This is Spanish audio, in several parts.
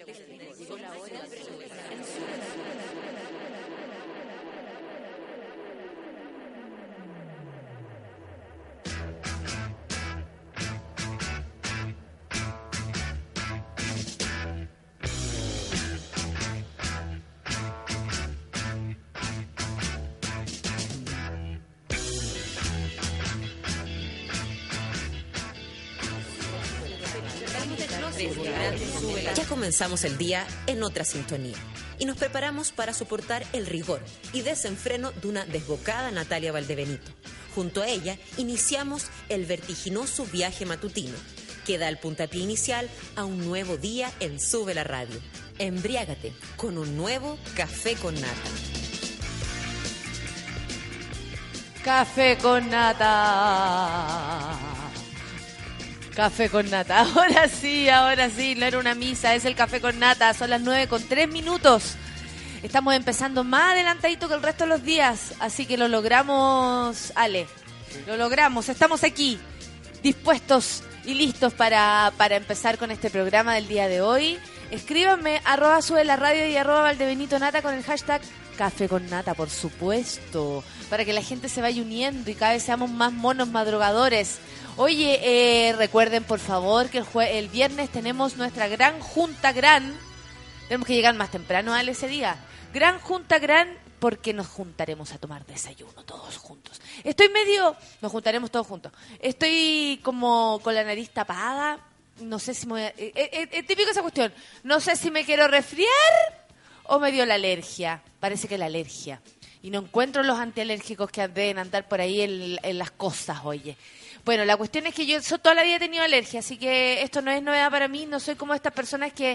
Ya comenzamos el día en otra sintonía y nos preparamos para soportar el rigor y desenfreno de una desbocada Natalia Valdebenito. Junto a ella iniciamos el vertiginoso viaje matutino que da el puntapié inicial a un nuevo día en Sube la Radio. Embriágate con un nuevo Café con Nata. Café con Nata. Café con Nata. Ahora sí, no era una misa, es el Café con Nata. Son las 9:03. Estamos empezando más adelantadito que el resto de los días, así que lo logramos, Ale. Lo logramos, estamos aquí, dispuestos y listos para empezar con este programa del día de hoy. Escríbanme, @sube la radio y @Valdebenito Nata con el hashtag Café con Nata, por supuesto, para que la gente se vaya uniendo y cada vez seamos más monos madrugadores. Oye, recuerden por favor que el viernes tenemos nuestra gran junta gran. Tenemos que llegar más temprano, Ale, ese día. Gran junta gran, porque nos juntaremos a tomar desayuno todos juntos. Nos juntaremos todos juntos. Estoy como con la nariz tapada. No sé si me voy a... Es típico esa cuestión. No sé si me quiero resfriar o me dio la alergia. Parece que la alergia. Y no encuentro los antialérgicos que deben andar por ahí en las cosas, oye. Bueno, la cuestión es que yo toda la vida he tenido alergia, así que esto no es novedad para mí. No soy como estas personas que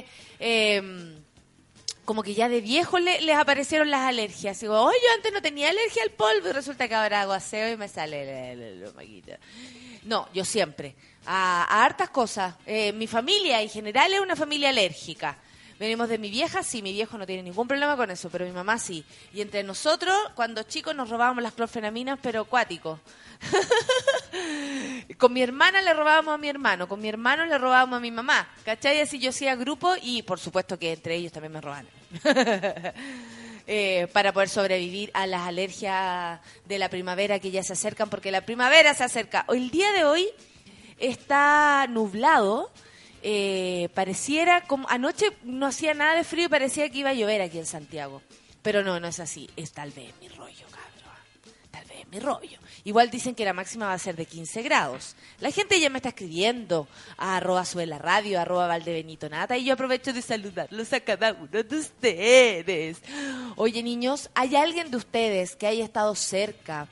como que ya de viejo les aparecieron las alergias. Digo, oye, yo antes no tenía alergia al polvo y resulta que ahora hago aseo y me sale el maquita. No, yo siempre. A hartas cosas. Mi familia en general es una familia alérgica. Venimos de mi vieja, sí, mi viejo no tiene ningún problema con eso, pero mi mamá sí. Y entre nosotros, cuando chicos, nos robábamos las clorfenaminas, pero cuáticos. Con mi hermana le robábamos a mi hermano, con mi hermano le robábamos a mi mamá, ¿cachai? Así yo hacía grupo y por supuesto que entre ellos también me roban. Para poder sobrevivir a las alergias de la primavera que ya se acercan, porque la primavera se acerca. El día de hoy está nublado. Pareciera como anoche no hacía nada de frío y parecía que iba a llover aquí en Santiago, pero no es así. Es tal vez mi rollo, cabrón, tal vez mi rollo. Igual dicen que la máxima va a ser de 15 grados. La gente ya me está escribiendo a @sube la radio, @Valdebenito Nata, y yo aprovecho de saludarlos a cada uno de ustedes. Oye, niños, ¿hay alguien de ustedes que haya estado cerca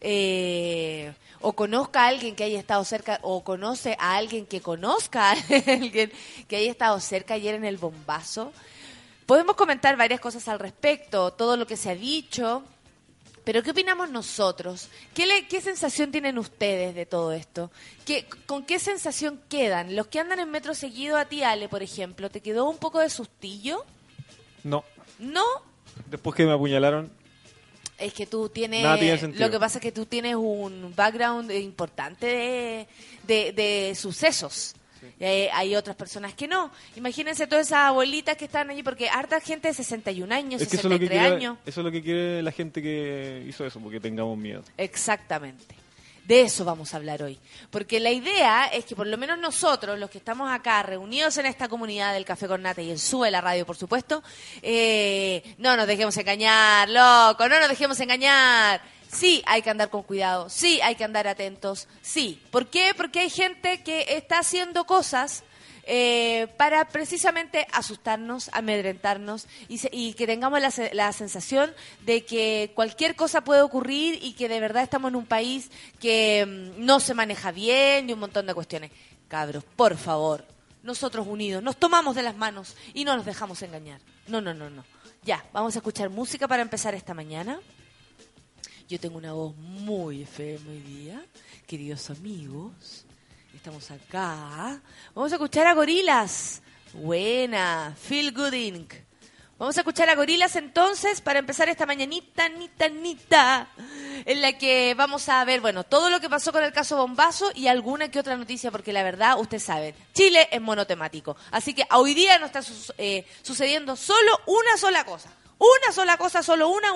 o conozca a alguien que haya estado cerca, o conoce a alguien que conozca a alguien que haya estado cerca ayer en el bombazo? Podemos comentar varias cosas al respecto, todo lo que se ha dicho, pero ¿qué opinamos nosotros? ¿Qué sensación tienen ustedes de todo esto? ¿Con qué sensación quedan? Los que andan en metro seguido, a ti, Ale, por ejemplo, ¿te quedó un poco de sustillo? No. ¿No? Después que me apuñalaron... Es que tú tienes, nada tiene sentido. Lo que pasa es que tú tienes un background importante de sucesos. Sí. Hay otras personas que no. Imagínense todas esas abuelitas que están allí, porque harta gente de 61 años, 63 años. Eso es lo que quiere la gente que hizo eso, porque tengamos miedo. Exactamente. De eso vamos a hablar hoy. Porque la idea es que por lo menos nosotros, los que estamos acá reunidos en esta comunidad del Café con Nata y en Sube la Radio, por supuesto, no nos dejemos engañar, loco, no nos dejemos engañar. Sí, hay que andar con cuidado, sí, hay que andar atentos, sí. ¿Por qué? Porque hay gente que está haciendo cosas para precisamente asustarnos, amedrentarnos y que tengamos la sensación de que cualquier cosa puede ocurrir y que de verdad estamos en un país que no se maneja bien y un montón de cuestiones. Cabros, por favor, nosotros unidos nos tomamos de las manos y no nos dejamos engañar. No. Ya, vamos a escuchar música para empezar esta mañana. Yo tengo una voz muy FM hoy día, queridos amigos. Estamos acá. Vamos a escuchar a Gorillaz. Buena. Feel Good Inc. Vamos a escuchar a Gorillaz entonces para empezar esta mañanita, nita. en la que vamos a ver, bueno, todo lo que pasó con el caso Bombazo y alguna que otra noticia, porque la verdad, ustedes saben, Chile es monotemático. Así que hoy día no está sucediendo solo una sola cosa. Una sola cosa, solo una.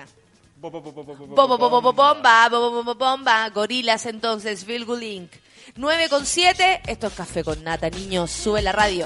Bomba, gorilas entonces, Feel Good Inc. 9:07, esto es Café con Nata, niños, sube la radio.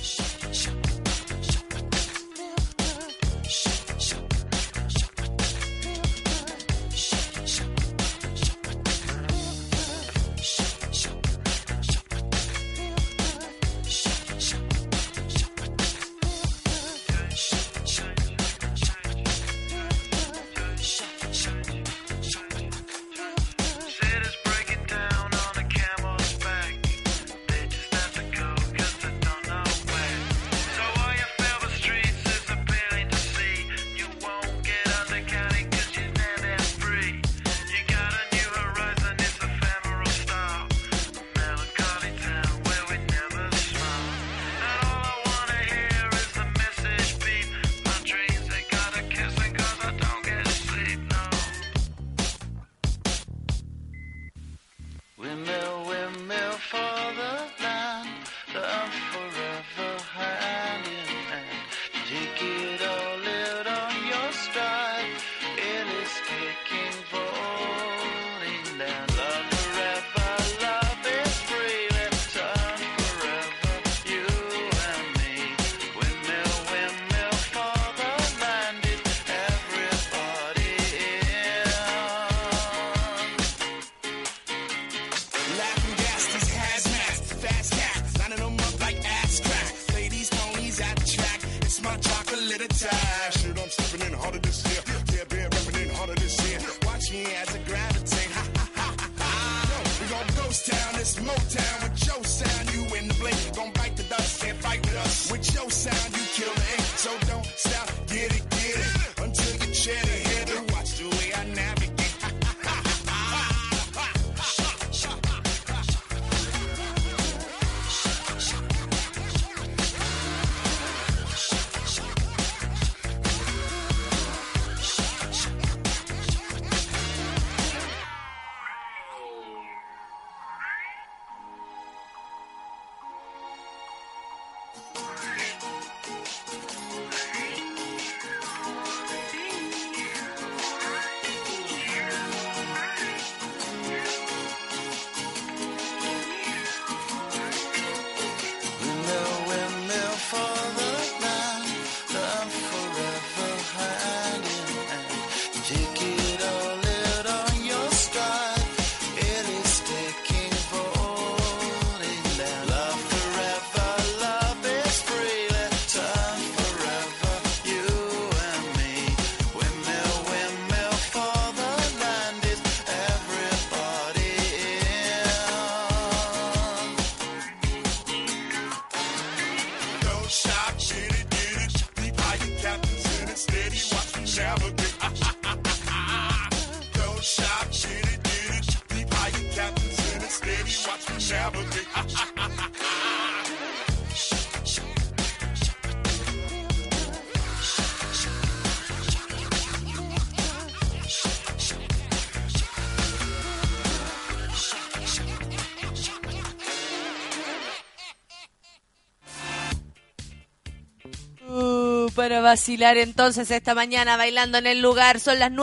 Para vacilar entonces esta mañana bailando en el lugar. Son las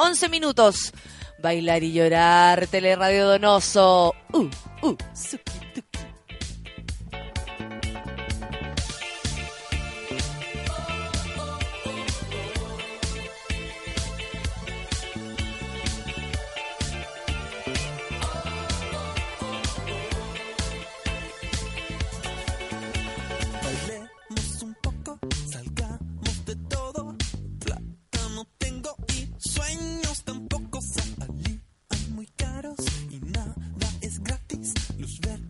9:11. Bailar y llorar, Teleradio Donoso. Suki, tuki. Sueños tampoco salían muy caros y nada es gratis. Luz verde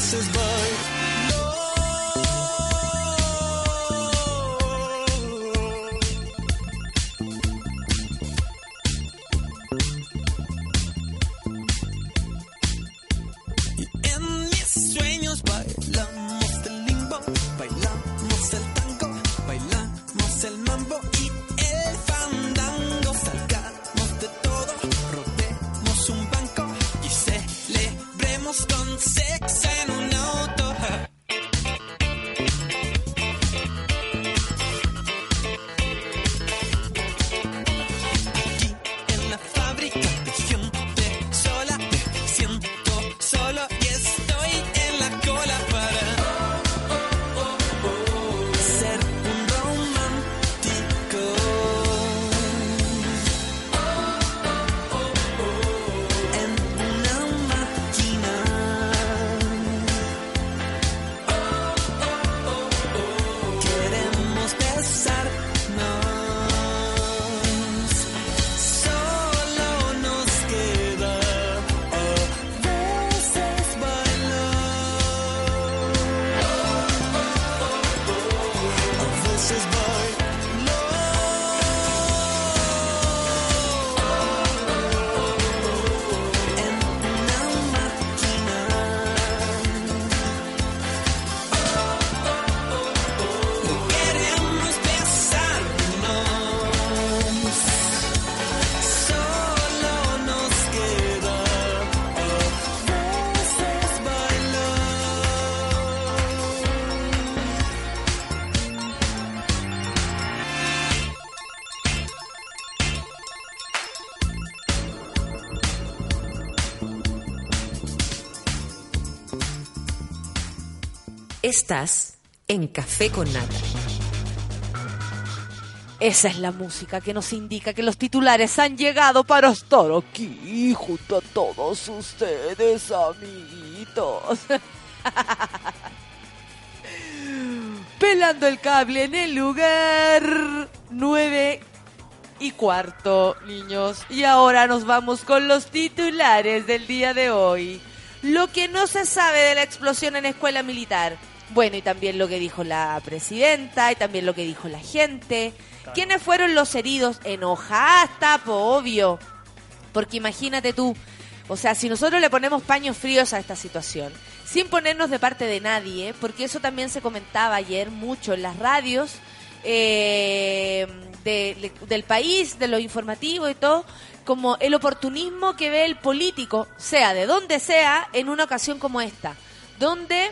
veces voy y en mis sueños bailamos el limbo, bailamos el tango, bailamos el mambo y el fandango. Salgamos de todo, robemos un banco y celebremos con sexo en un auto. Aquí en la fábrica de gente sola, me siento solo y estoy en la cola para ser un romántico. En una máquina. Queremos besarnos. Solo nos queda a veces bailar. A veces en una máquina. Queremos besarnos. Solo nos queda a veces bailar. Estás en Café con Nata. Esa es la música que nos indica que los titulares han llegado para estar aquí junto a todos ustedes, amiguitos. Pelando el cable en el lugar 9:15, niños. Y ahora nos vamos con los titulares del día de hoy. Lo que no se sabe de la explosión en escuela militar. Bueno, y también lo que dijo la presidenta, y también lo que dijo la gente. ¿Quiénes fueron los heridos? Enojada, obvio. Porque imagínate tú, o sea, si nosotros le ponemos paños fríos a esta situación, sin ponernos de parte de nadie, porque eso también se comentaba ayer mucho en las radios del país, de lo informativo y todo, como el oportunismo que ve el político, sea de donde sea, en una ocasión como esta, donde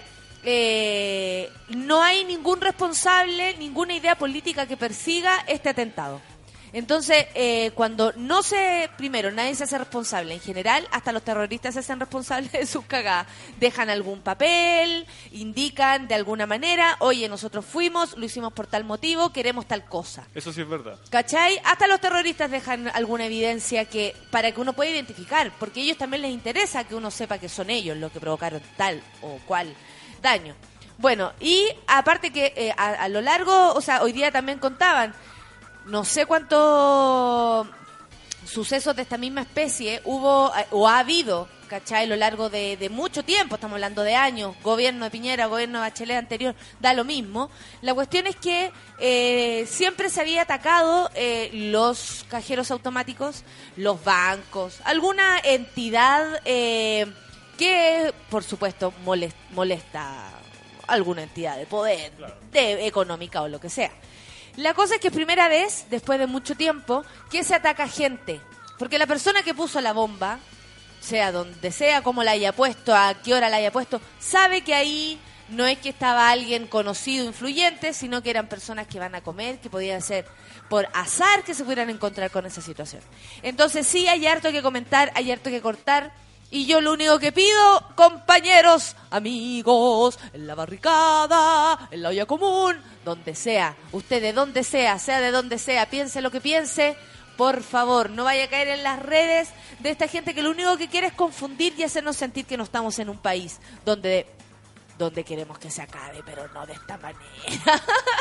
no hay ningún responsable, ninguna idea política que persiga este atentado. Entonces, cuando no se, primero, nadie se hace responsable en general, hasta los terroristas se hacen responsables de sus cagadas. Dejan algún papel, indican de alguna manera, oye, nosotros fuimos, lo hicimos por tal motivo, queremos tal cosa. Eso sí es verdad. ¿Cachai? Hasta los terroristas dejan alguna evidencia que para que uno pueda identificar, porque a ellos también les interesa que uno sepa que son ellos los que provocaron tal o cual daño. Bueno, y aparte que a lo largo, o sea, hoy día también contaban, no sé cuántos sucesos de esta misma especie hubo o ha habido, ¿cachai? A lo largo de mucho tiempo, estamos hablando de años, gobierno de Piñera, gobierno de Bachelet anterior, da lo mismo. La cuestión es que siempre se había atacado los cajeros automáticos, los bancos, alguna entidad que, por supuesto, molesta alguna entidad de poder, claro, de económica o lo que sea. La cosa es que es primera vez, después de mucho tiempo, que se ataca gente. Porque la persona que puso la bomba, sea donde sea, cómo la haya puesto, a qué hora la haya puesto, sabe que ahí no es que estaba alguien conocido, influyente, sino que eran personas que van a comer, que podían ser por azar que se pudieran encontrar con esa situación. Entonces sí, hay harto que comentar, hay harto que cortar. Y yo lo único que pido, compañeros, amigos, en la barricada, en la olla común, donde sea, usted de donde sea de donde sea, piense lo que piense, por favor, no vaya a caer en las redes de esta gente que lo único que quiere es confundir y hacernos sentir que no estamos en un país donde queremos que se acabe, pero no de esta manera.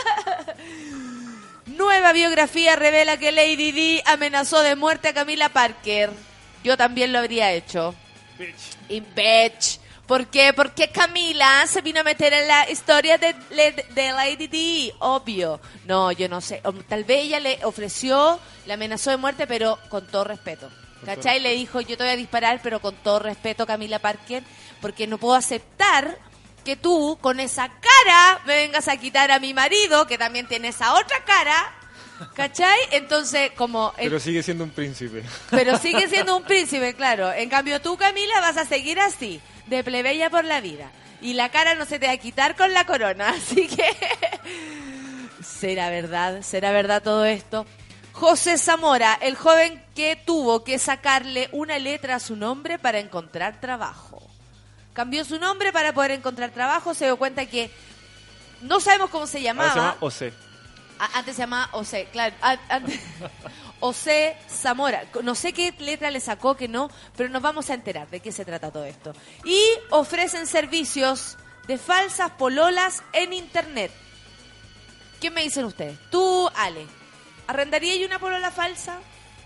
Nueva biografía revela que Lady Di amenazó de muerte a Camila Parker. Yo también lo habría hecho. Y bitch, ¿Por qué? Porque Camila se vino a meter en la historia de Lady Di, obvio. No, yo no sé. Tal vez ella le ofreció, le amenazó de muerte, pero con todo respeto. ¿Cachai? Le dijo, yo te voy a disparar, pero con todo respeto, Camila Parker, porque no puedo aceptar que tú, con esa cara, me vengas a quitar a mi marido, que también tiene esa otra cara. ¿Cachai? Entonces, Pero sigue siendo un príncipe. Pero sigue siendo un príncipe, claro. En cambio, tú, Camila, vas a seguir así, de plebeya por la vida. Y la cara no se te va a quitar con la corona. Así que... ¿Será verdad todo esto? José Zamora, el joven que tuvo que sacarle una letra a su nombre para encontrar trabajo. Cambió su nombre para poder encontrar trabajo. Se dio cuenta que no sabemos cómo se llamaba. Ahora se llama Ose. Antes se llamaba Ose, claro. Ose Zamora. No sé qué letra le sacó, que no, pero nos vamos a enterar de qué se trata todo esto. Y ofrecen servicios de falsas pololas en internet. ¿Qué me dicen ustedes? Tú, Ale, ¿arrendaría yo una polola falsa?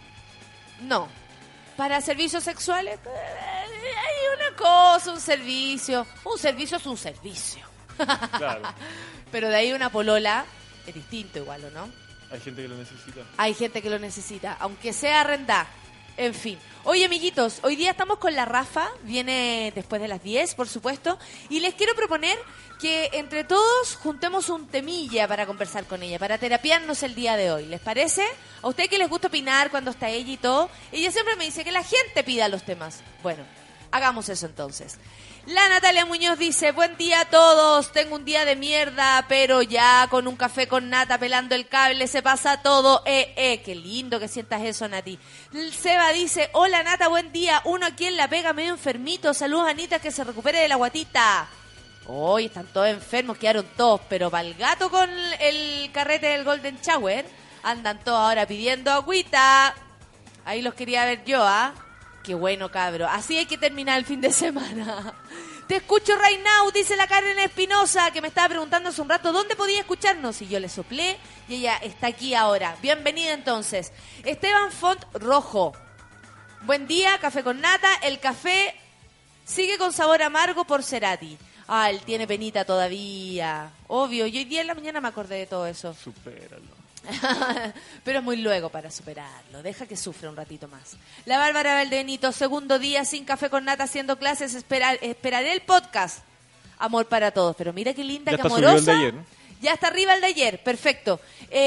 No. ¿Para servicios sexuales? Hay una cosa, un servicio. Un servicio es un servicio. Claro. Pero de ahí una polola es distinto igual, ¿o no? Hay gente que lo necesita. Hay gente que lo necesita, aunque sea arrendar. En fin. Oye, amiguitos, hoy día estamos con la Rafa, viene después de las 10, por supuesto, y les quiero proponer que entre todos juntemos un temilla para conversar con ella, para terapiarnos el día de hoy. ¿Les parece? ¿A ustedes que les gusta opinar cuando está ella y todo? Ella siempre me dice que la gente pida los temas. Bueno, hagamos eso entonces. La Natalia Muñoz dice, buen día a todos, tengo un día de mierda, pero ya con un café con nata pelando el cable se pasa todo. Qué lindo que sientas eso, Nati. El Seba dice, hola Nata, buen día, uno aquí en La Pega medio enfermito, saludos Anita, que se recupere de la guatita. Hoy están todos enfermos, quedaron todos, pero para el gato con el carrete del Golden Shower, andan todos ahora pidiendo agüita. Ahí los quería ver yo, ¿ah? Qué bueno, cabro. Así hay que terminar el fin de semana. Te escucho right now, dice la Karen Espinosa, que me estaba preguntando hace un rato dónde podía escucharnos. Y yo le soplé y ella está aquí ahora. Bienvenida entonces. Esteban Font Rojo. Buen día, café con nata. El café sigue con sabor amargo por Cerati. Ah, él tiene penita todavía. Obvio, yo hoy día en la mañana me acordé de todo eso. Supéralo. Pero es muy luego para superarlo. Deja que sufra un ratito más. La Bárbara Valdenito, segundo día sin café con nata haciendo clases. Esperaré el podcast. Amor para todos. Pero mira qué linda, qué amorosa. El de ayer, ¿no? Ya está arriba el de ayer. Perfecto.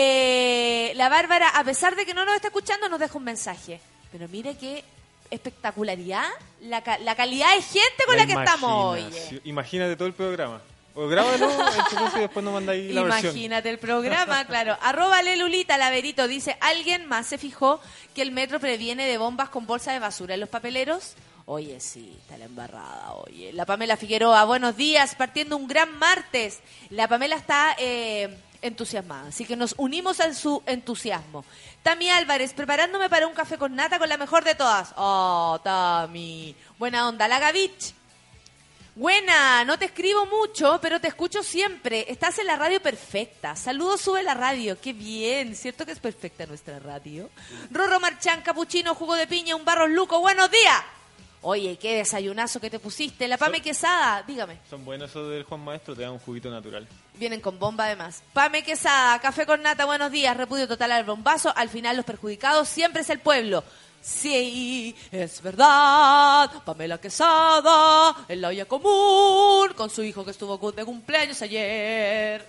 La Bárbara, a pesar de que no nos está escuchando, nos deja un mensaje. Pero mira qué espectacularidad. La calidad de gente con la que estamos hoy. Imagínate todo el programa. O grábalo y después nos manda ahí la versión. Imagínate el programa, claro. @Lelulita Laverito dice, ¿alguien más se fijó que el metro previene de bombas con bolsa de basura en los papeleros? Oye, sí, está la embarrada, oye. La Pamela Figueroa, buenos días, partiendo un gran martes. La Pamela está entusiasmada, así que nos unimos a su entusiasmo. Tami Álvarez, preparándome para un café con nata con la mejor de todas. Oh, Tami, buena onda. La Gavich. Buena, no te escribo mucho, pero te escucho siempre. Estás en la radio perfecta. Saludos, sube la radio. Qué bien, ¿cierto que es perfecta nuestra radio? Rorro Marchán, capuchino, jugo de piña, un barros luco. ¡Buenos días! Oye, qué desayunazo que te pusiste. La Pame Quesada, dígame. Son buenos esos del Juan Maestro, te dan un juguito natural. Vienen con bomba además. Pame Quesada, café con nata, buenos días. Repudio total al bombazo. Al final los perjudicados siempre es el pueblo. Sí, es verdad. Pamela Quesada en la olla común con su hijo que estuvo de cumpleaños ayer.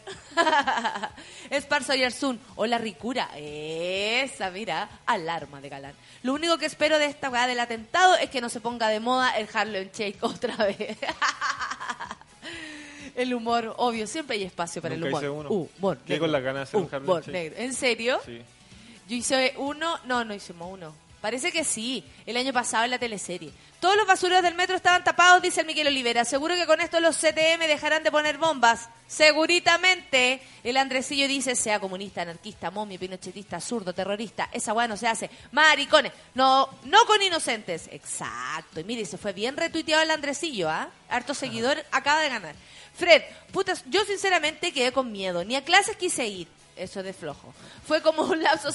Esparza y Arzún. Hola, ricura. Esa, mira, alarma de galán. Lo único que espero de esta weá del atentado es que no se ponga de moda el Harlem Shake otra vez. El humor, obvio, siempre hay espacio para Nunca el humor. hice uno. Humor ¿Qué con las ganas de hacer un Harlem Shake? negro. ¿En serio? Sí. Yo hice uno, no hicimos uno. Parece que sí, el año pasado en la teleserie. Todos los basureros del metro estaban tapados, dice el Miguel Olivera. Seguro que con esto los CTM dejarán de poner bombas. Seguritamente. El Andresillo dice, sea comunista, anarquista, momio, pinochetista, zurdo, terrorista. Esa weá no se hace. Maricones. No con inocentes. Exacto. Y mire, se fue bien retuiteado el Andresillo, ¿ah? Harto seguidor, acaba de ganar. Fred, putas, yo sinceramente quedé con miedo. Ni a clases quise ir. Eso es de flojo. Fue como un lapso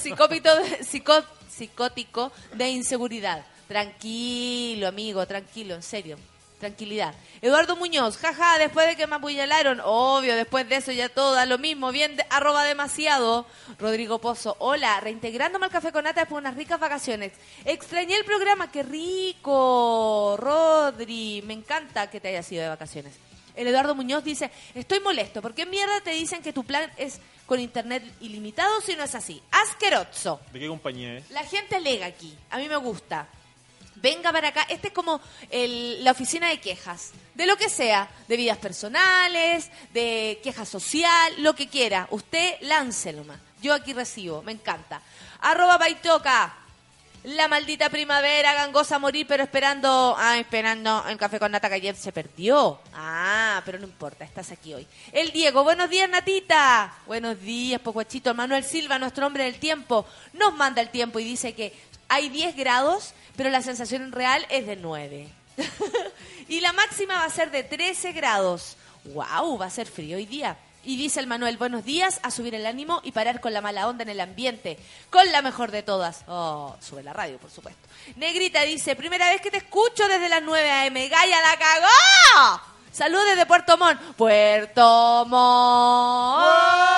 psicótico de inseguridad. Tranquilo, amigo, tranquilo, en serio. Tranquilidad. Eduardo Muñoz, jaja, después de que me apuñalaron, obvio, después de eso ya todo da lo mismo, bien, arroba demasiado. Rodrigo Pozo, hola, reintegrándome al Café con Nata después de unas ricas vacaciones. Extrañé el programa, qué rico, Rodri, me encanta que te hayas ido de vacaciones. El Eduardo Muñoz dice, estoy molesto, ¿por qué mierda te dicen que tu plan es con internet ilimitado si no es así? Asqueroso. ¿De qué compañía es? La gente alega aquí, a mí me gusta. Venga para acá, este es como la oficina de quejas, de lo que sea, de vidas personales, de queja social, lo que quiera. Usted láncelo más. Yo aquí recibo, me encanta. @ Baitoca, la maldita primavera, gangosa a morir, pero esperando el Café con Nata que ayer se perdió. Pero no importa, estás aquí hoy. El Diego, buenos días, Natita. Buenos días, Pocuachito. Manuel Silva, nuestro hombre del tiempo, nos manda el tiempo y dice que hay 10 grados, pero la sensación real es de 9. Y la máxima va a ser de 13 grados. ¡Wow! Va a ser frío hoy día. Y dice el Manuel, buenos días, a subir el ánimo y parar con la mala onda en el ambiente. Con la mejor de todas. Oh, sube la radio, por supuesto. Negrita dice, primera vez que te escucho desde las 9 a.m. ¡Gaya, la cagó! Saludos desde Puerto Montt. ¡Puerto Montt!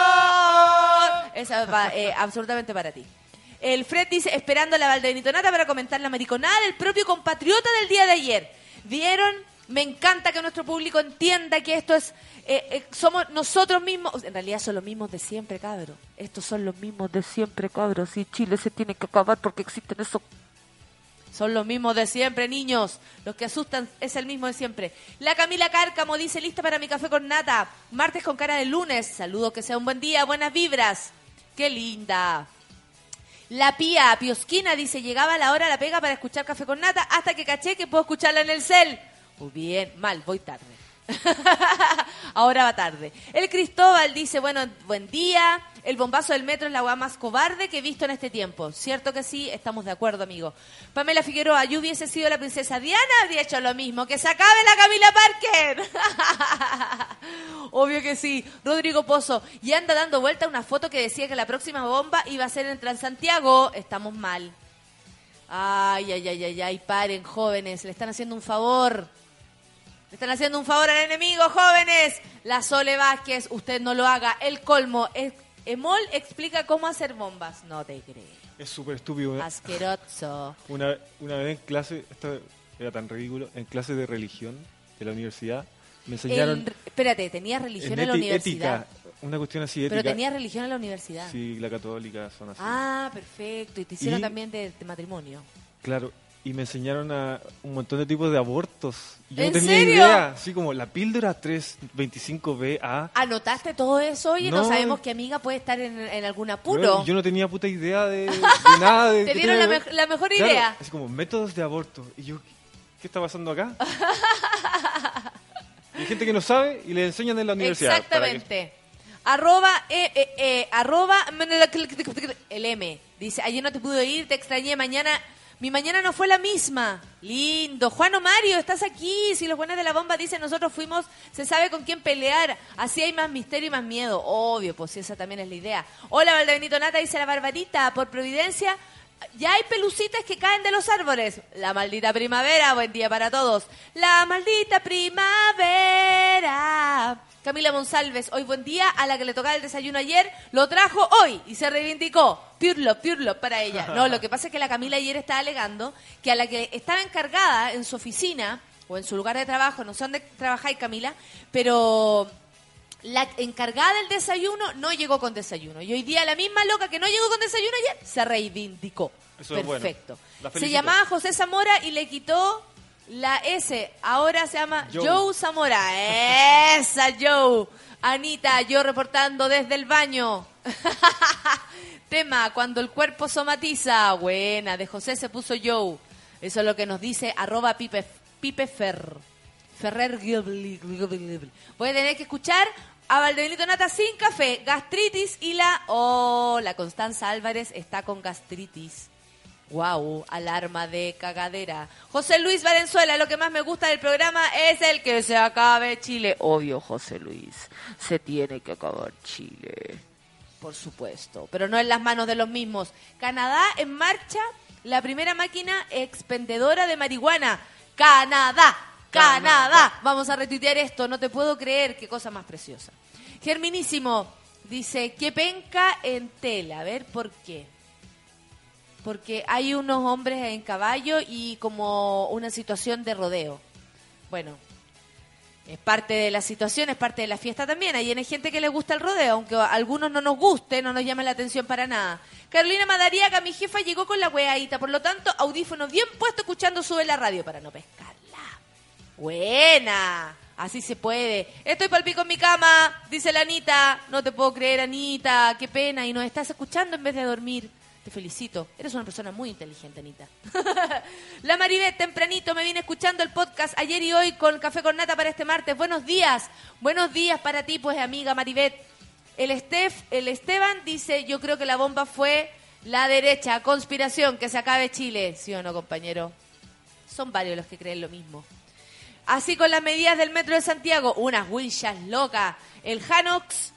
Esa va absolutamente para ti. El Fred dice, esperando la Valdebenito Nata para comentar la mariconada del propio compatriota del día de ayer. ¿Vieron? Me encanta que nuestro público entienda que esto es... somos nosotros mismos. En realidad son los mismos de siempre, cabros. Estos son los mismos de siempre, cabros. Y Chile se tiene que acabar porque existen esos... Son los mismos de siempre, niños. Los que asustan es el mismo de siempre. La Camila Cárcamo dice, lista para mi café con nata. Martes con cara de lunes. Saludos, que sea un buen día. Buenas vibras. Qué linda. La Pía Piosquina dice, llegaba a la hora de la pega para escuchar Café con Nata hasta que caché que puedo escucharla en el cel. Muy bien, mal, voy tarde. Ahora va tarde. El Cristóbal dice, bueno, buen día. El bombazo del metro es la hueá más cobarde que he visto en este tiempo. Cierto que sí, estamos de acuerdo, amigo. Pamela Figueroa, yo hubiese sido la princesa Diana, habría hecho lo mismo. ¡Que se acabe la Camila Parker! Obvio que sí. Rodrigo Pozo, y anda dando vuelta una foto que decía que la próxima bomba iba a ser en Transantiago. Estamos mal. Ay, paren, jóvenes, le están haciendo un favor. Le están haciendo un favor al enemigo, jóvenes. La Sole Vázquez, usted no lo haga. El colmo. Emol explica cómo hacer bombas. No te creo. Es súper estúpido. Asqueroso. Una vez en clase, esto era tan ridículo, en clase de religión de la universidad, me enseñaron... Espérate, ¿tenías religión en la universidad? Ética, una cuestión así ética. Pero tenías religión en la universidad. Sí, la católica son así. Perfecto. Y te hicieron también de matrimonio. Claro. Y me enseñaron a un montón de tipos de abortos. Yo ¿En no tenía serio? idea. Así como la píldora 325BA. ¿Anotaste todo eso? Oye, no sabemos que amiga puede estar en algún apuro. Bueno, yo no tenía puta idea de nada. Te dieron la mejor idea. Así como métodos de aborto. Y yo, ¿qué está pasando acá? Y hay gente que no sabe y le enseñan en la universidad. Exactamente. El M dice, ayer no te pude ir, te extrañé, mi mañana no fue la misma. Lindo. Juan Mario, estás aquí. Si los buenos de la bomba dicen, nosotros fuimos, se sabe con quién pelear. Así hay más misterio y más miedo. Obvio, pues esa también es la idea. Hola, Valdebenito Nata, dice la Barbarita. Por providencia, ya hay pelucitas que caen de los árboles. La maldita primavera, buen día para todos. La maldita primavera. Camila Monsalves, hoy buen día, a la que le tocaba el desayuno ayer, lo trajo hoy y se reivindicó. Purlo para ella. No, lo que pasa es que la Camila ayer estaba alegando que a la que estaba encargada en su oficina o en su lugar de trabajo, no sé dónde trabajáis, Camila, pero la encargada del desayuno no llegó con desayuno. Y hoy día la misma loca que no llegó con desayuno ayer se reivindicó. Eso es perfecto. Bueno. Se llamaba José Zamora y le quitó la S, ahora se llama Joe Zamora. Esa Joe. Anita, yo reportando desde el baño. Tema, cuando el cuerpo somatiza. Buena, de José se puso Joe. Eso es lo que nos dice @pipefer. Ferrer. Voy a tener que escuchar a Valdebenito Nata sin café, gastritis y la Constanza Álvarez está con gastritis. Wow, alarma de cagadera. José Luis Valenzuela, lo que más me gusta del programa es el que se acabe Chile. Obvio, José Luis, se tiene que acabar Chile. Por supuesto, pero no en las manos de los mismos. Canadá en marcha, la primera máquina expendedora de marihuana. Canadá. Canadá. Vamos a retuitear esto, no te puedo creer, qué cosa más preciosa. Germinísimo dice, que penca en tela. A ver, ¿por qué? Porque hay unos hombres en caballo y como una situación de rodeo. Bueno, es parte de la situación, es parte de la fiesta también. Hay gente que le gusta el rodeo, aunque a algunos no nos guste, no nos llame la atención para nada. Carolina Madariaga, mi jefa llegó con la weadita, por lo tanto, audífonos bien puestos escuchando Sube la Radio para no pescarla. Buena, así se puede. Estoy palpico en mi cama, dice la Anita. No te puedo creer, Anita, qué pena. Y nos estás escuchando en vez de dormir. Te felicito. Eres una persona muy inteligente, Anita. La Maribeth, tempranito, me viene escuchando el podcast ayer y hoy con Café con Nata para este martes. Buenos días. Buenos días para ti, pues, amiga Maribeth. El Esteban dice, yo creo que la bomba fue la derecha. Conspiración, que se acabe Chile. ¿Sí o no, compañero? Son varios los que creen lo mismo. Así con las medidas del metro de Santiago. Unas winchas locas. El Janos...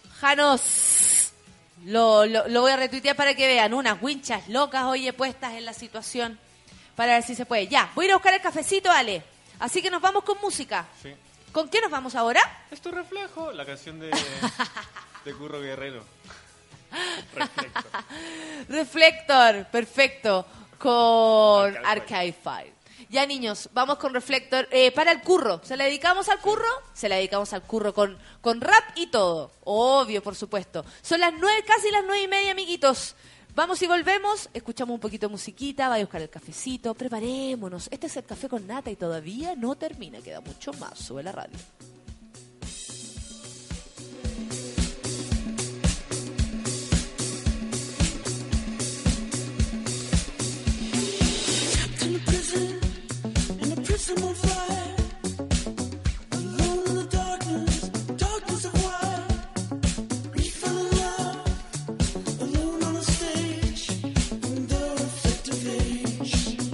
Lo voy a retuitear para que vean. Unas winchas locas, oye, puestas en la situación. Para ver si se puede. Ya, voy a ir a buscar el cafecito, Ale. Así que nos vamos con música. Sí. ¿Con qué nos vamos ahora? Es tu reflejo, la canción de Curro Guerrero. Reflector, perfecto. Con Arcade Fire. Ya, niños, vamos con Reflector. Para el curro. ¿Se la dedicamos al curro? Se la dedicamos al curro con rap y todo. Obvio, por supuesto. Son las 9, casi las 9:30, amiguitos. Vamos y volvemos. Escuchamos un poquito de musiquita. Vaya a buscar el cafecito. Preparémonos. Este es el Café con Nata y todavía no termina. Queda mucho más. Sube la radio. I'm on fire, alone in the darkness, darkness of why we fell in love, alone on a stage, in the reflective age.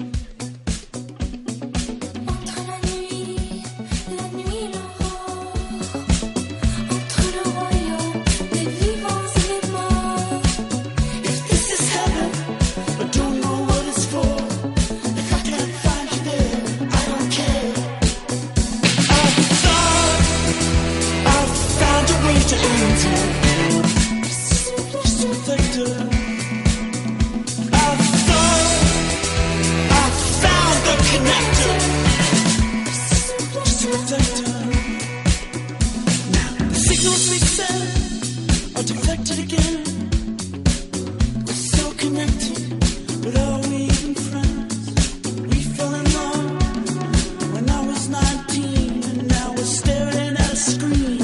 Entre la nuit, l'aurore, entre le royaume des vivants et des morts. If this is heaven, I don't know what it's for. If I can't find you there, I don't care. I've found a way to enter. Just a vector. I've found the connector. Just a vector. Now the signals we send are deflected again. We're so connected, but are we even friends? We fell in love when I was 19, and now we're staring at a screen.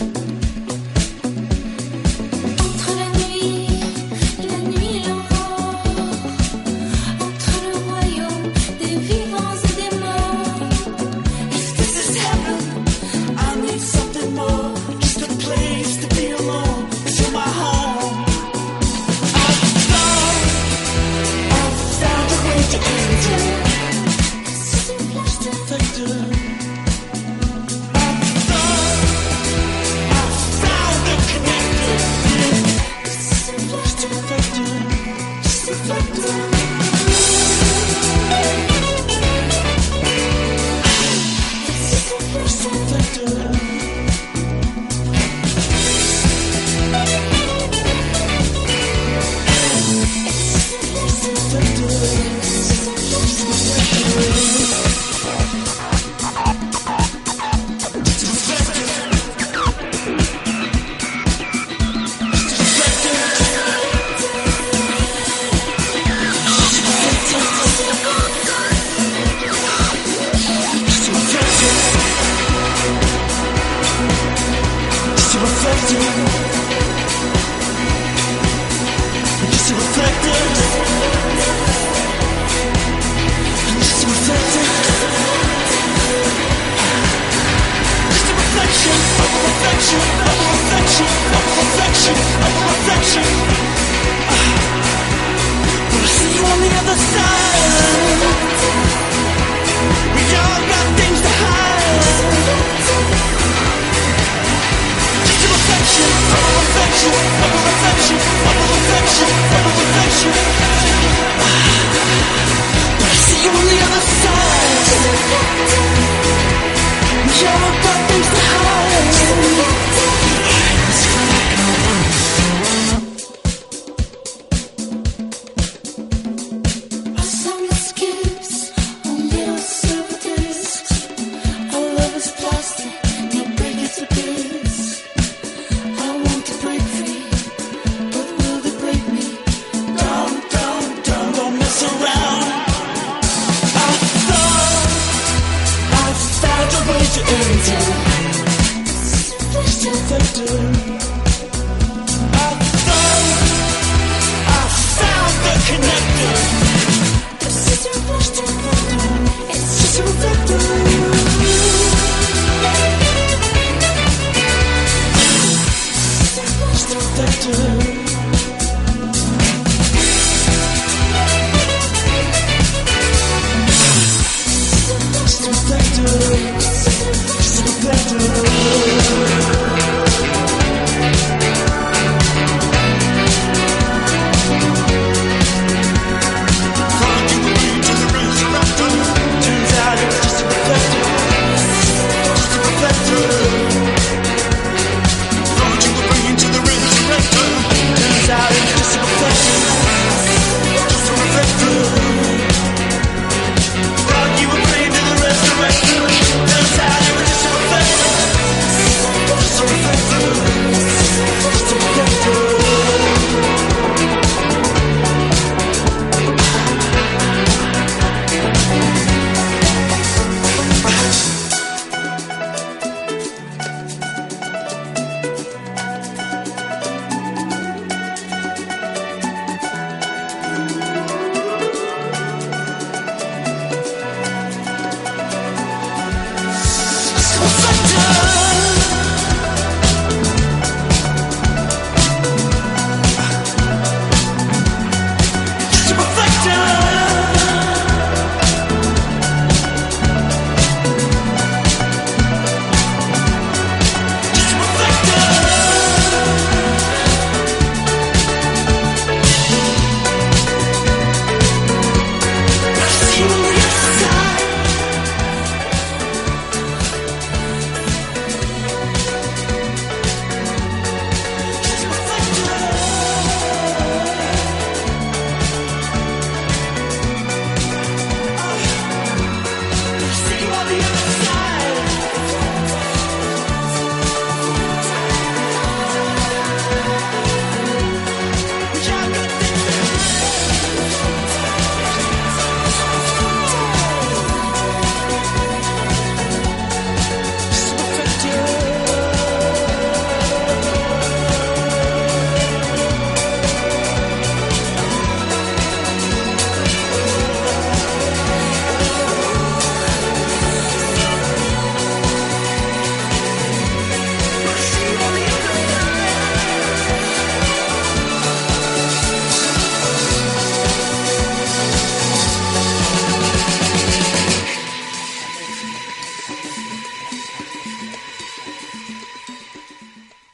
Entre la nuit, l'aurore, entre le royaume des vivants et des morts. If this is heaven, I need something more. Just a place to be alone, feel my home. I've found a way to enter. Just a vector. I've found the connector. Just a vector. Just a vector. Just a vector. See you on the other side.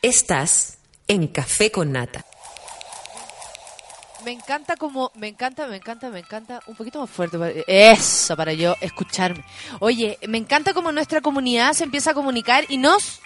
Estás en Café con Nata. Me encanta, un poquito más fuerte, eso, para yo escucharme. Oye, me encanta como nuestra comunidad se empieza a comunicar y nos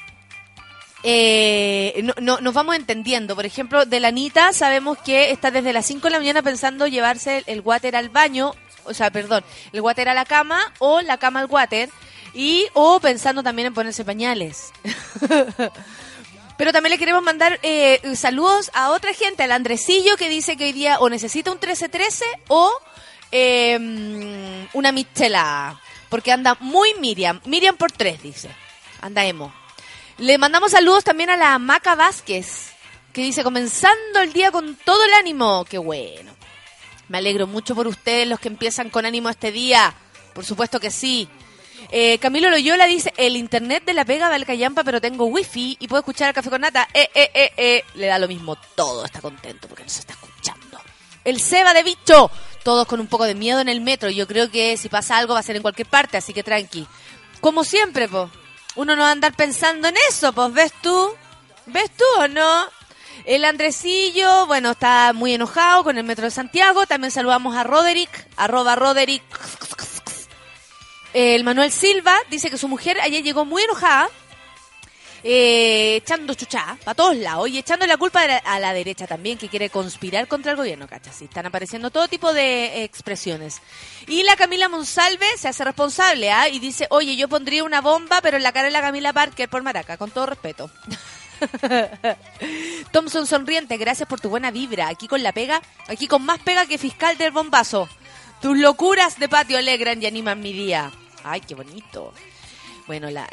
vamos entendiendo. Por ejemplo, de la Anita sabemos que está desde las 5 de la mañana pensando llevarse el water al baño, el water a la cama o la cama al water, o pensando también en ponerse pañales. Pero también le queremos mandar saludos a otra gente, al Andresillo, que dice que hoy día o necesita un 1313 o una michelada, porque anda muy Miriam por 3, dice, anda emo. Le mandamos saludos también a la Maca Vázquez, que dice, comenzando el día con todo el ánimo. Qué bueno, me alegro mucho por ustedes, los que empiezan con ánimo este día, por supuesto que sí. Camilo Loyola dice, el internet de la pega va al callampa, pero tengo wifi y puedo escuchar el Café con Nata. Le da lo mismo, todo está contento porque nos está escuchando. El Seba de Bicho, todos con un poco de miedo en el metro. Yo creo que si pasa algo va a ser en cualquier parte, así que tranqui. Como siempre, po, uno no va a andar pensando en eso, pues, ¿ves tú o no? El Andresillo, bueno, está muy enojado con el metro de Santiago. También saludamos a Roderick, @Roderick. El Manuel Silva dice que su mujer ayer llegó muy enojada, echando chuchá para todos lados y echando la culpa a la derecha también, que quiere conspirar contra el gobierno, ¿cachai? Sí, están apareciendo todo tipo de expresiones. Y la Camila Monsalve se hace responsable, y dice, oye, yo pondría una bomba, pero en la cara de la Camila Parker por maraca, con todo respeto. Thompson sonriente, gracias por tu buena vibra. Aquí con más pega que fiscal del bombazo. Tus locuras de patio alegran y animan mi día. Ay, qué bonito. Bueno, la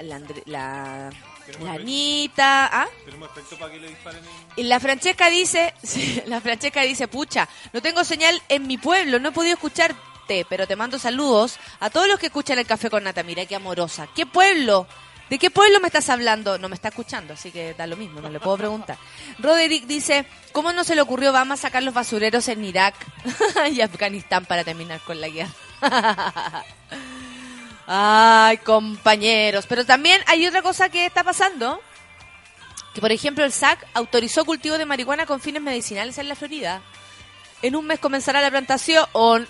Anita, ¿Tenemos efecto para que le disparen? Y la Francesca dice, pucha, no tengo señal en mi pueblo, no he podido escucharte, pero te mando saludos a todos los que escuchan el Café con Nata. Mira qué amorosa. ¿Qué pueblo? ¿De qué pueblo me estás hablando? No me está escuchando, así que da lo mismo, no le puedo preguntar. Roderick dice, ¿cómo no se le ocurrió a Obama sacar los basureros en Irak y Afganistán para terminar con la guerra? Ay, compañeros. Pero también hay otra cosa que está pasando, que por ejemplo el SAC autorizó cultivo de marihuana con fines medicinales en la Florida. En un mes comenzará la plantación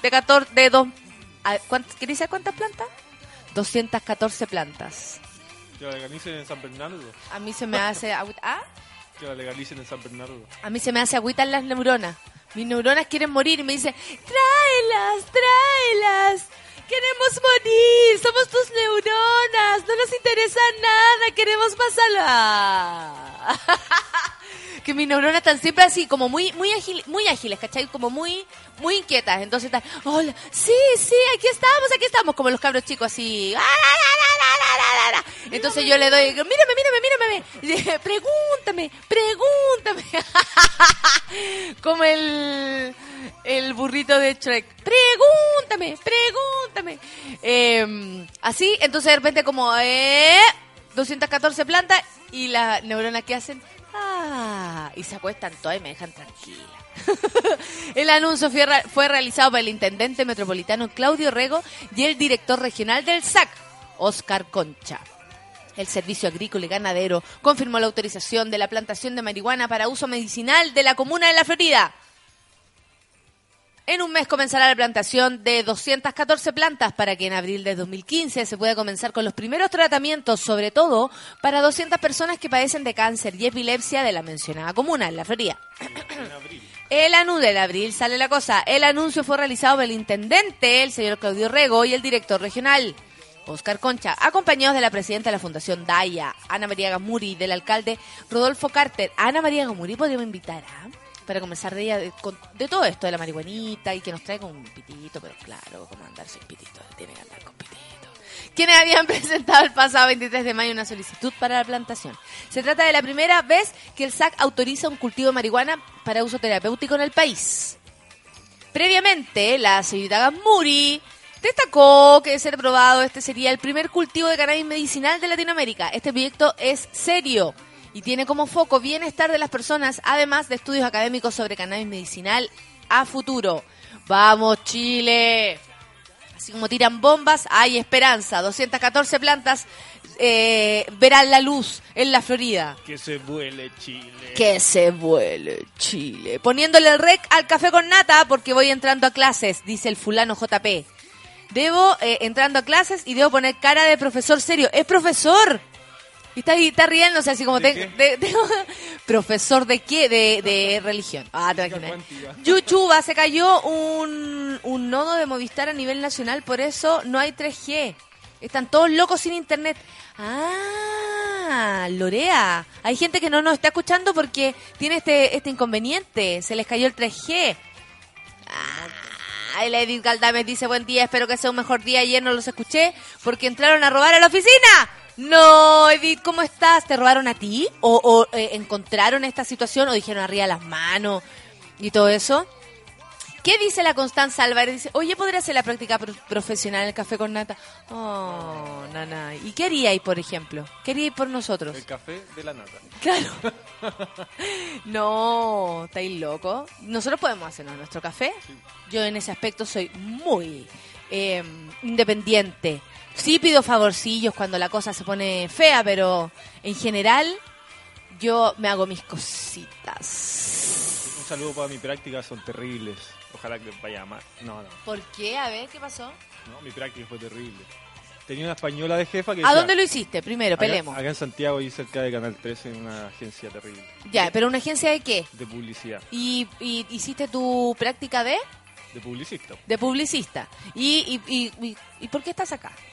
¿queréis saber cuántas plantas? 214 plantas. Que la legalicen en San Bernardo. A mí se me hace... Que la legalicen en San Bernardo. A mí se me hace agüita en las neuronas. Mis neuronas quieren morir y me dicen, tráelas. Queremos morir, somos tus neuronas, no nos interesa nada, queremos pasarla. Que mis neuronas están siempre así, como muy ágiles, ¿cachai? Como muy inquietas. Entonces están, hola, sí, aquí estamos, como los cabros chicos así. Entonces yo le doy, mírame. Pregúntame. Como el burrito de Shrek. Pregúntame. Así, entonces de repente como 214 plantas y las neuronas que hacen, y se acuestan todas y me dejan tranquila. El anuncio fue realizado por el intendente metropolitano Claudio Rego y el director regional del SAC, Oscar Concha. El Servicio Agrícola y Ganadero confirmó la autorización de la plantación de marihuana para uso medicinal de la comuna de La Florida. En un mes comenzará la plantación de 214 plantas para que en abril de 2015 se pueda comenzar con los primeros tratamientos, sobre todo para 200 personas que padecen de cáncer y epilepsia de la mencionada comuna en La Florida. El anuncio fue realizado por el intendente, el señor Claudio Rego, y el director regional, Oscar Concha, acompañados de la presidenta de la Fundación Daya, Ana María Gamuri, del alcalde Rodolfo Carter. Ana María Gamuri podríamos invitar para conversar de ella, de todo esto, de la marihuanita, y que nos traiga un pitito, pero claro, como andar sin pitito, tiene que andar con pitito. Quienes habían presentado el pasado 23 de mayo una solicitud para la plantación. Se trata de la primera vez que el SAC autoriza un cultivo de marihuana para uso terapéutico en el país. Previamente, la señorita Gamuri destacó que de ser probado, este sería el primer cultivo de cannabis medicinal de Latinoamérica. Este proyecto es serio y tiene como foco bienestar de las personas, además de estudios académicos sobre cannabis medicinal a futuro. ¡Vamos, Chile! Así como tiran bombas, hay esperanza. 214 plantas verán la luz en la Florida. Que se vuele Chile. Que se vuele Chile. Poniéndole el rec al café con nata porque voy entrando a clases, dice el fulano JP. Debo entrando a clases y debo poner cara de profesor serio. ¡Es profesor! Y está riéndose así como... ¿Profesor de qué? De religión. Ah, te imaginas. Yuchuba, se cayó un nodo de Movistar a nivel nacional, por eso no hay 3G. Están todos locos sin internet. Ah, Lorea. Hay gente que no nos está escuchando porque tiene este inconveniente. Se les cayó el 3G. Ah, el Edith Galdames dice, buen día, espero que sea un mejor día. Ayer no los escuché porque entraron a robar a la oficina. No, Edith, ¿cómo estás? ¿Te robaron a ti? ¿O encontraron esta situación? ¿O dijeron arriba las manos? Y todo eso. ¿Qué dice la Constanza Álvarez? Dice, oye, ¿podría hacer la práctica profesional en el café con nata? Oh, nana. ¿Y qué haríais, por ejemplo? ¿Qué haríais por nosotros? El café de la nata. Claro. No, ¿estáis locos? Nosotros podemos hacernos nuestro café. Sí. Yo en ese aspecto soy muy independiente. Sí pido favorcillos cuando la cosa se pone fea, pero en general yo me hago mis cositas. Un saludo para mi práctica, son terribles. Ojalá que vaya más. No. ¿Por qué? A ver, ¿qué pasó? No, mi práctica fue terrible. Tenía una española de jefa que ¿A dónde lo hiciste? Primero, pelemos. Acá en Santiago y cerca de Canal 13, en una agencia terrible. Ya, ¿pero una agencia de qué? De publicidad. ¿Y hiciste tu práctica de...? De publicista. De publicista. ¿Y por qué estás acá?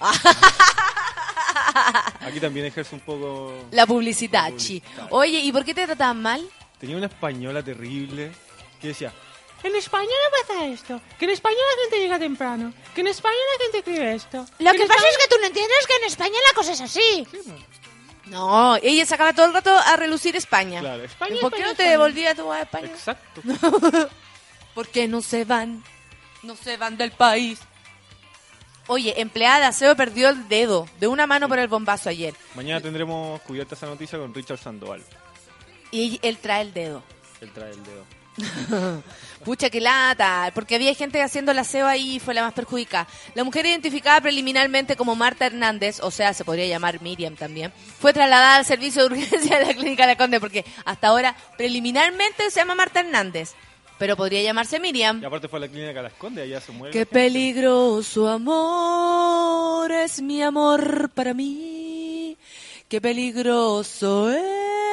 Aquí también ejerce un poco... La publicidad, chi. Oye, ¿y por qué te trataban mal? Tenía una española terrible que decía... En España no pasa esto, que en España la gente llega temprano, que en España la gente escribe esto. Lo que pasa es que tú no entiendes que en España la cosa es así. Sí, bueno. No, ella sacaba todo el rato a relucir España. Claro, España, ¿Y por qué España, no te España. devolvías tú a España? Exacto. ¿Por qué no se van? No se van del país. Oye, empleada de aseo perdió el dedo de una mano por el bombazo ayer. Mañana tendremos cubierta esa noticia con Richard Sandoval. Y él trae el dedo. Él trae el dedo. Pucha, que lata, porque había gente haciendo el aseo ahí y fue la más perjudicada. La mujer identificada preliminarmente como Marta Hernández, o sea, se podría llamar Miriam también, fue trasladada al servicio de urgencia de la clínica La Conde, porque hasta ahora preliminarmente se llama Marta Hernández, pero podría llamarse Miriam. Y aparte fue a la clínica Las Condes, allá se muere. Qué peligroso amor es mi amor para mí, qué peligroso es.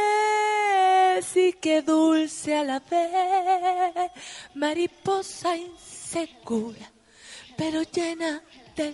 Y qué dulce a la vez, mariposa insegura, pero llena de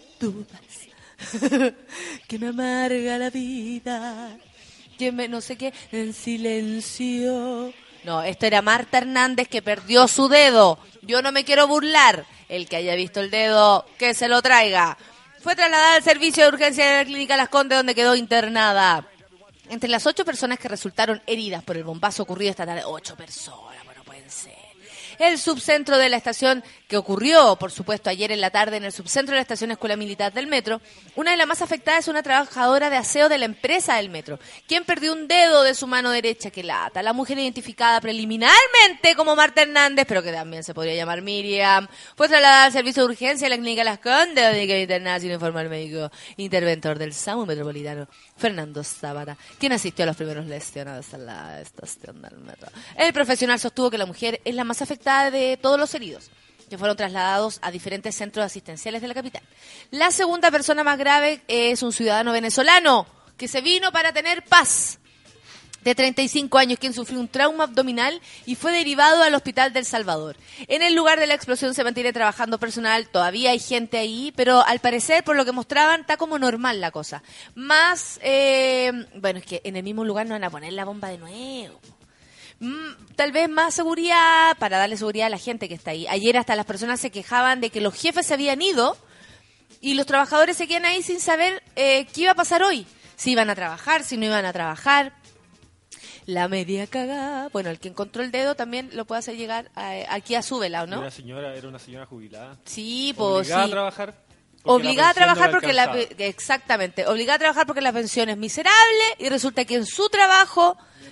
dudas, que me amarga la vida, que me no sé qué, en silencio. No, esto era Marta Hernández que perdió su dedo. Yo no me quiero burlar. El que haya visto el dedo, que se lo traiga. Fue trasladada al servicio de urgencia de la clínica Las Condes, donde quedó internada. Entre las 8 personas que resultaron heridas por el bombazo ocurrido esta tarde, 8 personas, bueno, pueden ser. El subcentro de la estación, que ocurrió, por supuesto, ayer en la tarde en el subcentro de la estación Escuela Militar del Metro, una de las más afectadas es una trabajadora de aseo de la empresa del Metro, quien perdió un dedo de su mano derecha, que lata. La mujer identificada preliminarmente como Marta Hernández, pero que también se podría llamar Miriam, fue trasladada al servicio de urgencia de la clínica Las Condes, donde quedó internada sin informar al médico interventor del SAMU metropolitano, Fernando Zábara, quien asistió a los primeros lesionados a la estación del metro. El profesional sostuvo que la mujer es la más afectada de todos los heridos, que fueron trasladados a diferentes centros asistenciales de la capital. La segunda persona más grave es un ciudadano venezolano que se vino para tener paz, de 35 años, quien sufrió un trauma abdominal y fue derivado al hospital del Salvador. En el lugar de la explosión se mantiene trabajando personal, todavía hay gente ahí, pero al parecer, por lo que mostraban, está como normal la cosa. Más, bueno, es que en el mismo lugar no van a poner la bomba de nuevo. Tal vez más seguridad, para darle seguridad a la gente que está ahí. Ayer hasta las personas se quejaban de que los jefes se habían ido y los trabajadores se quedan ahí sin saber qué iba a pasar hoy. Si iban a trabajar, si no iban a trabajar. La media cagada. Bueno, el que encontró el dedo también lo puede hacer llegar aquí a Súbela, ¿no? Era una señora jubilada. Sí, pues obligada sí. a trabajar. Obligada a trabajar porque alcanzaba. exactamente, obligada a trabajar porque la pensión es miserable y resulta que en su trabajo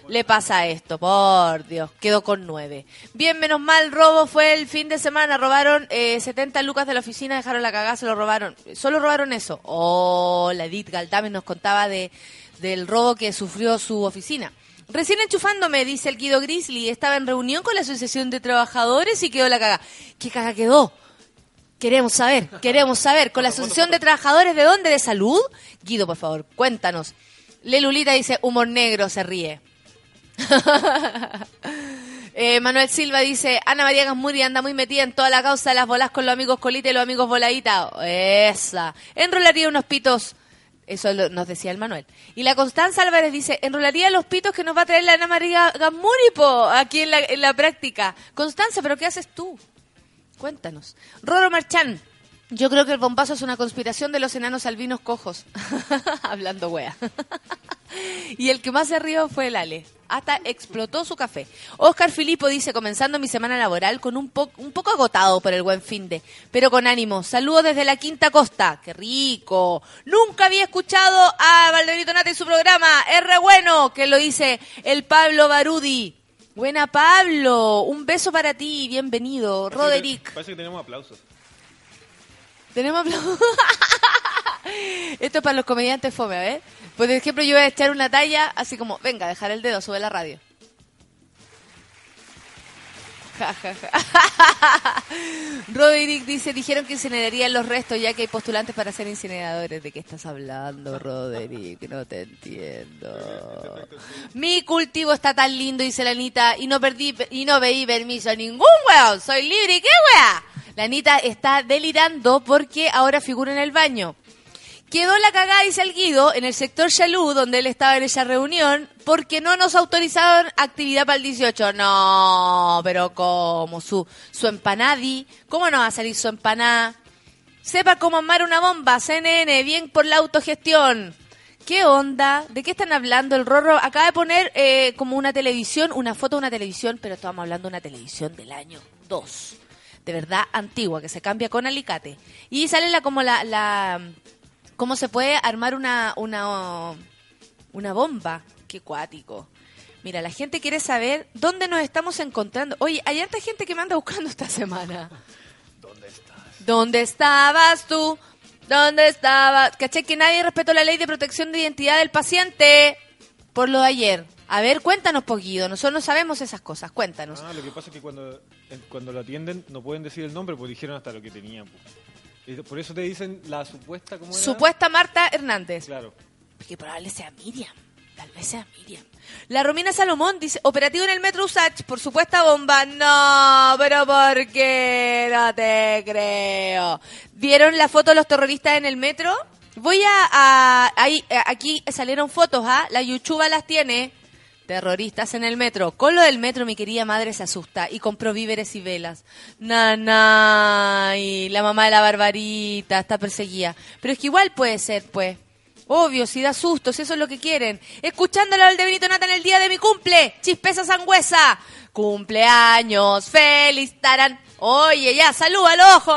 le pasa esto? Por Dios, quedó con 9. Bien, menos mal, robo fue el fin de semana. Robaron 70 lucas de la oficina, dejaron la cagada, se lo robaron. Solo robaron eso. Oh, la Edith Galdames nos contaba del robo que sufrió su oficina. Recién enchufándome, dice el Guido Grizzly, estaba en reunión con la Asociación de Trabajadores y quedó la cagada. ¿Qué caga quedó? Queremos saber. ¿Con la Asociación de Trabajadores de dónde? ¿De salud? Guido, por favor, cuéntanos. Lelulita dice, humor negro, se ríe. Manuel Silva dice, Ana María Gasmuri anda muy metida en toda la causa de las bolas con los amigos Colita y los amigos Voladita. Esa. Enrolaría unos pitos. Eso nos decía el Manuel. Y la Constanza Álvarez dice, enrolaría los pitos que nos va a traer la Ana María Gasmuri aquí en la práctica. Constanza, ¿pero qué haces tú? Cuéntanos. Roro Marchán. Yo creo que el bombazo es una conspiración de los enanos albinos cojos. Hablando wea. Y el que más se rió fue el Ale. Hasta explotó su café. Oscar Filipo dice, comenzando mi semana laboral con un poco agotado por el buen finde, pero con ánimo. Saludos desde la Quinta Costa. ¡Qué rico! Nunca había escuchado a Valdebenito Nata y su programa. Es re bueno, que lo dice el Pablo Barudi. Buena, Pablo. Un beso para ti. Bienvenido. Roderick. Parece que tenemos aplausos. Tenemos aplausos. Esto es para los comediantes fome, a ver. Por ejemplo, yo voy a echar una talla así como, venga, dejar el dedo, sube la radio. Ja, ja, ja. Roderick dice, dijeron que incinerarían los restos ya que hay postulantes para ser incineradores. ¿De qué estás hablando, Roderick? No te entiendo. Mi cultivo está tan lindo, dice la Anita, y no pedí permiso a ningún weón. Soy libre, ¿qué wea? La Anita está delirando porque ahora figura en el baño. Quedó la cagada, dice el Guido, en el sector Chalú, donde él estaba en esa reunión, porque no nos autorizaron actividad para el 18. No, pero ¿cómo? Su empanadi. ¿Cómo no va a salir su empanada? Sepa cómo armar una bomba. CNN, bien por la autogestión. ¿Qué onda? ¿De qué están hablando? El Rorro acaba de poner como una televisión, una foto de una televisión, pero estamos hablando de una televisión del año 2. De verdad antigua, que se cambia con alicate. Y sale cómo se puede armar una bomba. Qué cuático. Mira, la gente quiere saber dónde nos estamos encontrando. Oye, hay harta gente que me anda buscando esta semana. ¿Dónde estás? ¿Dónde estabas tú? ¿Dónde estabas? ¿Caché que nadie respetó la ley de protección de identidad del paciente? Por lo de ayer. A ver, cuéntanos, Poguido. Nosotros no sabemos esas cosas. Cuéntanos. Lo que pasa es que cuando lo atienden no pueden decir el nombre porque dijeron hasta lo que tenían. Por eso te dicen la supuesta... ¿cómo era? Supuesta Marta Hernández. Claro. Porque probablemente sea Miriam. Tal vez sea Miriam. La Romina Salomón dice, operativo en el metro Usach por supuesta bomba. No, pero ¿por qué? No te creo. ¿Vieron la foto de los terroristas en el metro? Voy aquí salieron fotos, La Yuchuba las tiene. Terroristas en el metro. Con lo del metro, mi querida madre se asusta y compró víveres y velas. Y la mamá de la Barbarita está perseguida. Pero es que igual puede ser, pues. Obvio, si da susto, si eso es lo que quieren. Escuchándolo al de Benito Nata en el día de mi cumple. Chispeza sangüesa. Cumpleaños, feliz, tarán. Oye, ya, salud al ojo,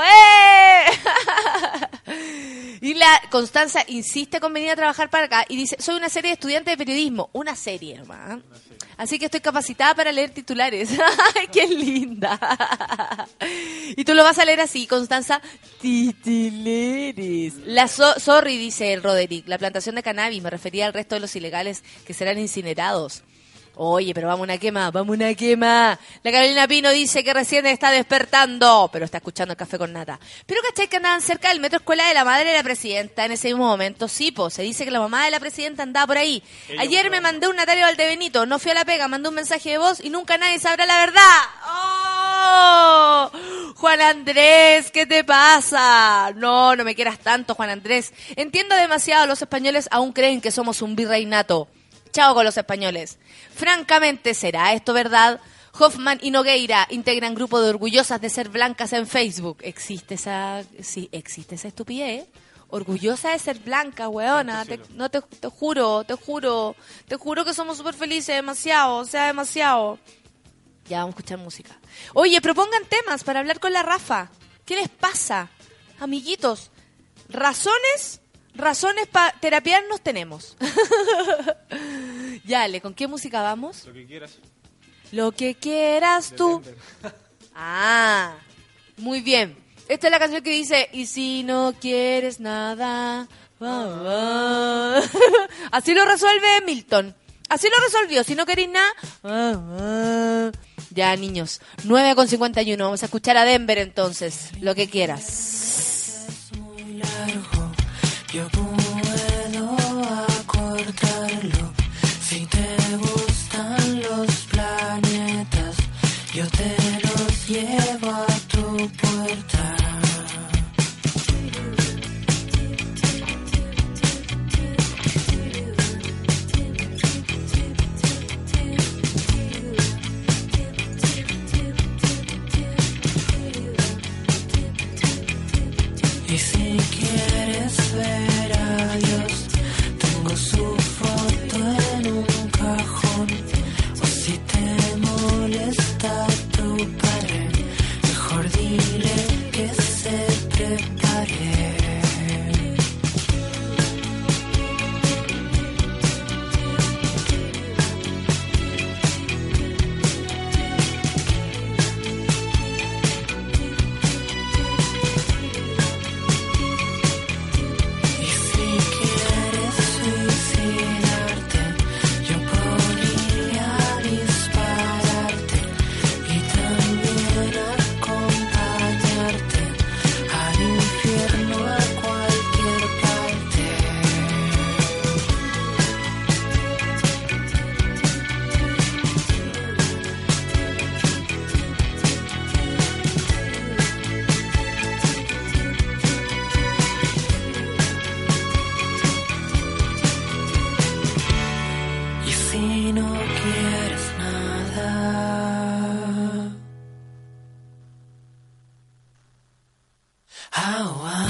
Y la Constanza insiste con venir a trabajar para acá y dice, soy una serie de estudiantes de periodismo. Una serie, hermano. Así que estoy capacitada para leer titulares. ¡Ay, qué linda! Y tú lo vas a leer así, Constanza. Titulares. Sorry, dice el Roderick. La plantación de cannabis, me refería al resto de los ilegales que serán incinerados. Oye, pero vamos una quema. La Carolina Pino dice que recién está despertando, pero está escuchando el Café con Nata. Pero ¿cachai que andaban cerca del metro escuela de la madre de la presidenta en ese mismo momento? Sí, se dice que la mamá de la presidenta andaba por ahí. Ayer me mandé un Natalia Valdebenito, no fui a la pega, mandé un mensaje de voz y nunca nadie sabrá la verdad. ¡Oh! Juan Andrés, ¿qué te pasa? No me quieras tanto, Juan Andrés. Entiendo demasiado, los españoles aún creen que somos un virreinato. Chao con los españoles. Francamente, ¿será esto verdad? Hoffman y Nogueira integran grupo de orgullosas de ser blancas en Facebook. ¿Existe esa estupidez? Orgullosa de ser blanca, weona. Te juro que somos súper felices, demasiado. Ya vamos a escuchar música. Oye, propongan temas para hablar con la Rafa. ¿Qué les pasa? Amiguitos, razones para terapiarnos tenemos. Ya, Ale, ¿con qué música vamos? Lo que quieras. Lo que quieras De tú. Denver. Ah, muy bien. Esta es la canción que dice, y si no quieres nada... Así lo resuelve Milton. Así lo resolvió. Si no queréis nada... Ya, niños. 9:51. Vamos a escuchar a Denver entonces. Lo que quieras. Muy largo, yo puedo acortarlo. Si te gustan los planetas, yo te los llevo a tu puerta. Y si quieres ver a Dios, tengo su foto en un cajón. O si te molesta tu padre, mejor dile que se prepare. Y si quieres suicidarte, yo podría dispararte y también acompañarte al infierno, a cualquier parte. Y si no quieres nada, agua.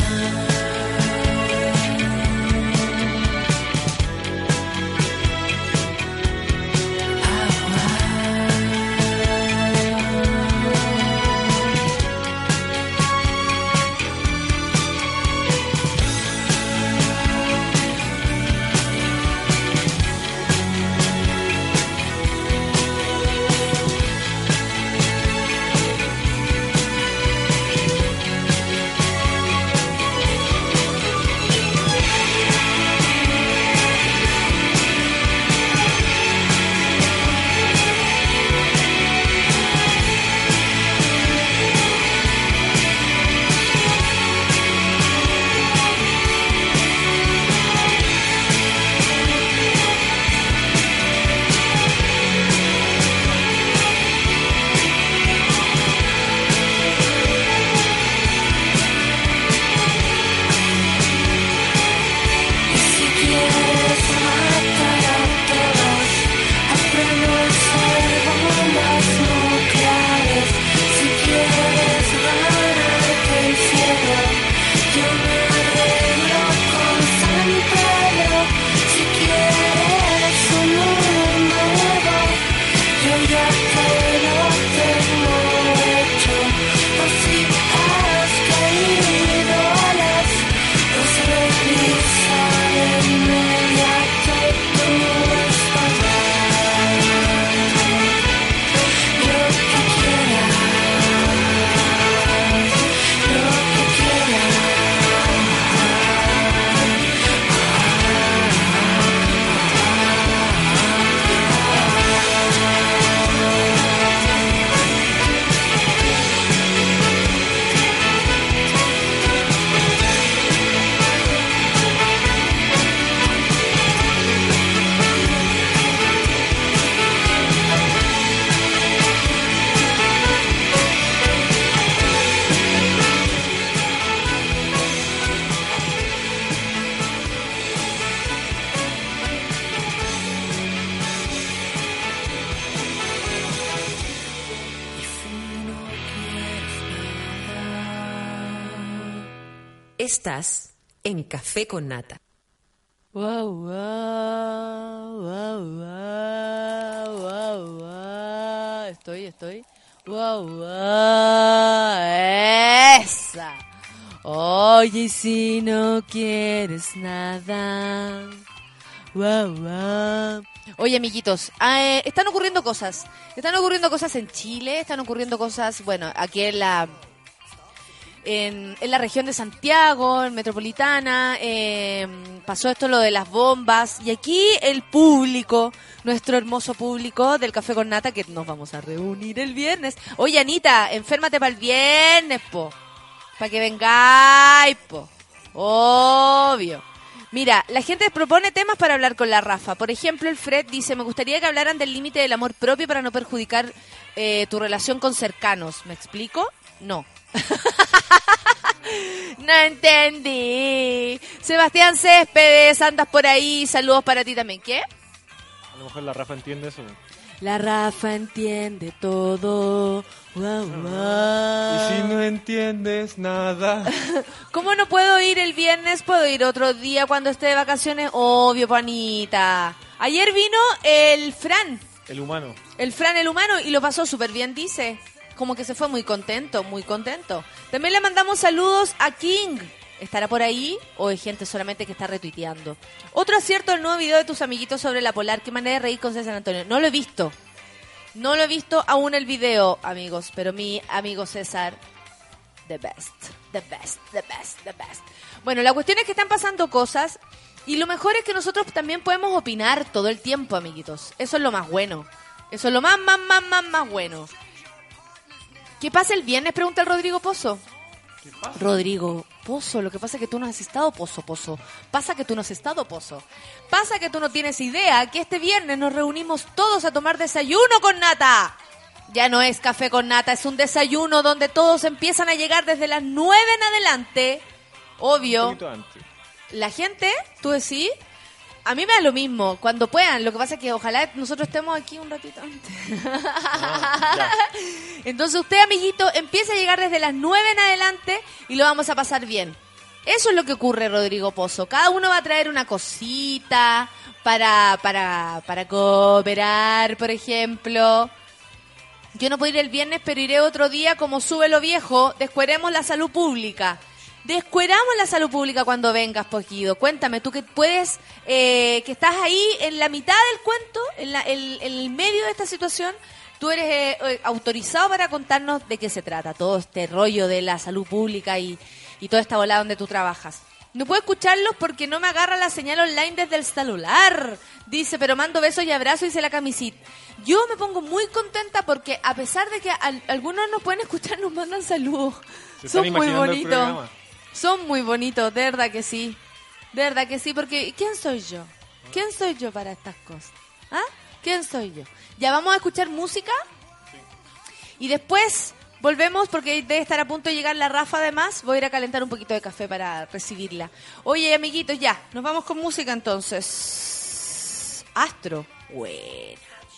Y si quieres matar a todos, aprende a hacer bombas nucleares. Si quieres ganarte el cielo, yo me arreglo con San Pedro. Si quieres un mundo nuevo, yo ya te lo tengo hecho. O si has caído alas, los regresa de inmediato tu espalda. Lo que quieras, lo que quieras. Y si no quieres nada, Estás en Café con Nata. Wow, wow, wow, wow, wow, wow. Estoy. Wow, wow. Esa. Oye, y si no quieres nada, Guau, guau. Oye, amiguitos, están ocurriendo cosas. Están ocurriendo cosas en Chile, están ocurriendo cosas, bueno, aquí en la región de Santiago, en Metropolitana, pasó esto lo de las bombas, y aquí el público, nuestro hermoso público del Café con Nata, que nos vamos a reunir el viernes. Oye, Anita, enférmate para el viernes, po, para que vengáis, po, obvio. Mira, la gente propone temas para hablar con la Rafa. Por ejemplo, el Fred dice, me gustaría que hablaran del límite del amor propio para no perjudicar tu relación con cercanos. ¿Me explico? No. No entendí. Sebastián Céspedes, andas por ahí. Saludos para ti también. ¿Qué? A lo mejor la Rafa entiende eso. La Rafa entiende todo. Guau, guau. Y si no entiendes nada. ¿Cómo no puedo ir el viernes? ¿Puedo ir otro día cuando esté de vacaciones? Obvio, panita. Ayer vino el Fran. El humano. El Fran, el humano, y lo pasó súper bien, dice. Como que se fue muy contento, muy contento. También le mandamos saludos a King. ¿Estará por ahí o hay gente solamente que está retuiteando? Otro acierto del nuevo video de tus amiguitos sobre la Polar. ¿Qué manera de reír con César Antonio? No lo he visto. No lo he visto aún el video, amigos. Pero mi amigo César, the best, the best, the best, the best. Bueno, la cuestión es que están pasando cosas y lo mejor es que nosotros también podemos opinar todo el tiempo, amiguitos. Eso es lo más bueno. Eso es lo más bueno. ¿Qué pasa el viernes? Pregunta el Rodrigo Pozo. ¿Qué pasa? Rodrigo Pozo, lo que pasa es que tú no has estado Pozo. Pasa que tú no has estado Pozo. Pasa que tú no tienes idea que este viernes nos reunimos todos a tomar desayuno con nata. Ya no es café con nata, es un desayuno donde todos empiezan a llegar desde las 9 en adelante. Obvio. Un poquito antes. La gente, tú decís, a mí me da lo mismo, cuando puedan. Lo que pasa es que ojalá nosotros estemos aquí un ratito antes. Entonces usted, amiguito, empieza a llegar desde las 9 en adelante y lo vamos a pasar bien. Eso es lo que ocurre, Rodrigo Pozo. Cada uno va a traer una cosita para cooperar, por ejemplo. Yo no puedo ir el viernes, pero iré otro día como sube lo viejo. Descueremos la salud pública. Descueramos la salud pública cuando vengas, Poquido. Cuéntame, tú que puedes, que estás ahí en la mitad del cuento, en el medio de esta situación, tú eres autorizado para contarnos de qué se trata, todo este rollo de la salud pública y toda esta volada donde tú trabajas. No puedo escucharlos porque no me agarra la señal online desde el celular. Dice, pero mando besos y abrazos, dice la camisita. Yo me pongo muy contenta porque a pesar de que algunos nos pueden escuchar, nos mandan saludos. Son muy bonitos. Son muy bonitos, de verdad que sí. De verdad que sí, porque ¿quién soy yo? ¿Quién soy yo para estas cosas? ¿Ah? ¿Quién soy yo? Ya vamos a escuchar música. Y después volvemos porque debe estar a punto de llegar la Rafa además. Voy a ir a calentar un poquito de café para recibirla. Oye, amiguitos, ya. Nos vamos con música entonces. Astro. Buena.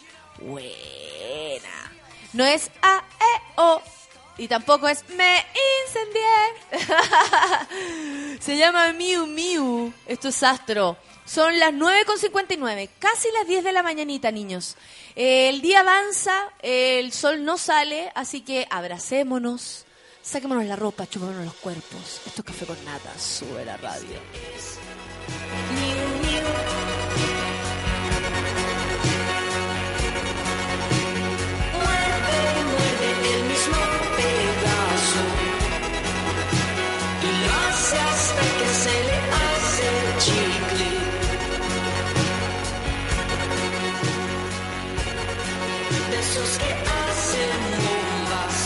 No es A, E, O. Y tampoco es me incendié. Se llama Miu Miu. Esto es Astro. Son las 9:59, casi las 10 de la mañanita, niños. El día avanza, el sol no sale, así que abracémonos, saquémonos la ropa, chupémonos los cuerpos. Esto es Café con Nata, sube la radio. Muerde el mismo pedazo y lo hace hasta que se le hace chicle. De esos que hacen bombas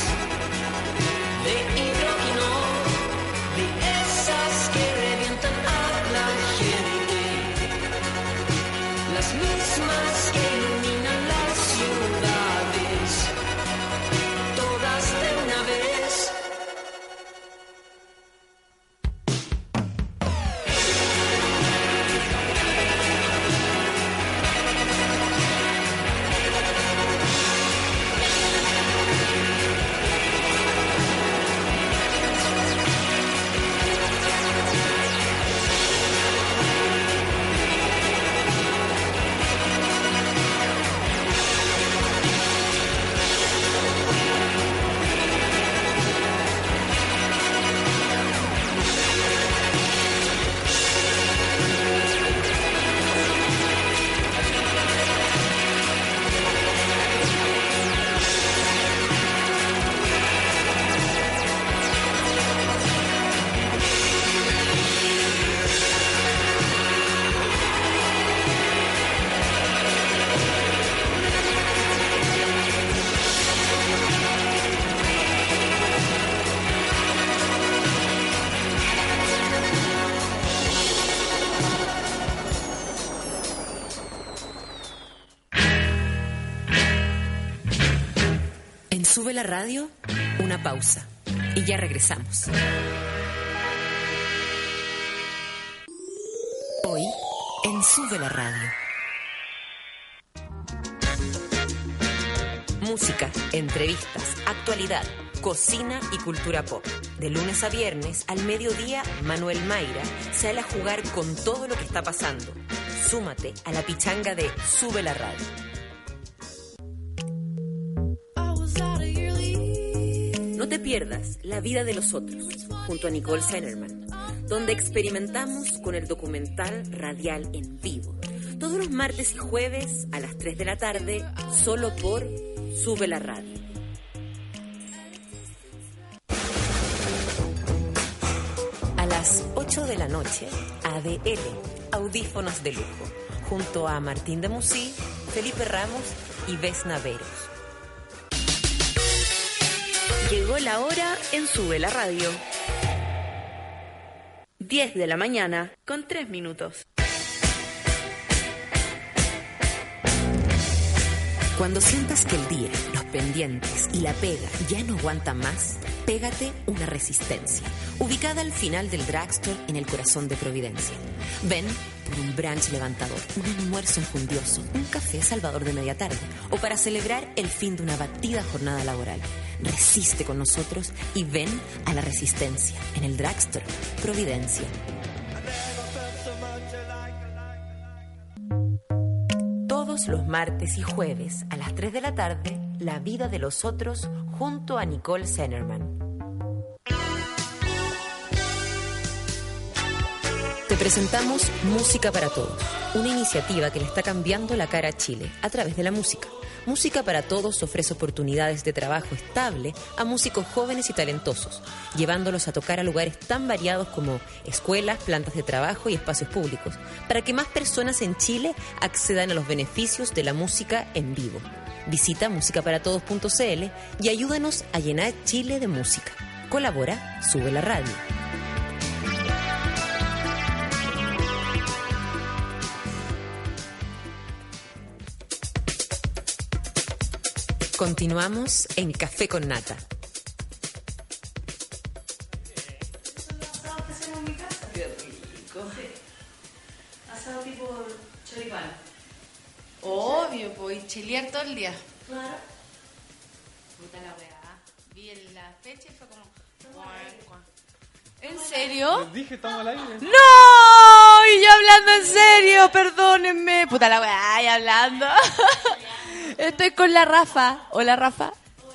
de hidrógeno, de esas que revientan a la Sube la radio, una pausa. Y ya regresamos. Hoy, en Sube la radio. Música, entrevistas, actualidad, cocina y cultura pop. De lunes a viernes, al mediodía, Manuel Mayra sale a jugar con todo lo que está pasando. Súmate a la pichanga de Sube la radio. No te pierdas La vida de los otros, junto a Nicole Seinerman, donde experimentamos con el documental radial en vivo. Todos los martes y jueves a las 3 de la tarde, solo por Sube la radio. A las 8 de la noche, ADL, Audífonos de Lujo, junto a Martín de Musí, Felipe Ramos y Vesna Veros. Llegó la hora en Sube la radio. 10 de la mañana con 3 minutos. Cuando sientas que el día, los pendientes y la pega ya no aguantan más, pégate una Resistencia, ubicada al final del drugstore en el corazón de Providencia. Ven por un brunch levantador, un almuerzo enjundioso, un café salvador de media tarde o para celebrar el fin de una batida jornada laboral. Resiste con nosotros y ven a la Resistencia en el drugstore Providencia. Todos los martes y jueves a las 3 de la tarde, La vida de los otros junto a Nicole Seinerman. Te presentamos Música para Todos, una iniciativa que le está cambiando la cara a Chile a través de la música. Música para Todos ofrece oportunidades de trabajo estable a músicos jóvenes y talentosos, llevándolos a tocar a lugares tan variados como escuelas, plantas de trabajo y espacios públicos, para que más personas en Chile accedan a los beneficios de la música en vivo. Visita musicaparatodos.cl y ayúdanos a llenar Chile de música. Colabora Sube la radio. Continuamos en Café con Nata. Qué rico. Asado tipo choripán. Obvio, pues, y chilear todo el día. Claro. Puta la weá. Vi la fecha y fue como... ¿En serio? Les dije, estamos al aire. ¡No! Y yo hablando en serio, perdónenme. Puta la weá, y hablando. Estoy con la Rafa. Hola, Rafa.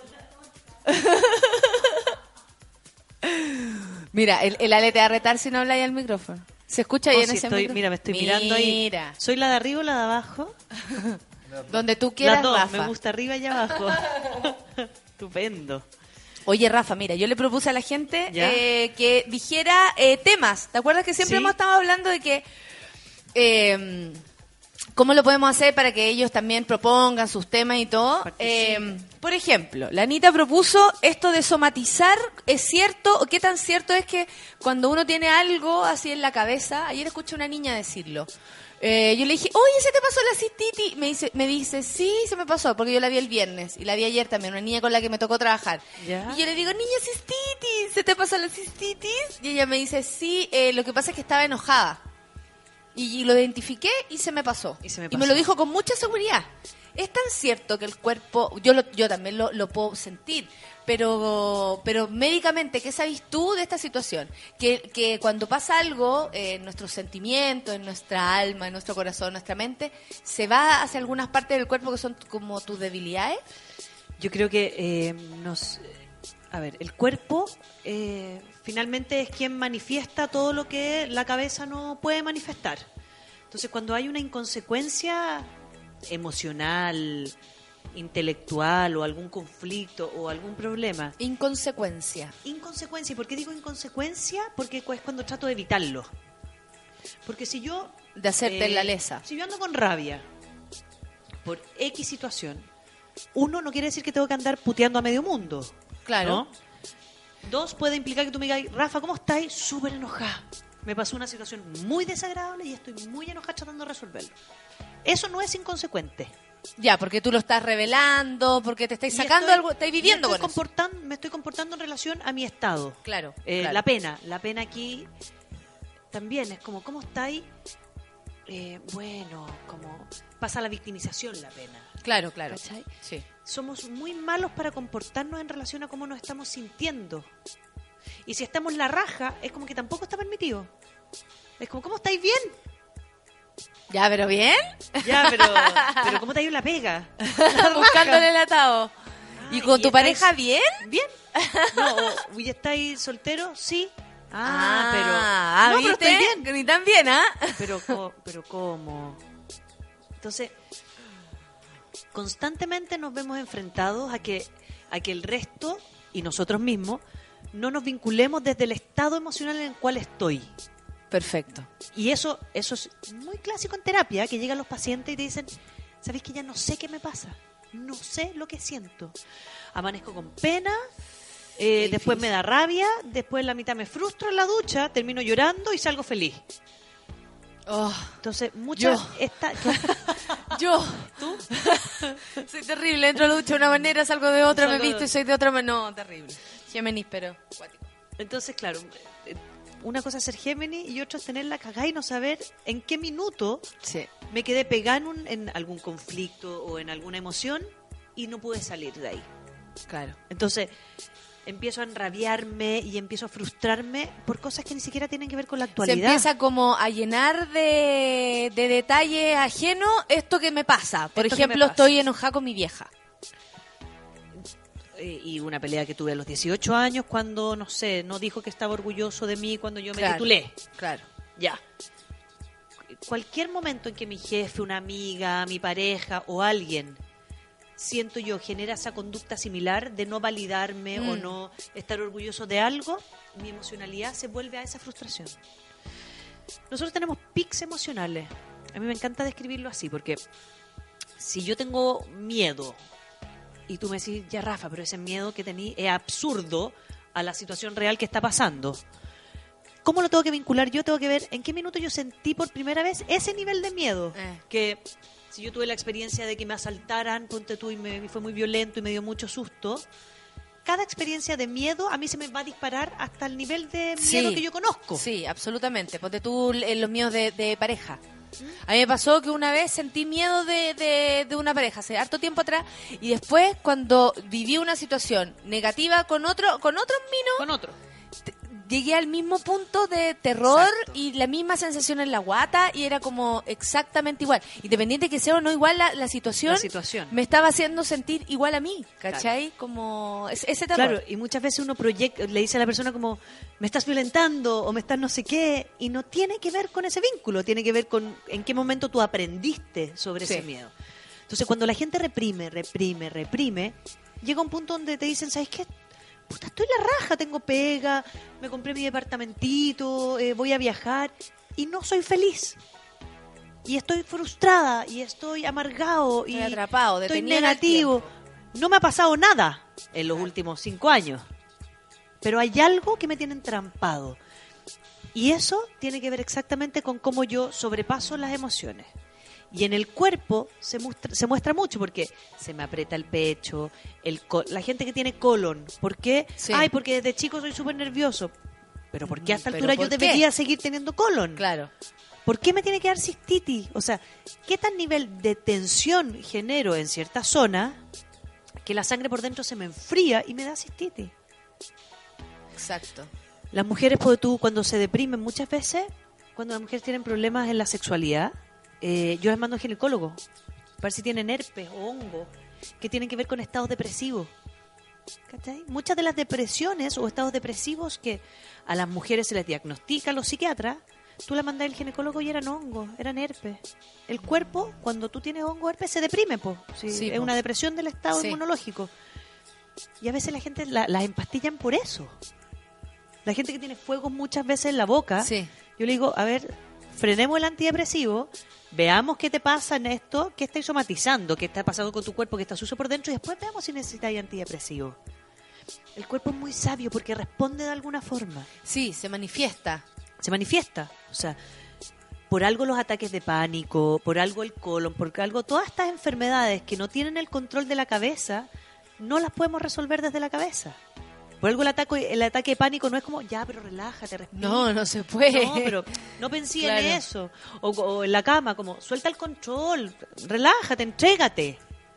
Mira, el Ale te va a retar si no habla ahí al micrófono. ¿Se escucha ahí en ese micrófono? Mira, me estoy mirando ahí. ¿Soy la de arriba o la de abajo? Donde tú quieras, Las dos, Rafa. me gusta arriba y abajo. Estupendo. Oye, Rafa, mira, yo le propuse a la gente que dijera temas. ¿Te acuerdas que siempre Sí. hemos estado hablando de que... ¿Cómo lo podemos hacer para que ellos también propongan sus temas y todo? Por ejemplo, la Anita propuso esto de somatizar. ¿Es cierto o qué tan cierto es que cuando uno tiene algo así en la cabeza? Ayer escuché a una niña decirlo. Yo le dije, oye, ¿se te pasó la cistitis? Me dice, sí, se me pasó, porque yo la vi el viernes y la vi ayer también, una niña con la que me tocó trabajar. ¿Ya? Y yo le digo, niña, cistitis, ¿se te pasó la cistitis? Y ella me dice, sí, lo que pasa es que estaba enojada. Y lo identifiqué y se me pasó. Y me lo dijo con mucha seguridad. Es tan cierto que el cuerpo, yo también lo puedo sentir, pero médicamente, ¿qué sabes tú de esta situación? Que cuando pasa algo, nuestros sentimientos, en nuestra alma, en nuestro corazón, en nuestra mente, se va hacia algunas partes del cuerpo que son como tus debilidades. Yo creo que el cuerpo finalmente es quien manifiesta todo lo que la cabeza no puede manifestar. Entonces, cuando hay una inconsecuencia emocional, intelectual o algún conflicto o algún problema. Inconsecuencia. Inconsecuencia. ¿Y por qué digo inconsecuencia? Porque es cuando trato de evitarlo. Porque si yo... De hacerte la lesa. Si yo ando con rabia por X situación, uno, no quiere decir que tengo que andar puteando a medio mundo. Claro. ¿No? Dos, puede implicar que tú me digas, Rafa, ¿cómo estás? Súper enojada. Me pasó una situación muy desagradable y estoy muy enojada tratando de resolverlo. Eso no es inconsecuente. Ya, porque tú lo estás revelando, porque te estáis Y sacando estoy- algo, estáis viviendo me con estoy eso. me estoy comportando en relación a mi estado. Claro, La pena aquí también es como, ¿cómo estáis? Bueno, como pasa la victimización la pena. Claro. ¿Cachai? Sí. Somos muy malos para comportarnos en relación a cómo nos estamos sintiendo. Y si estamos la raja, es como que tampoco está permitido. Es como, ¿cómo estáis bien? Ya, pero bien. Ya, pero ¿cómo te ha ido la pega? Buscándole el atado. ¿Y con tu estáis- pareja bien? ¿Bien? No, ¿y estáis solteros? Sí. pero No, pero ¿viste? estoy bien. Ni tan bien, ¿ah? Pero ¿cómo? Entonces, constantemente nos vemos enfrentados a que el resto y nosotros mismos no nos vinculemos desde el estado emocional en el cual estoy. Perfecto. Y eso es muy clásico en terapia, que llegan los pacientes y te dicen, ¿sabéis que ya no sé qué me pasa? No sé lo que siento. Amanezco con pena, después me da rabia, después la mitad me frustro en la ducha, termino llorando y salgo feliz. Oh, Entonces, muchas... yo. ¿Tú? Soy terrible. Entro a la ducha de una manera, salgo de otra, Salgo me visto de- y soy de otra manera. No, terrible. Géminis, pero cuático. Entonces, claro, una cosa es ser Géminis y otra es tener la cagada y no saber en qué minuto Sí. me quedé pegada en algún conflicto o en alguna emoción y no pude salir de ahí. Claro. Entonces, empiezo a enrabiarme y empiezo a frustrarme por cosas que ni siquiera tienen que ver con la Se actualidad. empieza como a llenar de detalles ajenos esto que me pasa. Por Esto que ejemplo, me pasa. estoy enojada con mi vieja. Y una pelea que tuve a los 18 años cuando, no sé, no dijo que estaba orgulloso de mí cuando yo me Claro. titulé. Claro. Ya. Cualquier momento en que mi jefe, una amiga, mi pareja o alguien, siento yo, genera esa conducta similar de no validarme o no estar orgulloso de algo, mi emocionalidad se vuelve a esa frustración. Nosotros tenemos pics emocionales. A mí me encanta describirlo así, porque si yo tengo miedo y tú me decís, ya Rafa, pero ese miedo que tení es absurdo a la situación real que está pasando. ¿Cómo lo tengo que vincular? Yo tengo que ver en qué minuto yo sentí por primera vez ese nivel de miedo. Que si yo tuve la experiencia de que me asaltaran, ponte tú, y me fue muy violento y me dio mucho susto, cada experiencia de miedo a mí se me va a disparar hasta el nivel de miedo que yo conozco. Sí, absolutamente. Ponte tú los miedos de pareja. A mí me pasó que una vez sentí miedo de una pareja hace harto tiempo atrás y después cuando viví una situación negativa con otro mino, Con otro. llegué al mismo punto de terror Exacto. y la misma sensación en la guata y era como exactamente igual. Independiente que sea o no igual la situación, La situación. me estaba haciendo sentir igual a mí, ¿cachai? Como ese terror. Claro, y muchas veces uno le dice a la persona como, me estás violentando o me estás no sé qué, y no tiene que ver con ese vínculo, tiene que ver con en qué momento tú aprendiste sobre Sí. ese miedo. Entonces, cuando la gente reprime, llega un punto donde te dicen, ¿sabes qué? Puta, estoy la raja, tengo pega, me compré mi departamentito, voy a viajar, y no soy feliz. Y estoy frustrada, y estoy amargado, y Estoy atrapado, estoy detenido en el negativo. tiempo. No me ha pasado nada en los últimos 5 años. Pero hay algo que me tiene entrampado. Y eso tiene que ver exactamente con cómo yo sobrepaso las emociones. Y en el cuerpo se muestra mucho porque se me aprieta el pecho, la gente que tiene colon. ¿Por qué? Sí. Ay, porque desde chico soy súper nervioso. ¿Pero por qué a esta ¿Pero altura yo por qué? debería seguir teniendo colon? Claro. ¿Por qué me tiene que dar cistitis? O sea, ¿qué tan nivel de tensión genero en cierta zona que la sangre por dentro se me enfría y me da cistitis? Exacto. Las mujeres, cuando se deprimen muchas veces, cuando las mujeres tienen problemas en la sexualidad, yo las mando al ginecólogo para ver si tienen herpes o hongo que tienen que ver con estados depresivos. ¿Cachai? Muchas de las depresiones o estados depresivos que a las mujeres se les diagnostican los psiquiatras, tú las mandas al ginecólogo y eran hongos, eran herpes. El cuerpo, cuando tú tienes hongo o herpes, se deprime, Sí, es una depresión del estado Sí. inmunológico. Y a veces la gente las empastillan por eso. La gente que tiene fuegos muchas veces en la boca, Sí. yo le digo, a ver, frenemos el antidepresivo, veamos qué te pasa en esto, qué estáis somatizando, qué está pasando con tu cuerpo, que está sucio por dentro, y después veamos si necesitáis antidepresivo. El cuerpo es muy sabio porque responde de alguna forma. Sí, se manifiesta. Se manifiesta. O sea, por algo los ataques de pánico, por algo el colon, por algo todas estas enfermedades que no tienen el control de la cabeza, no las podemos resolver desde la cabeza. Por algo el ataque de pánico no es como, ya, pero relájate, respira. No se puede. No, pero no pensé Claro. en eso. O en la cama, como, suelta el control, relájate, entrégate.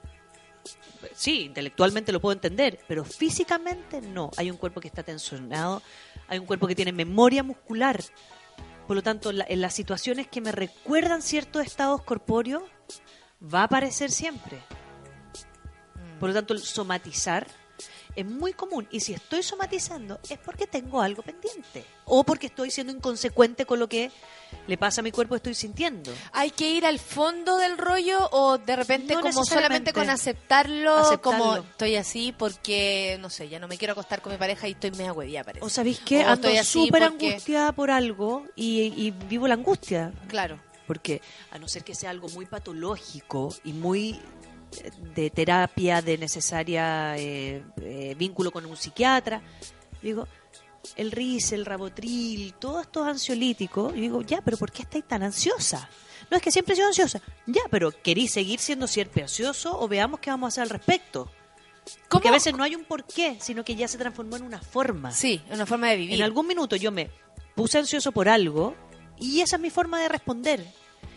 Sí, intelectualmente lo puedo entender, pero físicamente no. Hay un cuerpo que está tensionado, hay un cuerpo que tiene memoria muscular. Por lo tanto, en las situaciones que me recuerdan ciertos estados corpóreos, va a aparecer siempre. Por lo tanto, el somatizar es muy común. Y si estoy somatizando es porque tengo algo pendiente. O porque estoy siendo inconsecuente con lo que le pasa a mi cuerpo, estoy sintiendo. ¿Hay que ir al fondo del rollo o de repente No como solamente necesariamente. con aceptarlo, Aceptarlo. como estoy así porque, no sé, ya no me quiero acostar con mi pareja y estoy media huevía, parece? ¿O sabéis qué? O Ando estoy así súper porque- angustiada por algo y vivo la angustia. Claro. Porque a no ser que sea algo muy patológico y muy de terapia, de necesaria vínculo con un psiquiatra, digo, el RIS, el Rabotril, todos estos ansiolíticos, yo digo, ya, pero ¿por qué estáis tan ansiosa? No, es que siempre he sido ansiosa. Ya, pero ¿queréis seguir siendo siempre ansioso o veamos qué vamos a hacer al respecto? Porque a veces no hay un porqué, sino que ya se transformó en una forma. Sí, una forma de vivir. En algún minuto yo me puse ansioso por algo y esa es mi forma de responder.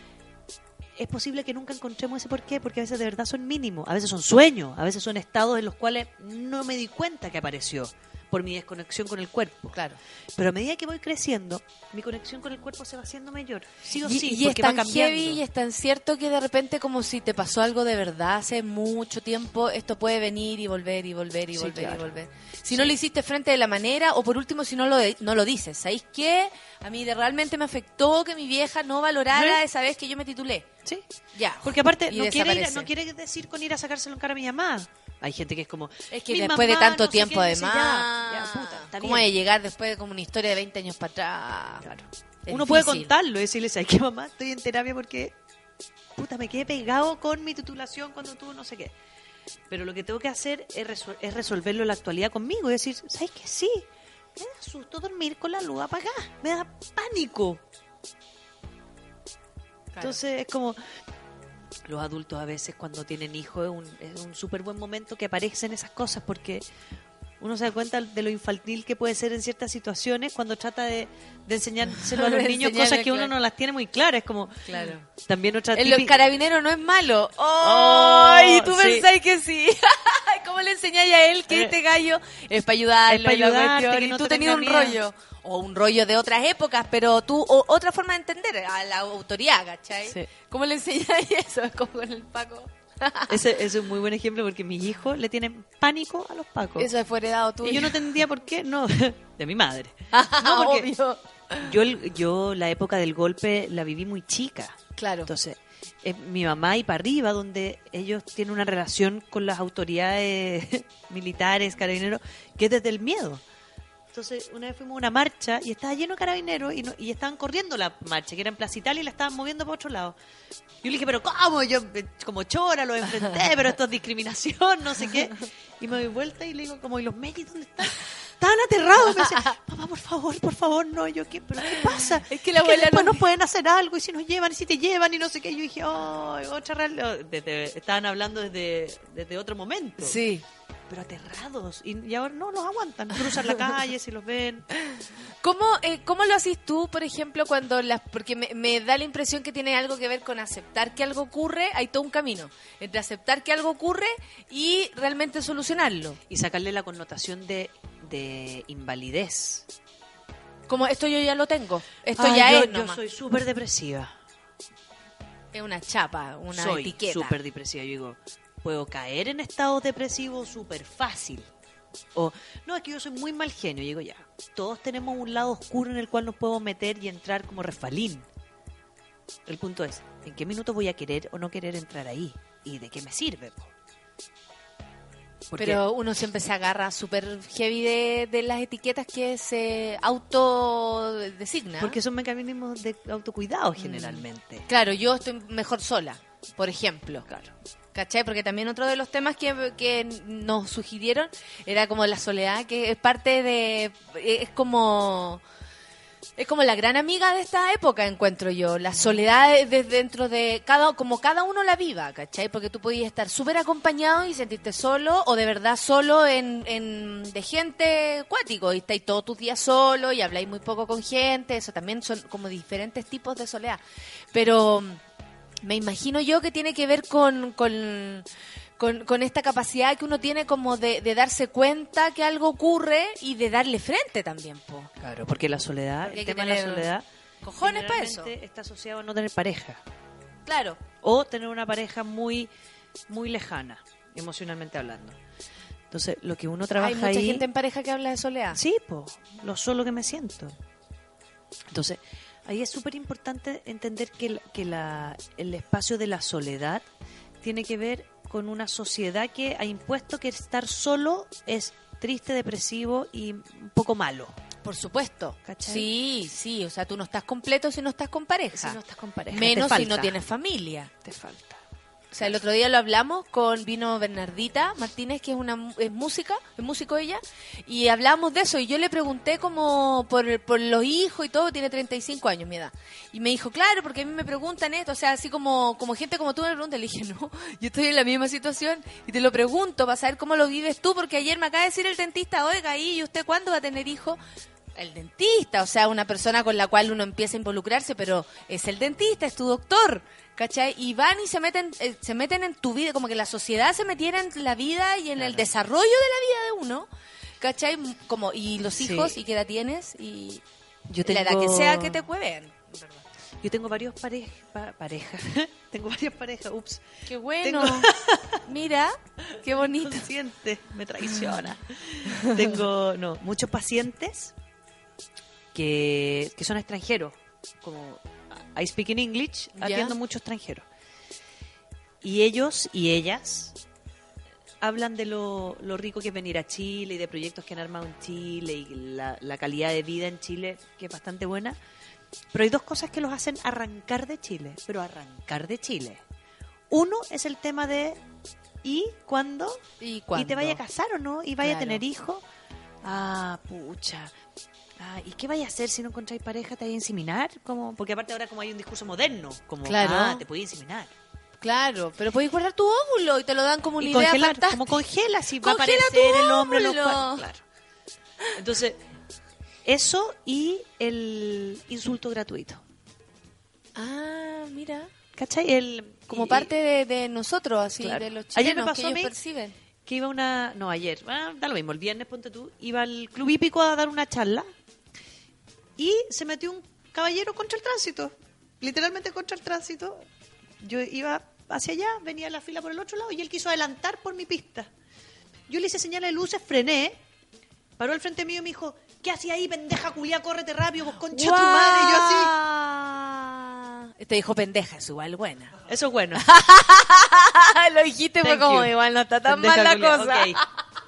Es posible que nunca encontremos ese porqué, porque a veces de verdad son mínimos, a veces son sueños, a veces son estados en los cuales no me di cuenta que apareció por mi desconexión con el cuerpo. Claro. Pero a medida que voy creciendo, mi conexión con el cuerpo se va haciendo mayor. Sí o sí, y es porque va tan cambiando. heavy y es tan cierto que de repente como si te pasó algo de verdad hace mucho tiempo, esto puede venir y volver y volver y Sí, volver y claro. volver. Si no lo hiciste frente de la manera o por último si no lo dices. ¿Sabéis qué? A mí realmente me afectó que mi vieja no valorara esa vez que yo me titulé. Sí. Ya. Porque aparte Y no desaparece. quiere decir con ir a sacárselo en cara a mi mamá. Hay gente que es como... Es que "Mi después de mamá, tanto no sé tiempo qué", dice, además, ya, puta, está ¿cómo bien. hay de llegar después de como una historia de 20 años para atrás? Claro. Es Uno puede difícil. contarlo y decirle, ¿sabes qué, mamá? Estoy en terapia porque, puta, me quedé pegado con mi titulación cuando tú no sé qué. Pero lo que tengo que hacer es resolverlo en la actualidad conmigo y decir, ¿sabes qué? Sí, me da susto dormir con la luz apagada, me da pánico. Entonces es como... Los adultos a veces cuando tienen hijos es un súper buen momento que aparecen esas cosas porque uno se da cuenta de lo infantil que puede ser en ciertas situaciones cuando trata de enseñárselo a los De niños enseñarle, cosas que uno claro. no las tiene muy claras. Es como Claro. también otra El típica... carabinero no es malo. Oh, ¡Ay! Tú sí. pensáis que sí. ¿Cómo le enseñáis a él que este gallo es para ayudarlo? Es pa' y la ayudarte, cuestión? que Y no tú te tenías un tenga miedo. rollo. O un rollo de otras épocas, pero tú, otra forma de entender a la autoridad, ¿cachai? Sí. ¿Cómo le enseñáis eso? Es como con el Paco. Ese es un muy buen ejemplo porque mis hijos le tienen pánico a los pacos. Eso fue heredado tú. Y yo no entendía por qué, no, de mi madre. No, porque Obvio. yo la época del golpe la viví muy chica. Claro. Entonces, mi mamá y para arriba, donde ellos tienen una relación con las autoridades militares, carabineros, que es desde el miedo. Entonces, una vez fuimos a una marcha y estaba lleno de carabineros y estaban corriendo la marcha, que era en Plaza Italia, y la estaban moviendo para otro lado. Yo le dije, pero ¿cómo? Yo como chora los enfrenté, pero esto es discriminación, no sé qué. Y me doy vuelta y le digo, como, ¿y los medios dónde están? Estaban aterrados. Me decían, mamá, por favor, no. Y yo, ¿qué? ¿Pero qué pasa? Es que la abuela después no- nos pueden hacer algo y si nos llevan y si te llevan y no sé qué. Yo dije, oh, otra realidad. Estaban hablando desde otro momento. Sí. Pero aterrados. Y ahora no los aguantan. Cruzan la calle si los ven. ¿Cómo lo haces tú, por ejemplo, cuando porque me da la impresión que tiene algo que ver con aceptar que algo ocurre? Hay todo un camino entre aceptar que algo ocurre y realmente solucionarlo. Y sacarle la connotación de invalidez. Como esto yo ya lo tengo, esto Ay, ya yo, es yo nomás. soy súper depresiva. Es una chapa, una Soy etiqueta. súper depresiva. Yo digo, puedo caer en estados depresivos súper fácil. O, no, es que yo soy muy mal genio. Y digo, ya, todos tenemos un lado oscuro en el cual nos podemos meter y entrar como resbalín. El punto es, ¿en qué minuto voy a querer o no querer entrar ahí? ¿Y de qué me sirve? Po? Porque- Pero uno siempre se agarra súper heavy de las etiquetas que se autodesigna. Porque son mecanismos de autocuidado generalmente. Claro, yo estoy mejor sola, por ejemplo. Claro. ¿Cachai? Porque también otro de los temas que nos sugirieron era como la soledad, que es parte de... Es como... Es como la gran amiga de esta época, encuentro yo. La soledad desde dentro de como cada uno la viva, ¿cachai? Porque tú podías estar súper acompañado y sentirte solo, o de verdad solo de gente cuático, y estáis todos tus días solo y habláis muy poco con gente. Eso también son como diferentes tipos de soledad. Pero me imagino yo que tiene que ver con esta capacidad que uno tiene como de darse cuenta que algo ocurre y de darle frente también, po. Claro, porque la soledad, Porque hay el que tema de la tener soledad, cojones para eso. generalmente está asociado a no tener pareja. Claro. O tener una pareja muy, muy lejana, emocionalmente hablando. Entonces, lo que uno trabaja Hay mucha ahí... gente en pareja que habla de soledad. Sí, lo solo que me siento. Entonces, ahí es súper importante entender que el espacio de la soledad tiene que ver con una sociedad que ha impuesto que estar solo es triste, depresivo y un poco malo. Por supuesto. ¿Cachai? Sí. O sea, tú no estás completo si no estás con pareja. Si no estás con pareja. Menos te si falta. no tienes familia. Te falta. O sea, el otro día lo hablamos vino Bernardita Martínez, que es músico ella, y hablamos de eso, y yo le pregunté como por los hijos y todo, tiene 35 años mi edad, y me dijo, claro, porque a mí me preguntan esto, o sea, así como gente como tú me preguntan, le dije, no, yo estoy en la misma situación, y te lo pregunto para saber cómo lo vives tú, porque ayer me acaba de decir el dentista, oiga, ¿y usted cuándo va a tener hijos? El dentista, o sea, una persona con la cual uno empieza a involucrarse, pero es el dentista, es tu doctor, ¿cachai? Y van y se meten en tu vida, como que la sociedad se metiera en la vida y en el desarrollo de la vida de uno, ¿cachai? Como, y los hijos, ¿y qué edad tienes? Y la edad que sea que te cueven. Yo tengo varios parejas. Tengo varias parejas, ups. Qué bueno. Mira, qué bonito. Consciente, me traiciona. Tengo, muchos pacientes que son extranjeros, como I speak in English, atiendo muchos extranjeros. Y ellos y ellas hablan de lo rico que es venir a Chile y de proyectos que han armado en Chile y la calidad de vida en Chile, que es bastante buena. Pero hay dos cosas que los hacen arrancar de Chile, pero arrancar de Chile. Uno es el tema de ¿y cuándo? ¿Y te vaya a casar o no? ¿Y vaya a tener hijos? Ah, pucha. Ah, ¿y qué vaya a hacer si no encontráis pareja? ¿Te vaya a inseminar? Porque aparte ahora como hay un discurso moderno, como te puedes inseminar. Claro, pero puedes guardar tu óvulo y te lo dan como una Y idea congelar, fantástica. como congela, si va a Congela aparecer tu el hombre. óvulo. Claro. Entonces, eso y el insulto gratuito. Ah, mira. ¿Cachai? Como parte de nosotros, así, Claro. de los Ayer me chilenos pasó que a ellos mí perciben. que iba ayer, da lo mismo, el viernes, ponte tú, iba al Club Hípico a dar una charla y se metió un caballero contra el tránsito, literalmente contra el tránsito. Yo iba hacia allá, venía la fila por el otro lado y él quiso adelantar por mi pista. Yo le hice señales de luces, frené, paró al frente mío y me dijo, ¿qué hacía ahí, pendeja culia? Córrete rápido, vos concha tu madre. Y yo así. Te dijo pendeja, es igual buena. Eso es bueno. Lo dijiste, fue Thank como you. igual no está tan Pendeja mal la culia, cosa. ok.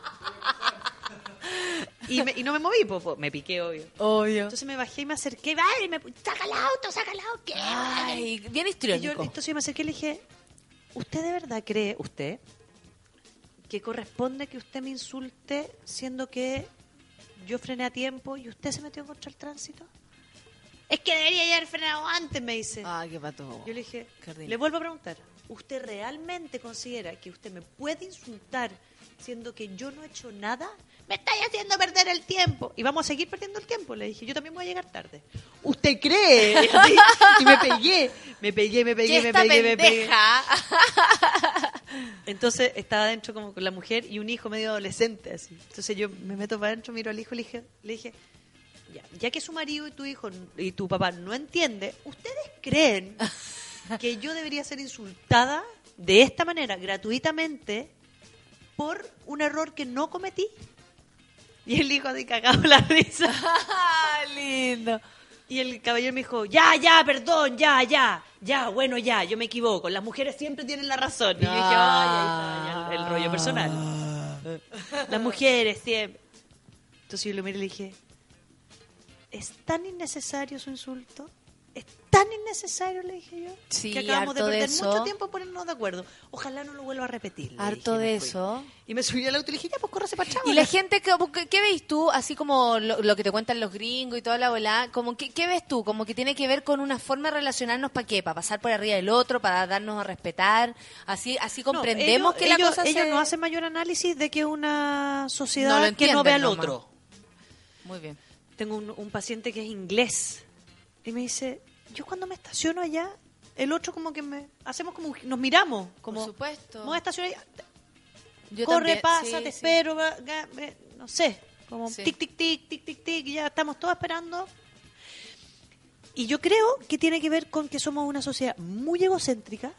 Y no me moví, me piqué, obvio. Entonces me bajé y me acerqué, ¡ay! ¡Saca el auto! ¿Qué? Ay, bien Y yo, histriónico. entonces yo me acerqué y le dije, ¿usted de verdad cree, que corresponde que usted me insulte siendo que yo frené a tiempo y usted se metió contra el tránsito? Es que debería haber frenado antes, me dice. Ay, qué pato. Yo le dije, Qué ordinario. le vuelvo a preguntar, ¿usted realmente considera que usted me puede insultar siendo que yo no he hecho nada? Me estáis haciendo perder el tiempo. Y vamos a seguir perdiendo el tiempo, le dije. Yo también voy a llegar tarde. ¿Usted cree? Y me pegué. pendeja. Entonces estaba adentro como con la mujer y un hijo medio adolescente, así. Entonces yo me meto para adentro, miro al hijo y le dije, ya que su marido y tu hijo y tu papá no entiende, ¿ustedes creen que yo debería ser insultada de esta manera, gratuitamente, por un error que no cometí? Y el hijo así cagado la risa. Lindo. Y el caballero me dijo, ya, perdón, ya, bueno, yo me equivoco. Las mujeres siempre tienen la razón. Y yo dije, ay, ahí está, ya el rollo personal. Las mujeres siempre. Entonces yo lo miré y le dije, ¿es tan innecesario su insulto? Es tan innecesario, le dije yo, Sí, que acabamos de harto de perder eso. mucho tiempo ponernos de acuerdo. Ojalá no lo vuelva a repetir. le Harto dije, de me fui. eso. Y me subí al auto y le dije, ya, pues córrese para atrás. Y la gente, ¿qué ves tú? Así como lo que te cuentan los gringos y toda la bola, como ¿qué ves tú? Como que tiene que ver con una forma de relacionarnos, ¿para qué? ¿Para pasar por arriba del otro? ¿Para darnos a respetar? Así comprendemos que la cosa ellos no hacen mayor análisis de que una sociedad No lo que no ve al entienden otro. Muy bien. Tengo un paciente que es inglés y me dice, yo cuando me estaciono allá, el otro como que hacemos como, nos miramos, como, Por supuesto. me voy a estacionar allá, Yo corre, también, pasa, sí, te sí. espero, no sé, como Sí. tic, tic, tic, tic, tic, tic, y ya estamos todos esperando. Y yo creo que tiene que ver con que somos una sociedad muy egocéntrica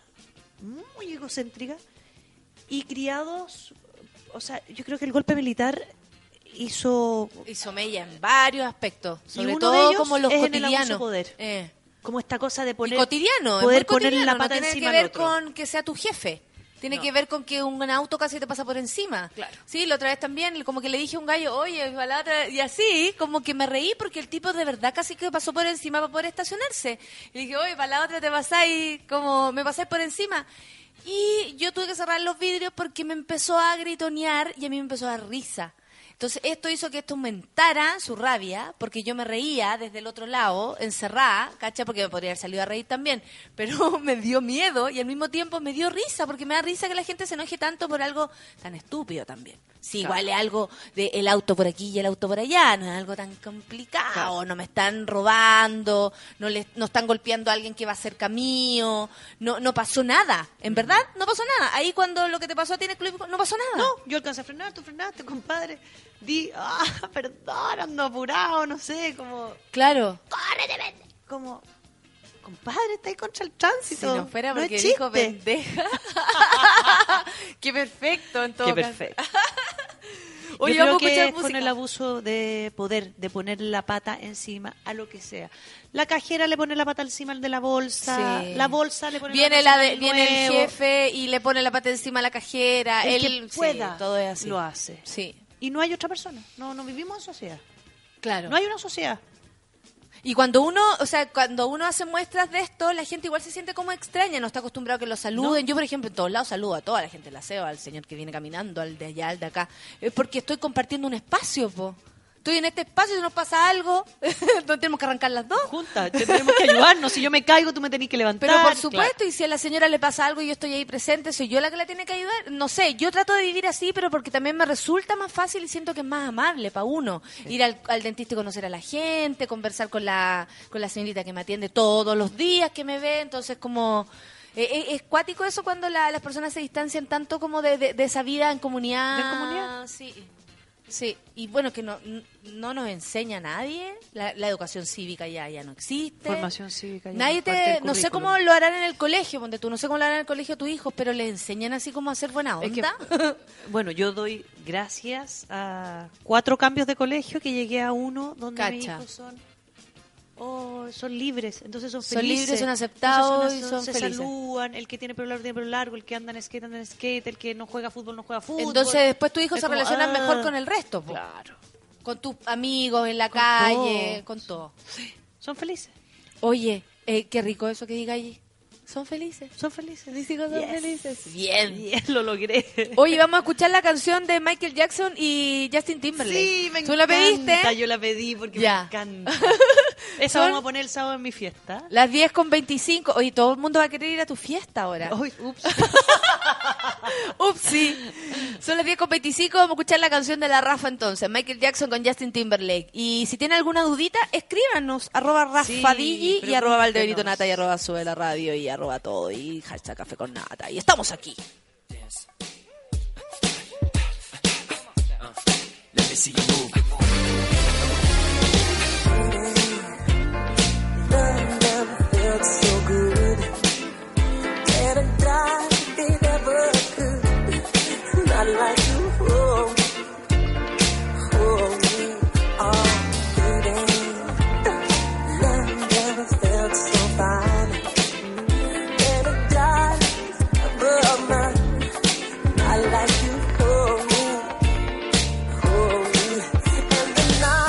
y criados, o sea, yo creo que el golpe militar hizo Hizo mella en varios aspectos, Y sobre uno de todo ellos como los es en el cotidianos. abuso de poder. como esta cosa de Y poner cotidiano, es poder muy ponerle cotidiano, la pata no tiene encima que al ver otro. con que sea tu jefe. Tiene No. que ver con que un auto casi te pasa por encima. Claro. Sí, la otra vez también, como que le dije a un gallo, oye, balada, y así, como que me reí porque el tipo de verdad casi que pasó por encima para poder estacionarse. Y dije, oye, para la otra te pasáis, como me pasáis por encima. Y yo tuve que cerrar los vidrios porque me empezó a gritonear y a mí me empezó a dar risa. Entonces esto hizo que esto aumentara su rabia, porque yo me reía desde el otro lado, encerrada, ¿cacha? Porque me podría haber salido a reír también, pero me dio miedo y al mismo tiempo me dio risa, porque me da risa que la gente se enoje tanto por algo tan estúpido también. Sí, igual es algo de el auto por aquí y el auto por allá, no es algo tan complicado, Claro. no me están robando, no están golpeando a alguien que va cerca mío, no pasó nada, en verdad no pasó nada. Ahí cuando lo que te pasó a ti en el club no pasó nada. No, yo alcancé a frenar, tú frenaste, compadre. Perdón, ando apurado, no sé, como... Claro. ¡Córrete, vende! Como, compadre, está ahí contra el tránsito. Si no fuera porque es dijo chiste. pendeja. Qué perfecto en todo Qué caso. perfecto. Oye, Yo creo vamos a que escuchar es con música. el abuso de poder, de poner la pata encima a lo que sea. La cajera le pone la pata encima al de la bolsa, Sí. la bolsa le pone Viene, la pata encima al viene el nuevo. jefe y le pone la pata encima a la cajera. El Él que pueda sí, todo es así. lo hace. Sí, Y no hay otra persona. No vivimos en sociedad. claro. No hay una sociedad. Y cuando uno hace muestras de esto, la gente igual se siente como extraña, no está acostumbrado a que lo saluden. Yo, por ejemplo, en todos lados saludo a toda la gente, la aseo, al señor que viene caminando, al de allá, al de acá. Es porque estoy compartiendo un espacio, po. Estoy en este espacio, si nos pasa algo, no tenemos que arrancar las dos. Juntas, tenemos que ayudarnos. Si yo me caigo, tú me tenés que levantar. Pero por supuesto, y si a la señora le pasa algo y yo estoy ahí presente, soy yo la que la tiene que ayudar. No sé, yo trato de vivir así, pero porque también me resulta más fácil y siento que es más amable para uno. Ir al dentista y conocer a la gente, conversar con la señorita que me atiende todos los días, que me ve. Entonces, como... es cuático eso cuando las personas se distancian tanto como de esa vida en comunidad. ¿De comunidad? Sí. Sí, y bueno, que no nos enseña nadie, la educación cívica ya no existe. Formación cívica. ya Nadie es parte del no sé currículum. cómo lo harán en el colegio, ponte tú, no sé cómo lo harán en el colegio a tus hijos, pero les enseñan así como a ser buena Es que, onda. bueno, yo doy gracias a 4 cambios de colegio que llegué a uno donde mis Cacha. hijos son libres, entonces son Son felices. libres, son aceptados Entonces y son se felices. saludan, el que tiene pelo largo tiene pelo largo, el que anda en skate anda en skate, el que no juega fútbol no juega fútbol. Entonces después tus hijos Es se como, relacionan mejor con el resto, po. Claro. Con tus amigos en la Con calle, todo. con todo. Son felices. Oye, qué rico eso que diga allí. Son felices. Son felices. Mis hijos son Yes. felices. Bien. Bien, lo logré. Oye, vamos a escuchar la canción de Michael Jackson y Justin Timberlake. Sí, me ¿Tú la pediste? Yo la pedí porque Ya. me encanta. Esa Son- vamos a poner el sábado en mi fiesta. Las 10:25. Oye, todo el mundo va a querer ir a tu fiesta ahora. Uy, ups. Ups, sí. Son las 10:25. Vamos a escuchar la canción de la Rafa entonces. Michael Jackson con Justin Timberlake. Y si tienen alguna dudita, escríbanos. @RafaDigi y @Valdebenito Nata y @Sube la Radio y @todo y hashtag Café con Nata. Y estamos aquí. Let me see you move. Love never felt so good. Dead and died, they never could. Not like you, oh, me, oh, baby. Love never felt so fine. Dead and died, above mine. Not like you, oh, me. And the night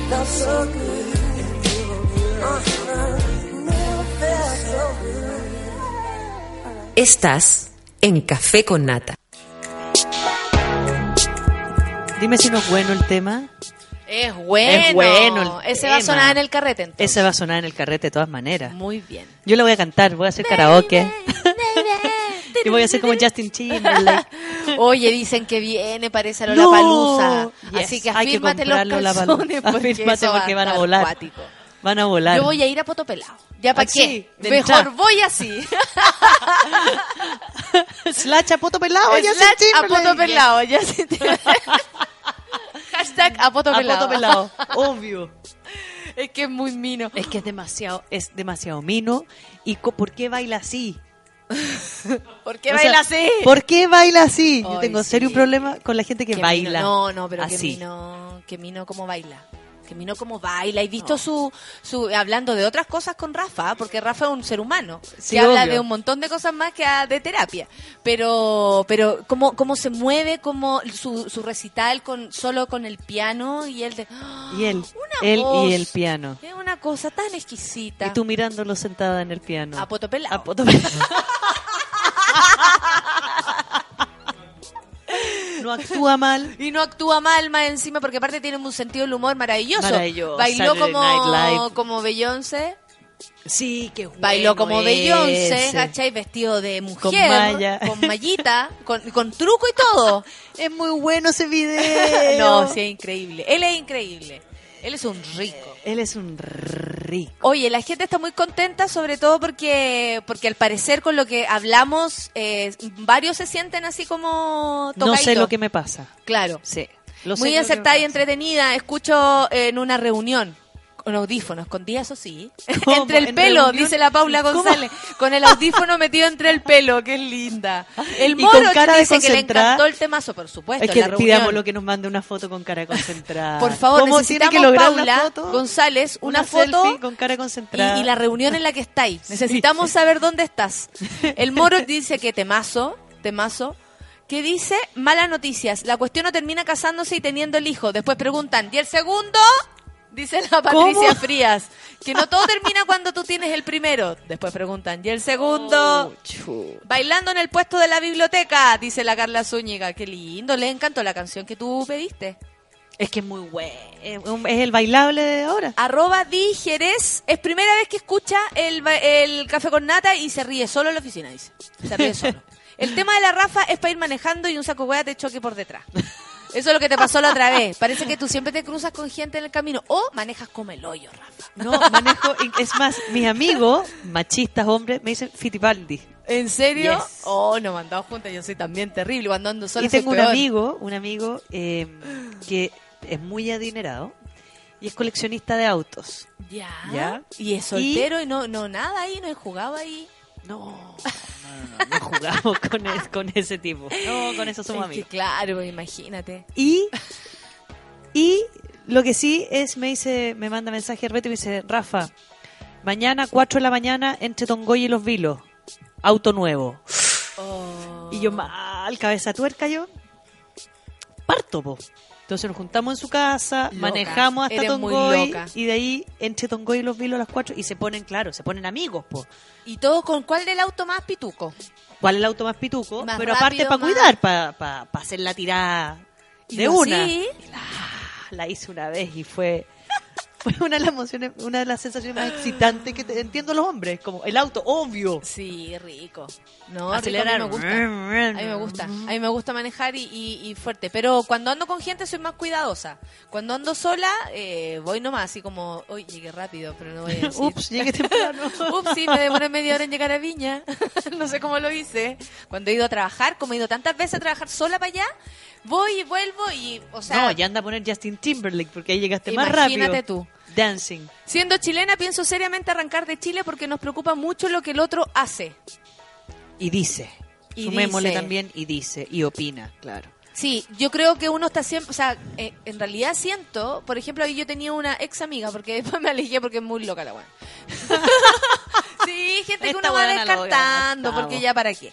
felt so good. Never felt so good. Estás en Café con Nata. Dime si no es bueno el tema. Es bueno. Es bueno el Ese va a tema. sonar en el carrete, entonces. Ese va a sonar en el carrete de todas maneras. Muy bien. Yo le voy a cantar, voy a hacer karaoke. Y voy a hacer como Justin Timberlake. Oye, dicen que viene, parece a No. Lollapalooza. Yes. Así que Hay que afírmate los comprar Lollapalooza. calzones porque, Afírmate eso va porque van a estar volar. cuático. Van a volar. Yo voy a ir a poto pelado. ¿Ya para Sí, qué? de Mejor entrada. voy así. Slash a poto pelado, Justin Slash a Timberlake. poto pelado. Justin Timberlake. Hashtag a poto A pelado. poto pelado, obvio. Es que es muy mino. Es que es demasiado mino. ¿Y por qué baila así? ¿Por qué O sea, baila así? ¿Por qué baila así? Yo Ay, tengo sí. serio un problema con la gente que Qué baila. mino. No, pero así. que mino como baila. Que mino como baila. ¿Y visto su hablando de otras cosas con Rafa? Porque Rafa es un ser humano. Sí, que habla obvio. de un montón de cosas más que de terapia. Pero cómo se mueve, como su recital solo con el piano y él de... Y él voz. y el piano. Es una cosa tan exquisita. Y tú mirándolo sentada en el piano. A poto pelado. A poto pelado. No actúa mal. Y no actúa mal más encima porque aparte tiene un sentido del humor maravilloso. Maravilloso. Bailó Saturday Night Live. como Beyoncé. Sí, qué bueno. Bailó como Beyoncé, ese. ¿cachai? Vestido de mujer. Con malla. Con mallita, con truco y todo. Es muy bueno ese video. No, sí, es increíble. Él es increíble. Él es un rico. Él es un rico. Oye, la gente está muy contenta, sobre todo porque al parecer con lo que hablamos, varios se sienten así como No tocaditos. sé lo que me pasa. Claro. Sí. Lo sé Muy lo que acertada me y pasa. entretenida. Escucho en una reunión con audífonos, con días o sí. ¿Cómo? Entre el ¿En pelo, reunión? dice la Paula ¿Cómo? González. Con el audífono metido entre el pelo, que es linda. El Y Moro con cara de dice que le concentrada. encantó el temazo, por supuesto. Es en que la reunión. pidámoslo que nos mande una foto con cara concentrada. Por favor, ¿Cómo necesitamos, tiene que lograr Paula una foto? González, una foto selfie con cara concentrada. y la reunión en la que estáis. Necesitamos saber dónde estás. El Moro dice que temazo. Que dice, malas noticias. La cuestión no termina casándose y teniendo el hijo. Después preguntan, ¿y el segundo? Dice la Patricia ¿Cómo? Frías. Que no todo termina cuando tú tienes el primero. Después preguntan, ¿y el segundo? Bailando en el puesto de la biblioteca, dice la Carla Zúñiga. Qué lindo, le encantó la canción que tú pediste. Es que es muy bueno. Es el bailable de ahora. @Di Jerez es primera vez que escucha el Café con Nata y se ríe solo en la oficina, dice. Se ríe solo. El tema de la Rafa es para ir manejando y un saco hueá te choque por detrás. Eso es lo que te pasó la otra vez. Parece que tú siempre te cruzas con gente en el camino o manejas como el hoyo, Rafa. No, manejo. Es más, mis amigos, machistas, hombres, me dicen Fittipaldi. ¿En serio? Yes. Oh, nos mandamos juntas. Yo soy también terrible. Cuando ando sola Y tengo soy peor. un amigo que es muy adinerado y es coleccionista de autos. Ya. ¿Ya? Y es soltero y no nada ahí, no he jugado ahí. No jugamos con ese tipo. No, con eso somos Es que amigos. claro, imagínate. Y lo que sí es, me manda mensaje Herbeto y me dice, Rafa, mañana 4 de la mañana entre Tongoy y Los Vilos, auto nuevo. Oh. Y yo mal, cabeza tuerca yo, parto, po. Entonces nos juntamos en su casa, Loca. manejamos hasta Eres muy Tongoy loca. y de ahí entre Tongoy y Los Vilos a las 4 y se ponen amigos, po. ¿Y todo con cuál del auto más pituco? ¿Cuál es el auto más pituco? Más Pero aparte rápido, para más- cuidar, para hacer la tirada Y de yo una. sí. La hice una vez y fue una de las emociones, una de las sensaciones más excitantes que entiendo los hombres, como el auto, obvio. Sí, rico. No, Acelerar. rico, a mí me gusta. A mí me gusta manejar y fuerte. Pero cuando ando con gente soy más cuidadosa. Cuando ando sola, voy nomás, así como, uy, llegué rápido, pero no voy a decir. Ups, llegué temprano. Ups, sí, me demoré media hora en llegar a Viña. No sé cómo lo hice. Cuando he ido a trabajar, como he ido tantas veces a trabajar sola para allá, voy y vuelvo y, o sea... No, ya anda a poner Justin Timberlake porque ahí llegaste más rápido. Imagínate tú. Dancing. Siendo chilena, pienso seriamente arrancar de Chile porque nos preocupa mucho lo que el otro hace. Y dice. Y Sumémosle dice. también y dice. Y opina, claro. Sí, yo creo que uno está siempre, o sea, en realidad siento, por ejemplo, yo tenía una ex amiga, porque después me alejé porque es muy loca la buena. Sí, gente que Esta uno va buena loca, descartando, estamos. porque ya para qué.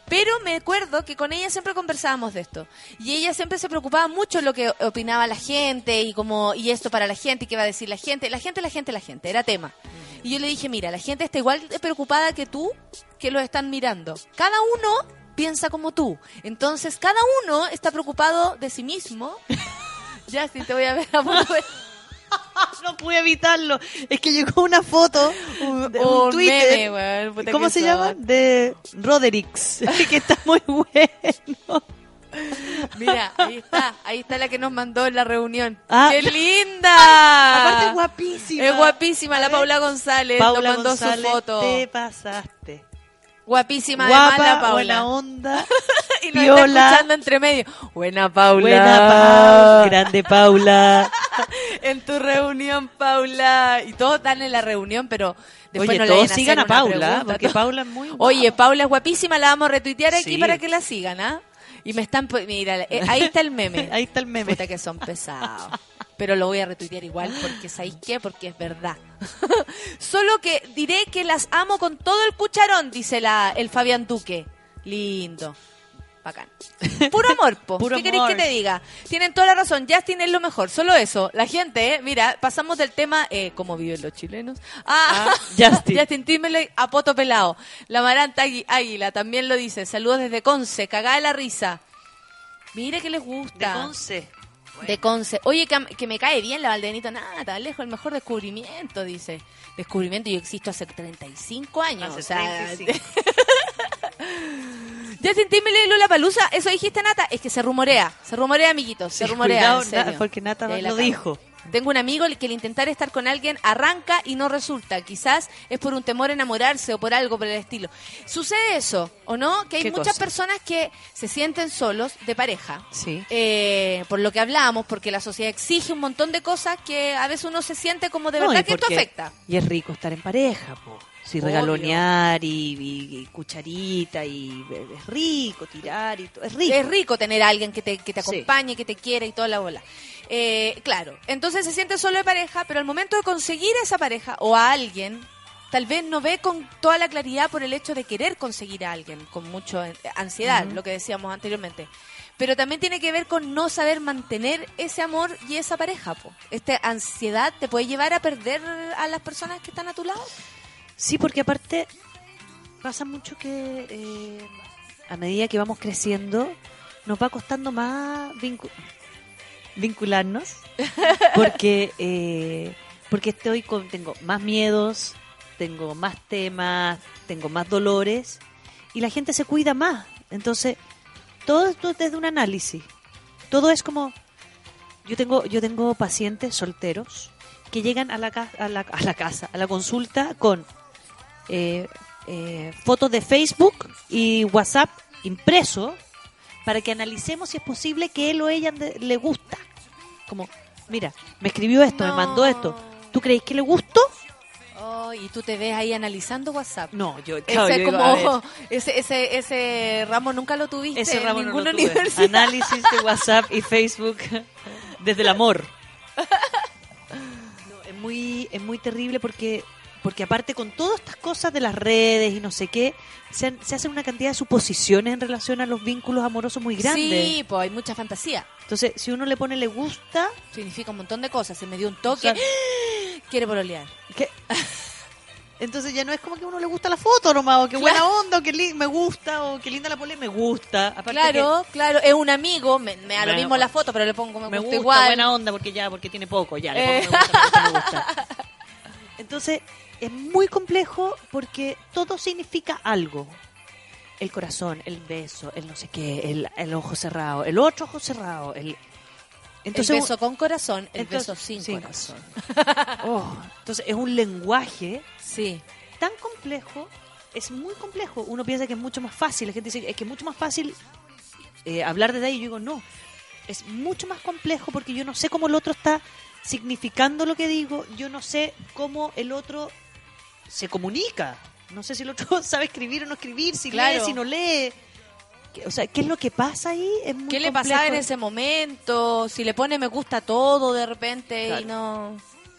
Pero me acuerdo que con ella siempre conversábamos de esto. Y ella siempre se preocupaba mucho en lo que opinaba la gente y esto para la gente y qué va a decir la gente. La gente, era tema. Y yo le dije, mira, la gente está igual de preocupada que tú, que lo están mirando. Cada uno piensa como tú. Entonces, cada uno está preocupado de sí mismo. Justin, te voy a ver a poner. No pude evitarlo. Es que llegó una foto, un Twitter. Meme, weón, puta ¿Cómo que se son. llama? De Rodericks, que está muy bueno. Mira, ahí está la que nos mandó en la reunión. Ah. ¡Qué linda! Aparte es guapísima. Es guapísima, la Paula González. Paula nos mandó González, su foto. te pasaste. Guapísima Guapa, además la Paula. buena onda. Y nos Viola. está escuchando entre medio. Buena Paula. Buena Paula. Grande Paula. En tu reunión, Paula. Y todos están en la reunión, pero después Oye, no le todos vayan a sigan hacer a una Paula, pregunta. porque Paula es muy guapa. Oye, Paula es guapísima, la vamos a retuitear aquí Sí. para que la sigan, ¿ah? Y me están... Mira, ahí está el meme. Ahí está el meme. Puta que son pesados. Pero lo voy a retuitear igual porque ¿sabéis qué? Porque es verdad. Solo que diré que las amo con todo el cucharón, dice el Fabián Duque. Lindo. Bacán. Puro amor, po. Puro ¿Qué querés amor. que te diga? Tienen toda la razón. Justin es lo mejor. Solo eso. La gente, mira, pasamos del tema cómo viven los chilenos. Justin. Justin Timberlake a poto pelado. La Maranta Águila también lo dice. Saludos desde Conce. Cagada de la risa. Mire que les gusta. De Conce. De Conce. Oye, que me cae bien la Valdenito. Nada, tan lejos, el mejor descubrimiento, dice. Descubrimiento, yo existo hace 35 años. Hace o sea, 35. Justin Timberlake, Lollapalooza, eso dijiste, Nata. Es que se rumorea, amiguitos, se Sí, rumorea. cuidado, en serio. porque Nata Y ahí lo la dijo. cago. Tengo un amigo que al intentar estar con alguien arranca y no resulta. Quizás es por un temor a enamorarse o por algo por el estilo. ¿Sucede eso o no? Que hay ¿Qué muchas cosa? personas que se sienten solos de pareja. Sí. Por lo que hablamos, porque la sociedad exige un montón de cosas que a veces uno se siente como de No, verdad y que esto porque- afecta. Y es rico estar en pareja, po. Sí, Obvio. regalonear y cucharita y es rico tirar y todo. Es rico. Es rico tener a alguien que te Sí. acompañe, que te quiera y toda la bola. Claro, entonces se siente solo de pareja, pero al momento de conseguir esa pareja o a alguien, tal vez no ve con toda la claridad por el hecho de querer conseguir a alguien, con mucha ansiedad, lo que decíamos anteriormente. Pero también tiene que ver con no saber mantener ese amor y esa pareja, po. Esta ansiedad te puede llevar a perder a las personas que están a tu lado. Sí, porque aparte pasa mucho que a medida que vamos creciendo nos va costando más vincularnos porque tengo más miedos, tengo más temas, tengo más dolores y la gente se cuida más. Entonces, todo esto es desde un análisis. Todo es como yo tengo pacientes solteros que llegan a la consulta con fotos de Facebook y WhatsApp impreso para que analicemos si es posible que él o ella le gusta. Como, mira, me escribió esto, me mandó esto. ¿Tú crees que le gustó? Oh, y tú te ves ahí analizando WhatsApp. No, yo Ese, digo, a ver, como, ese ramo nunca lo tuviste ese en ramo no ninguna lo tuve. universidad. Análisis de WhatsApp y Facebook desde el amor. No, es muy terrible porque aparte con todas estas cosas de las redes y no sé qué, se hacen una cantidad de suposiciones en relación a los vínculos amorosos muy grandes. Sí, pues hay mucha fantasía. Entonces, si uno le pone le gusta, Significa un montón de cosas. Se me dio un toque. O sea, Quiere pololear. ¿qué? Entonces ya no es como que a uno le gusta la foto nomás, o que buena onda, o que me gusta, o que linda la pole, me gusta. Aparte Claro, es un amigo, me da lo Me- mismo la foto, pero le pongo me gusta, igual. buena onda, porque tiene poco, ya, le pongo me gusta, me gusta. Entonces, es muy complejo porque todo significa algo. El corazón, el beso, el no sé qué, el ojo cerrado, el otro ojo cerrado, Entonces, el beso con corazón, el entonces- beso sin sin corazón. entonces es un lenguaje Sí. tan complejo, es muy complejo. Uno piensa que es mucho más fácil, la gente dice es que es mucho más fácil hablar desde ahí. Yo digo, no, es mucho más complejo porque yo no sé cómo el otro está significando lo que digo, yo no sé cómo el otro se comunica, no sé si el otro sabe escribir o no escribir, si Claro. lee, si no lee. O sea, ¿qué es lo que pasa ahí? Es muy ¿Qué le complejo. pasaba en ese momento? Si le pone me gusta todo de repente Claro. y no...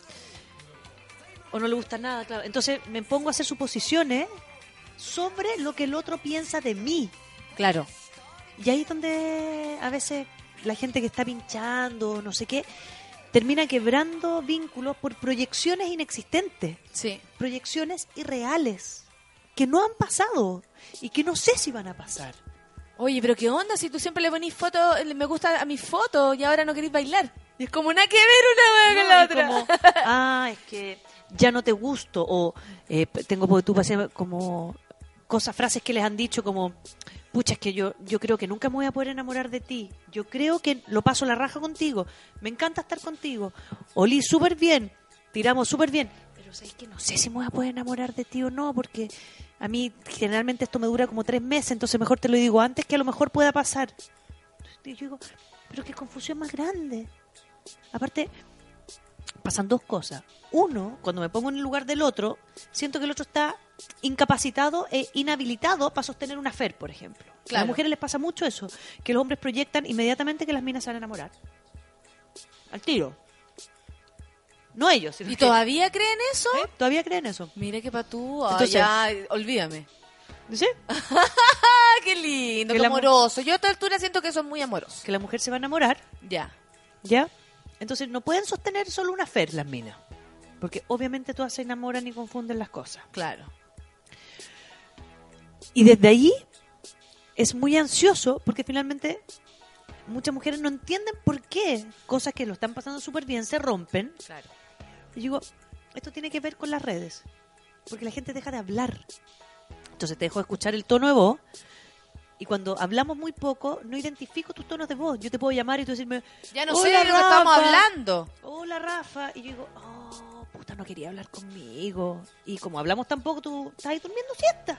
O no le gusta nada, claro. Entonces me pongo a hacer suposiciones sobre lo que el otro piensa de mí. Claro. Y ahí es donde a veces la gente que está pinchando, no sé qué, termina quebrando vínculos por proyecciones inexistentes, Sí. proyecciones irreales, que no han pasado y que no sé si van a pasar. Oye, pero ¿qué onda si tú siempre le ponís fotos, me gusta a mis fotos y ahora no querés bailar? Y es como nada que ver una vez con la Y otra. como, es que ya no te gusto, o tengo porque tú pasé como cosas, frases que les han dicho como, pucha, es que yo creo que nunca me voy a poder enamorar de ti, yo creo que lo paso la raja contigo, me encanta estar contigo, olí súper bien, tiramos súper bien, pero sabes que no sé si me voy a poder enamorar de ti o no, porque a mí generalmente esto me dura como 3 meses, entonces mejor te lo digo antes que a lo mejor pueda pasar. Y yo digo, pero qué confusión más grande. Aparte, pasan 2 cosas. Uno, cuando me pongo en el lugar del otro, siento que el otro está incapacitado e inhabilitado para sostener una afer, por ejemplo. A Claro. las mujeres les pasa mucho eso, que los hombres proyectan inmediatamente que las minas se van a enamorar. Al tiro. No ellos, sino ¿Y que- todavía creen eso? todavía creen eso. Mira que patú, Entonces- ya, olvídame. ¿Sí? ¡Ah, qué lindo, Que qué la mu- amoroso! Yo a esta altura siento que son muy amorosos. Que la mujer se va a enamorar, Ya. ¿ya? Entonces no pueden sostener solo una afer las minas. Porque obviamente todas se enamoran y confunden las cosas. Claro. Y desde ahí es muy ansioso porque finalmente muchas mujeres no entienden por qué cosas que lo están pasando súper bien se rompen. Claro. Y digo, esto tiene que ver con las redes. Porque la gente deja de hablar. Entonces te dejo de escuchar el tono de voz. Y cuando hablamos muy poco, no identifico tus tonos de voz. Yo te puedo llamar y tú decirme, Ya no "Hola, sé de lo que estamos Rafa". hablando. Hola, Rafa. Y yo digo, oh, puta, no quería hablar conmigo. Y como hablamos tan poco, tú estás ahí durmiendo siesta.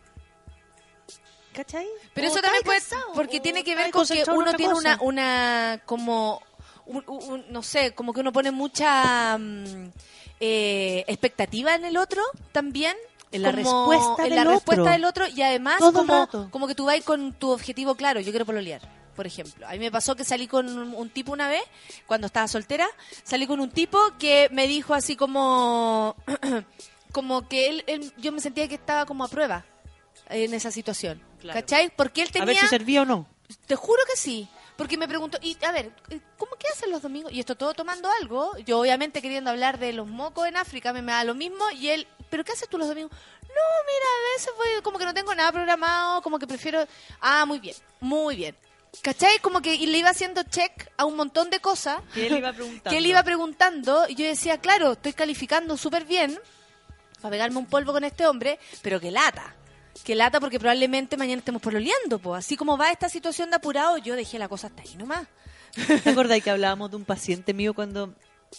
¿Cachai? Pero O eso estás también puede, cansado, porque o tiene que estás ver con que concentrado en uno otra tiene cosa. una como, no sé, como que uno pone mucha expectativa en el otro también. En la como respuesta en del la respuesta otro. del otro y además Todo el rato. como que tú vas con tu objetivo claro, yo quiero pololear, por ejemplo. A mí me pasó que salí con un tipo una vez, cuando estaba soltera, salí con un tipo que me dijo así como como que yo me sentía que estaba como a prueba en esa situación, Claro. ¿cachai? Porque él A tenía... ver si servía o no. Te juro que sí. Porque me preguntó, y a ver, ¿cómo que hacen los domingos? Y esto todo tomando algo. Yo obviamente queriendo hablar de los mocos en África, me da lo mismo. Y él, ¿pero qué haces tú los domingos? No, mira, a veces voy, como que no tengo nada programado, como que prefiero... Ah, muy bien, muy bien. ¿Cachai? Como que y le iba haciendo check a un montón de cosas Que él iba preguntando. que él iba preguntando. Y yo decía, claro, estoy calificando súper bien para pegarme un polvo con este hombre, pero que lata. Que lata porque probablemente mañana estemos pololeando, pues. Así como va esta situación de apurado, yo dejé la cosa hasta ahí nomás. ¿Te acordás que hablábamos de un paciente mío cuando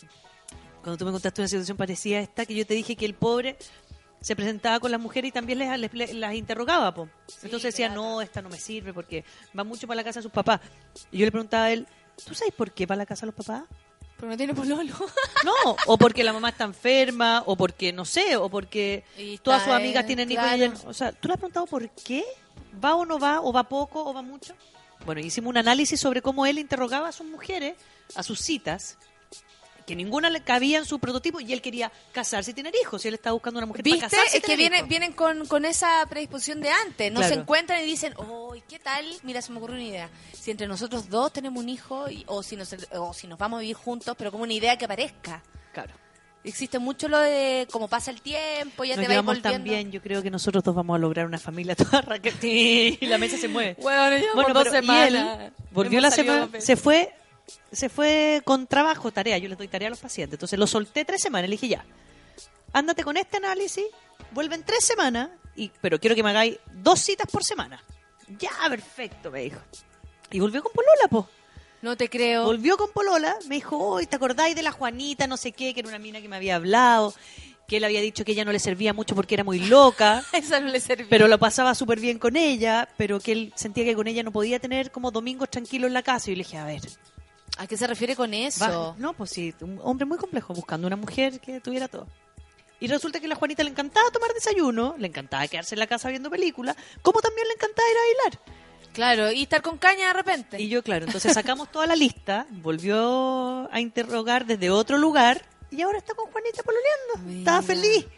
tú me contaste una situación parecida a esta, que yo te dije que el pobre se presentaba con las mujeres y también las interrogaba, po? Entonces decía, no, esta no me sirve porque va mucho para la casa de sus papás. Y yo le preguntaba a él, ¿tú sabes por qué para la casa de los papás? Porque no tiene pololo. No, o porque la mamá está enferma, o porque, no sé, o porque Y todas está, sus amigas tienen hijos y claro. ella no. O sea, ¿tú le has preguntado por qué? ¿Va o no va? ¿O va poco? ¿O va mucho? Bueno, hicimos un análisis sobre cómo él interrogaba a sus mujeres, a sus citas, que ninguna le cabía en su prototipo, y él quería casarse y tener hijos, y él estaba buscando una mujer para ¿Viste? casarse y Es que tener hijos. vienen con esa predisposición de antes. No Claro. se encuentran y dicen, oh, ¿qué tal? Mira, se me ocurrió una idea. Si entre nosotros dos tenemos un hijo, o si nos vamos a vivir juntos, pero como una idea que aparezca. Claro. Existe mucho lo de cómo pasa el tiempo, ya Nos te vas llevamos volviendo. tan bien, yo creo que nosotros dos vamos a lograr una familia toda raquetí, y la mesa se mueve. Bueno, llevamos 2 pero- semanas. y él volvió Hemos la salido semana, 2 veces. se fue con trabajo, tarea, yo les doy tarea a los pacientes, entonces lo solté 3 semanas, le dije ya, ándate con este análisis, vuelven 3 semanas, pero quiero que me hagáis 2 citas por semana. Ya, perfecto, me dijo. Y volvió con polola, po. No te creo. Volvió con polola, me dijo, hoy ¿te acordáis de la Juanita, no sé qué, que era una mina que me había hablado, que él había dicho que ella no le servía mucho porque era muy loca? Esa no le servía. Pero lo pasaba súper bien con ella, pero que él sentía que con ella no podía tener como domingos tranquilos en la casa. Y yo le dije, a ver, ¿A qué se refiere con eso? no, pues sí, un hombre muy complejo, buscando una mujer que tuviera todo. Y resulta que a la Juanita le encantaba tomar desayuno, le encantaba quedarse en la casa viendo películas, como también le encantaba ir a bailar. Claro, y estar con caña de repente. Y yo, claro, entonces sacamos toda la lista, volvió a interrogar desde otro lugar, y ahora está con Juanita pololeando. Mira. Estaba feliz.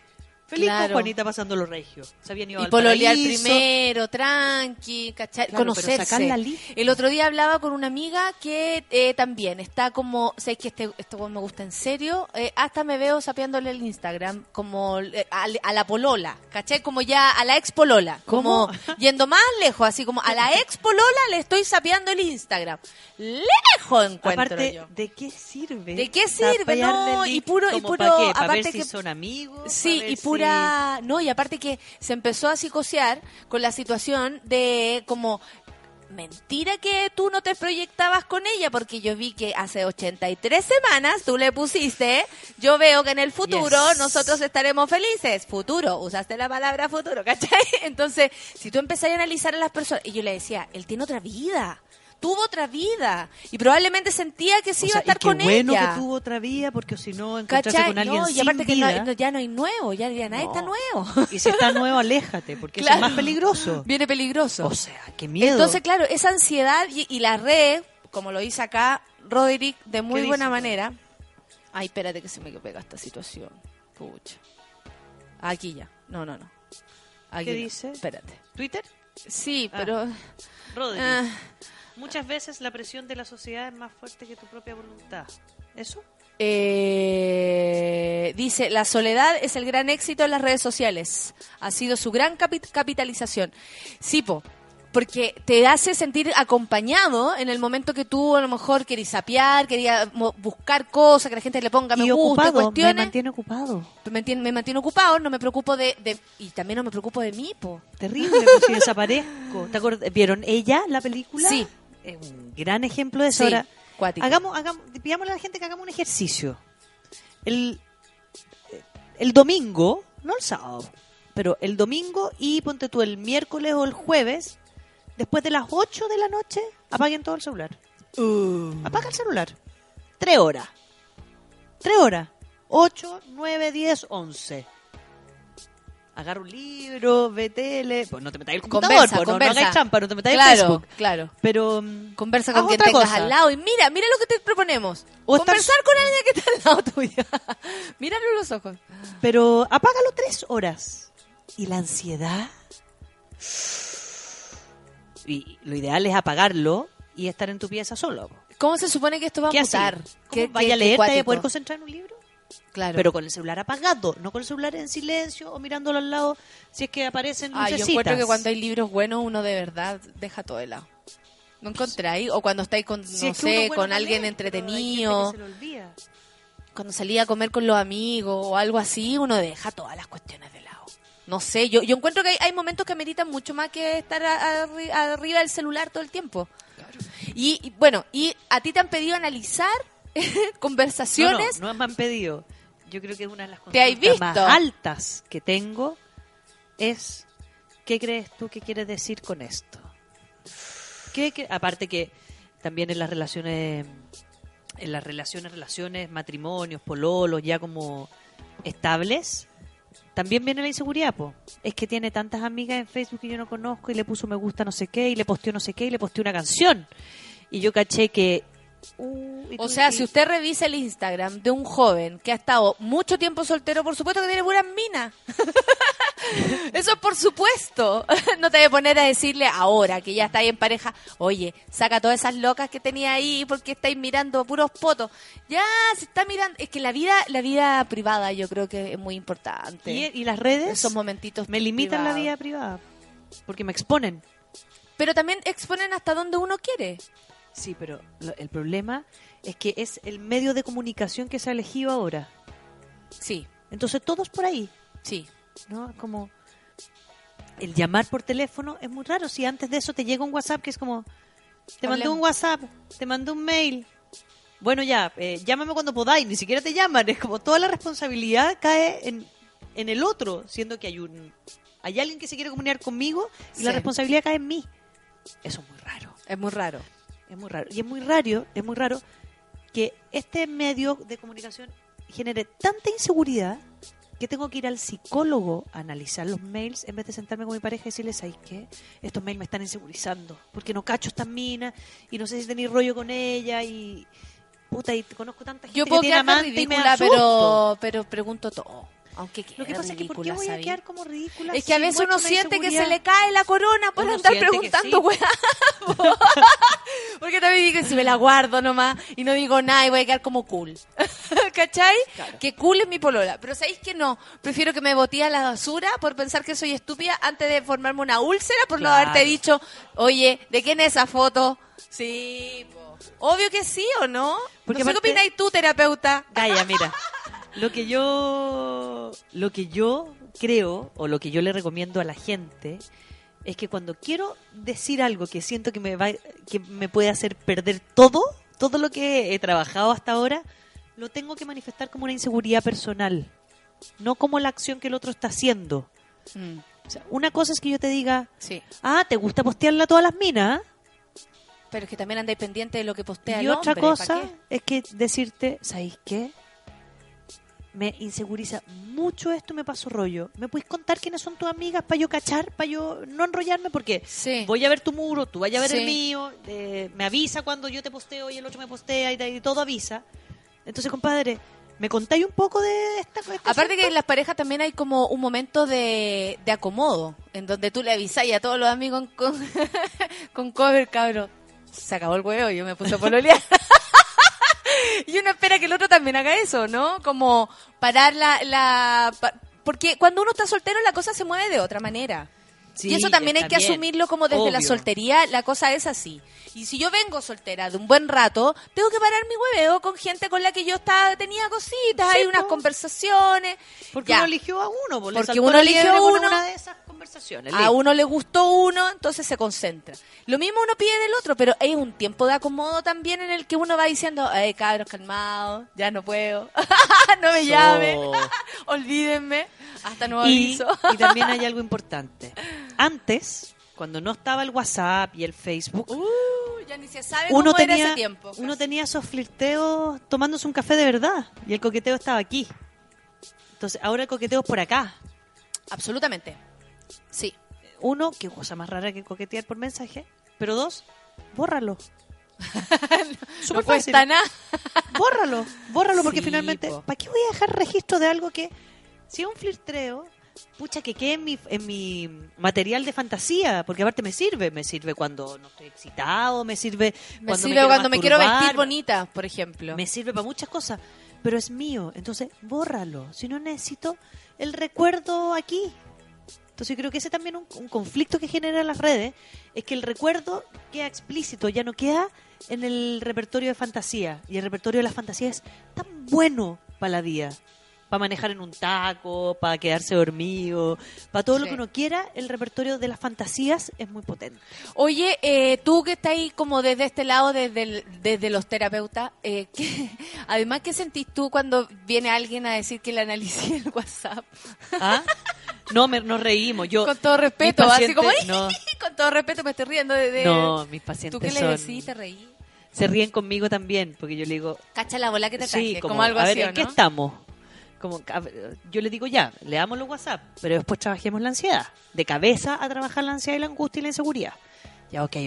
Feliz Claro. con Juanita pasando los regios. Se habían ido Y al pololear paraíso. primero, tranqui, ¿cachai? Claro, pero Conocerse. sacar la lista. El otro día hablaba con una amiga que también está como, sé que esto me gusta en serio, hasta me veo sapeándole el Instagram, como a la polola, ¿cachai? Como ya a la ex polola, ¿Cómo? como yendo más lejos, así como a la ex polola le estoy sapeando el Instagram. Lejos encuentro Aparte, yo. ¿de qué sirve? ¿De qué sirve? Sapearle No, el y link. puro, ¿Cómo ¿para qué? ¿Para aparte ver si que son amigos? sí, ¿Para ver y pura... si- No, y aparte que se empezó a psicosear con la situación de como... Mentira que tú no te proyectabas con ella, porque yo vi que hace 83 semanas tú le pusiste, yo veo que en el futuro Yes. nosotros estaremos felices. Futuro, usaste la palabra futuro, ¿cachai? Entonces, si tú empezás a analizar a las personas, y yo le decía, él tiene otra vida, tuvo otra vida, y probablemente sentía que sí O iba sea, a estar y qué con bueno ella. que tuvo otra vida, porque si no, encontrarse ¿Cachai? con alguien No, y sin aparte que vida. ya no hay nuevo, ya nadie está No. nuevo. Y si está nuevo, aléjate, porque eso Claro. es más peligroso. Viene peligroso. O sea, qué miedo. Entonces, claro, esa ansiedad y la red, como lo dice acá Roderick, de muy ¿Qué buena dice? manera. Ay, espérate que se me pega esta situación. Pucha. Aquí ya. No. Aquí ¿Qué no. dice? Espérate. ¿Twitter? Sí, Ah. pero... Rodri. ah, Muchas veces la presión de la sociedad es más fuerte que tu propia voluntad. ¿Eso? dice, la soledad es el gran éxito en las redes sociales. Ha sido su gran capitalización. Sí, porque te hace sentir acompañado en el momento que tú a lo mejor querías sapear, querías buscar cosas, que la gente le ponga me Y gusta, ocupado, me cuestiones. mantiene ocupado. Me mantiene ocupado, no me preocupo y también no me preocupo de mí, po. Terrible, pues si desaparezco. ¿Vieron ella la película? Sí. Es un gran ejemplo de eso. Sí, Ahora, cuático. pidámosle a la gente que hagamos un ejercicio. El domingo, no el sábado, pero el domingo y ponte tú el miércoles o el jueves, después de las 8 de la noche, apaguen todo el celular. Apaga el celular. 3 horas. 3 horas. 8, 9, 10, 11. Agarra un libro, ve tele. Pues no te metáis el computador, pues, no hagáis trampa, no te metáis en Facebook. Claro. Pero Conversa haz con quien otra tengas cosa. al lado y mira lo que te proponemos. O estar- Conversar con alguien que está al lado tuyo. Míralo en los ojos. Pero apágalo 3 horas. Y la ansiedad. Y lo ideal es apagarlo y estar en tu pieza solo. ¿Cómo se supone que esto va a ¿Qué mutar? así? ¿Cómo vaya a leer? ¿Te vaya a poder concentrar en un libro? Claro. Pero con el celular apagado, no con el celular en silencio o mirándolo al lado si es que aparecen Yo lucecitas. encuentro que cuando hay libros buenos uno de verdad deja todo de lado. ¿No encontráis? O cuando estáis con, Si no es que uno sé, bueno con para alguien leer, pero hay gente entretenido, que se lo olvida. cuando salía a comer con los amigos o algo así, uno deja todas las cuestiones de lado. No sé, yo encuentro que hay momentos que meritan mucho más que estar arriba del celular todo el tiempo. Y bueno, ¿y a ti te han pedido analizar conversaciones? No me han pedido. Yo creo que una de las ¿Te has consultas más visto? altas que tengo es ¿qué crees tú que quieres decir con esto? Aparte que también en las relaciones, matrimonios, pololos, ya como estables, también viene la inseguridad, po. Es que tiene tantas amigas en Facebook que yo no conozco y le puso me gusta no sé qué y le posteó no sé qué y le posteó una canción. Y yo caché que... O sea, si usted revisa el Instagram de un joven que ha estado mucho tiempo soltero, por supuesto que tiene puras minas. Eso por supuesto. No te voy a poner a decirle ahora que ya está ahí en pareja, oye, saca todas esas locas que tenía ahí porque estáis mirando puros potos. Ya se está mirando. Es que la vida privada yo creo que es muy importante. ¿Y las redes? Esos momentitos me limitan la privados. vida privada porque me exponen. Pero también exponen hasta donde uno quiere. Sí, pero el problema es que es el medio de comunicación que se ha elegido ahora. Sí. Entonces todos por ahí. Sí. ¿No? Como el llamar por teléfono es muy raro. Si antes de eso te llega un WhatsApp que es como, te mandé un WhatsApp, te mandé un mail. Bueno, ya, llámame cuando podáis. Ni siquiera te llaman. Es como toda la responsabilidad cae en el otro, siendo que hay alguien que se quiere comunicar conmigo y la Sí. responsabilidad cae en mí. Eso es muy raro. Es muy raro. Es muy raro. Y es muy raro que este medio de comunicación genere tanta inseguridad que tengo que ir al psicólogo a analizar los mails en vez de sentarme con mi pareja y decirles, ¿sabes qué? Estos mails me están insegurizando porque no cacho estas minas y no sé si tenéis rollo con ella y conozco tanta gente Yo que puedo tiene quedar amante y me ridícula, asusto. pero pregunto todo. Aunque Lo que pasa es que ¿por qué voy a quedar como ridícula? Es que a si veces muestro uno una siente que inseguridad? se le cae la corona por Uno andar siente que preguntando, sí. weá. Porque también digo, si me la guardo nomás y no digo nada y voy a quedar como cool. ¿Cachai? Claro. Que cool es mi polola. Pero ¿sabéis que no? Prefiero que me botee a la basura por pensar que soy estúpida antes de formarme una úlcera por no Claro. haberte dicho, oye, ¿de quién es esa foto? Sí, po. Obvio que sí, ¿o no? Porque No sé qué aparte- opináis tú, terapeuta. Calla, mira. Lo que yo creo, o lo que yo le recomiendo a la gente, es que cuando quiero decir algo que siento que me puede hacer perder todo lo que he trabajado hasta ahora, lo tengo que manifestar como una inseguridad personal, no como la acción que el otro está haciendo. O sea, una cosa es que yo te diga, Sí. ¿te gusta postearla a todas las minas? Pero es que también andáis pendiente de lo que postea Y el otra hombre, ¿pa' cosa qué? es que decirte, ¿sabéis qué? Me inseguriza mucho esto, me paso rollo. ¿Me puedes contar quiénes son tus amigas para yo cachar, para yo no enrollarme? Porque Sí. voy a ver tu muro, tú vayas a ver Sí. el mío, me avisa cuando yo te posteo y el otro me postea y todo avisa. Entonces, compadre, ¿me contáis un poco de esta cuestión? Aparte que en las parejas también hay como un momento de acomodo, en donde tú le avisas a todos los amigos con cover, cabrón. Se acabó el huevo, yo me puse a pololear. Y uno espera que el otro también haga eso, ¿no? Como parar porque cuando uno está soltero la cosa se mueve de otra manera. Sí, y eso también hay está que bien, asumirlo como desde la obvio. soltería, la cosa es así. Y si yo vengo soltera de un buen rato, tengo que parar mi hueveo con gente con la que yo tenía cositas, Sí, hay unas po. conversaciones. Porque Ya. uno eligió a uno, po, le Porque saltó uno la eligió liebre con uno, una de esas conversaciones. A listo. uno le gustó uno, entonces se concentra. Lo mismo uno pide del otro, pero hay un tiempo de acomodo también en el que uno va diciendo, cabros, calmados, ya no puedo, no me llamen, olvídenme, hasta nuevo aviso. Y también hay algo importante. Antes, cuando no estaba el WhatsApp y el Facebook, Ya ni se sabe uno cómo era tenía, ese tiempo. uno tenía esos flirteos tomándose un café de verdad y el coqueteo estaba aquí. Entonces, ahora el coqueteo es por acá. Absolutamente. Sí. Uno, qué cosa más rara que coquetear por mensaje, pero dos, bórralo. No Súper cuesta fácil. nada. Bórralo porque Sí, finalmente, po. ¿para qué voy a dejar registro de algo que, si es un flirteo, pucha, que quede en mi material de fantasía? Porque aparte me sirve cuando no estoy excitado, me sirve Me cuando sirve cuando me quiero masturbar, vestir bonita, por ejemplo. me sirve para muchas cosas, pero es mío, entonces bórralo. Si no necesito el recuerdo aquí. Entonces yo creo que ese también un conflicto que genera las redes es que el recuerdo queda explícito, ya no queda en el repertorio de fantasía. Y el repertorio de la fantasía es tan bueno para la vida, para manejar en un taco, para quedarse dormido, para todo lo Sí. que uno quiera. El repertorio de las fantasías es muy potente. Oye, tú que estás ahí como desde este lado, desde los terapeutas, además, ¿qué sentís tú cuando viene alguien a decir que le analicé el WhatsApp? ¿Ah? Nos reímos. Yo, Con todo respeto, mis así como, pacientes- no, con todo respeto me estoy riendo de... no, mis ¿Tú pacientes qué le son... decís? ¿Te reí? Se ríen conmigo también, porque yo le digo, Cacha la bola que te traje, sí, como algo a así, ver, ¿o ¿en qué no? estamos? Yo le digo ya, leamos los WhatsApp, pero después trabajemos la ansiedad. De cabeza a trabajar la ansiedad y la angustia y la inseguridad. Ya, ok.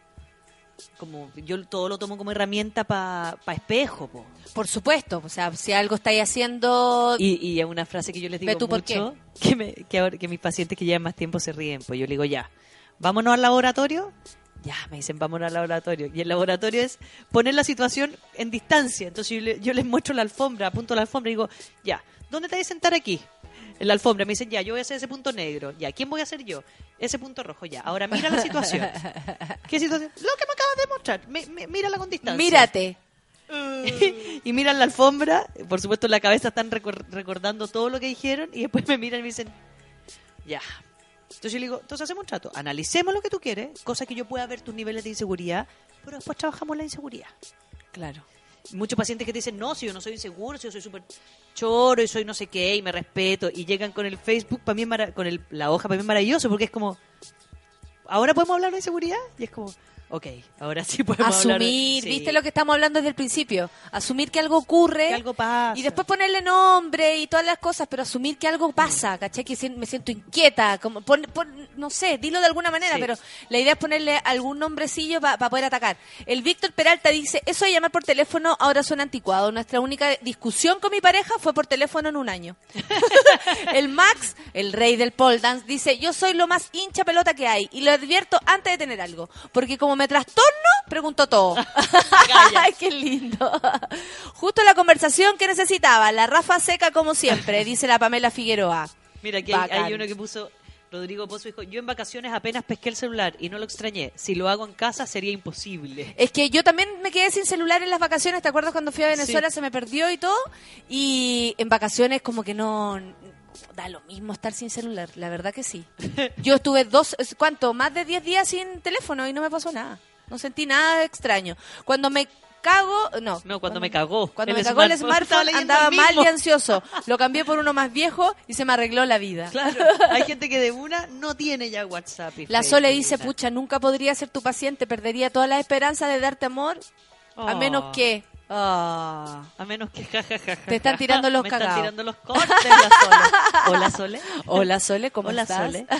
Como yo todo lo tomo como herramienta para espejo, po. Por supuesto, o sea, si algo estáis haciendo... Y es una frase que yo les digo Ve tú por mucho, que mis pacientes que llevan más tiempo se ríen, pues yo le digo ya, vámonos al laboratorio. Ya, me dicen, vámonos al laboratorio. Y el laboratorio es poner la situación en distancia. Entonces yo les muestro la alfombra, apunto la alfombra y digo, ya, ¿dónde te vas a sentar aquí? En la alfombra. Me dicen, ya, yo voy a hacer ese punto negro. Ya, ¿quién voy a hacer yo? Ese punto rojo, ya. Ahora mira la situación. ¿Qué situación? Lo que me acabas de mostrar. Mírala con distancia. Mírate. Y miran la alfombra. Por supuesto, en la cabeza están recordando todo lo que dijeron. Y después me miran y me dicen, ya. Entonces yo le digo, entonces hacemos un trato. Analicemos lo que tú quieres, cosa que yo pueda ver tus niveles de inseguridad, pero después trabajamos la inseguridad. Claro. Muchos pacientes que te dicen, no, si yo no soy inseguro, si yo soy súper choro y soy no sé qué y me respeto, y llegan con el Facebook, para mí la hoja para mí es maravilloso, porque es como, ¿ahora podemos hablar de inseguridad? Y es como, Ok, ahora sí podemos hablar. Asumir, Sí. ¿viste lo que estamos hablando desde el principio? Asumir que algo ocurre Que algo pasa. y después ponerle nombre y todas las cosas, pero asumir que algo pasa, ¿cachai? Que me siento inquieta, como no sé, dilo de alguna manera, Sí. pero la idea es ponerle algún nombrecillo para poder atacar. El Víctor Peralta dice, eso de llamar por teléfono ahora suena anticuado. Nuestra única discusión con mi pareja fue por teléfono en un año. El Max, el rey del pole dance, dice, yo soy lo más hincha pelota que hay y lo advierto antes de tener algo, porque como me trastorno, pregunto todo. Ay, qué lindo. Justo la conversación que necesitaba, la Rafa seca como siempre, dice la Pamela Figueroa. Mira, aquí Bacán. hay uno que puso, Rodrigo Pozo dijo, yo en vacaciones apenas pesqué el celular y no lo extrañé. Si lo hago en casa sería imposible. Es que yo también me quedé sin celular en las vacaciones, ¿te acuerdas cuando fui a Venezuela? Sí. Se me perdió y todo, y en vacaciones como que no... Da lo mismo estar sin celular, la verdad que sí. Yo estuve más de 10 días sin teléfono y no me pasó nada. No sentí nada extraño. Cuando me cago, Cuando me cagó. Cuando El me cagó el estaba smartphone leyendo andaba el mal mismo. y ansioso. Lo cambié por uno más viejo y se me arregló la vida. Claro, hay gente que de una no tiene ya WhatsApp. Y La Facebook Sole y dice, nada. pucha, nunca podría ser tu paciente, perdería toda la esperanza de darte amor, a menos que... A menos que Te están tirando los Me cagaos. están tirando los cortes, la Sole. Hola, Sole. Hola, Sole, ¿cómo Hola, estás? Sole.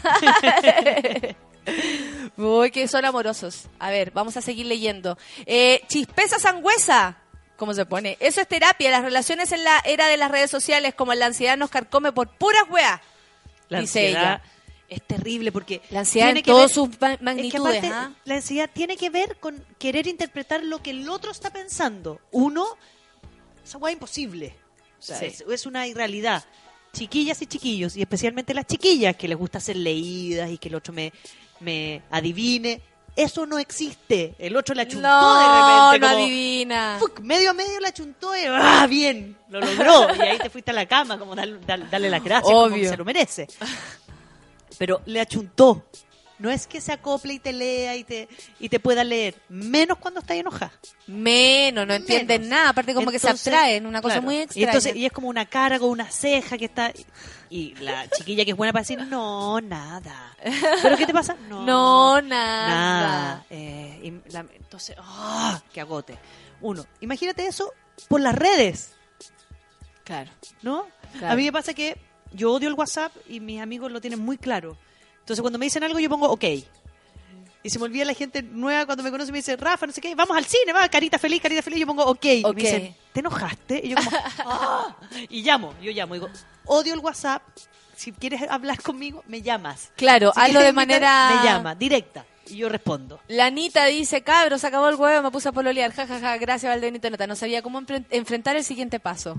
Uy, que son amorosos. A ver, vamos a seguir leyendo. Chispeza sangüesa. ¿Cómo se pone? Eso es terapia. Las relaciones en la era de las redes sociales, como la ansiedad, nos carcome por puras weas. La Dice ansiedad ella. es terrible porque La ansiedad tiene en que todas ver- sus es que magnitudes. aparte, ¿Ah? la ansiedad tiene que ver con querer interpretar lo que el otro está pensando. Uno, esa hueá es imposible. O sea, Sí. es una irrealidad. Chiquillas y chiquillos, y especialmente las chiquillas que les gusta ser leídas y que el otro me adivine. Eso no existe. El otro la chuntó No, de repente. no como, adivina. ¡fuc! Medio a medio la chuntó y ¡ah, bien! Lo logró. Y ahí te fuiste a la cama, como darle las gracias, como Obvio. se lo merece. Pero le achuntó. No es que se acople y te lea y te pueda leer. Menos cuando está enojada. Menos, no entienden Menos. nada. Aparte como que se Entonces, abstraen, una cosa claro. muy Y, extraña. y es como una cara con una ceja que está... Y la chiquilla que es buena para decir, no, nada. ¿Pero qué te pasa? No, nada. Nada. Entonces, ¡qué agote! Uno, imagínate eso por las redes, Claro. ¿no? Claro. A mí me pasa que yo odio el WhatsApp y mis amigos lo tienen muy claro. Entonces, cuando me dicen algo, yo pongo OK. Y se me olvida la gente nueva cuando me conoce y me dice, Rafa, no sé qué, vamos al cine, va, carita feliz, yo pongo OK. Y Ok. me dicen, ¿te enojaste? Y yo como, ¡ah! Y yo llamo, digo, odio el WhatsApp, si quieres hablar conmigo, me llamas. Claro, Si hazlo quieres de invitar, manera... Me llama, directa, y yo respondo. La Anita dice, cabros, se acabó el huevo, me puse a pololear, jajaja, gracias Valdenito Nota, no sabía cómo enfrentar el siguiente paso.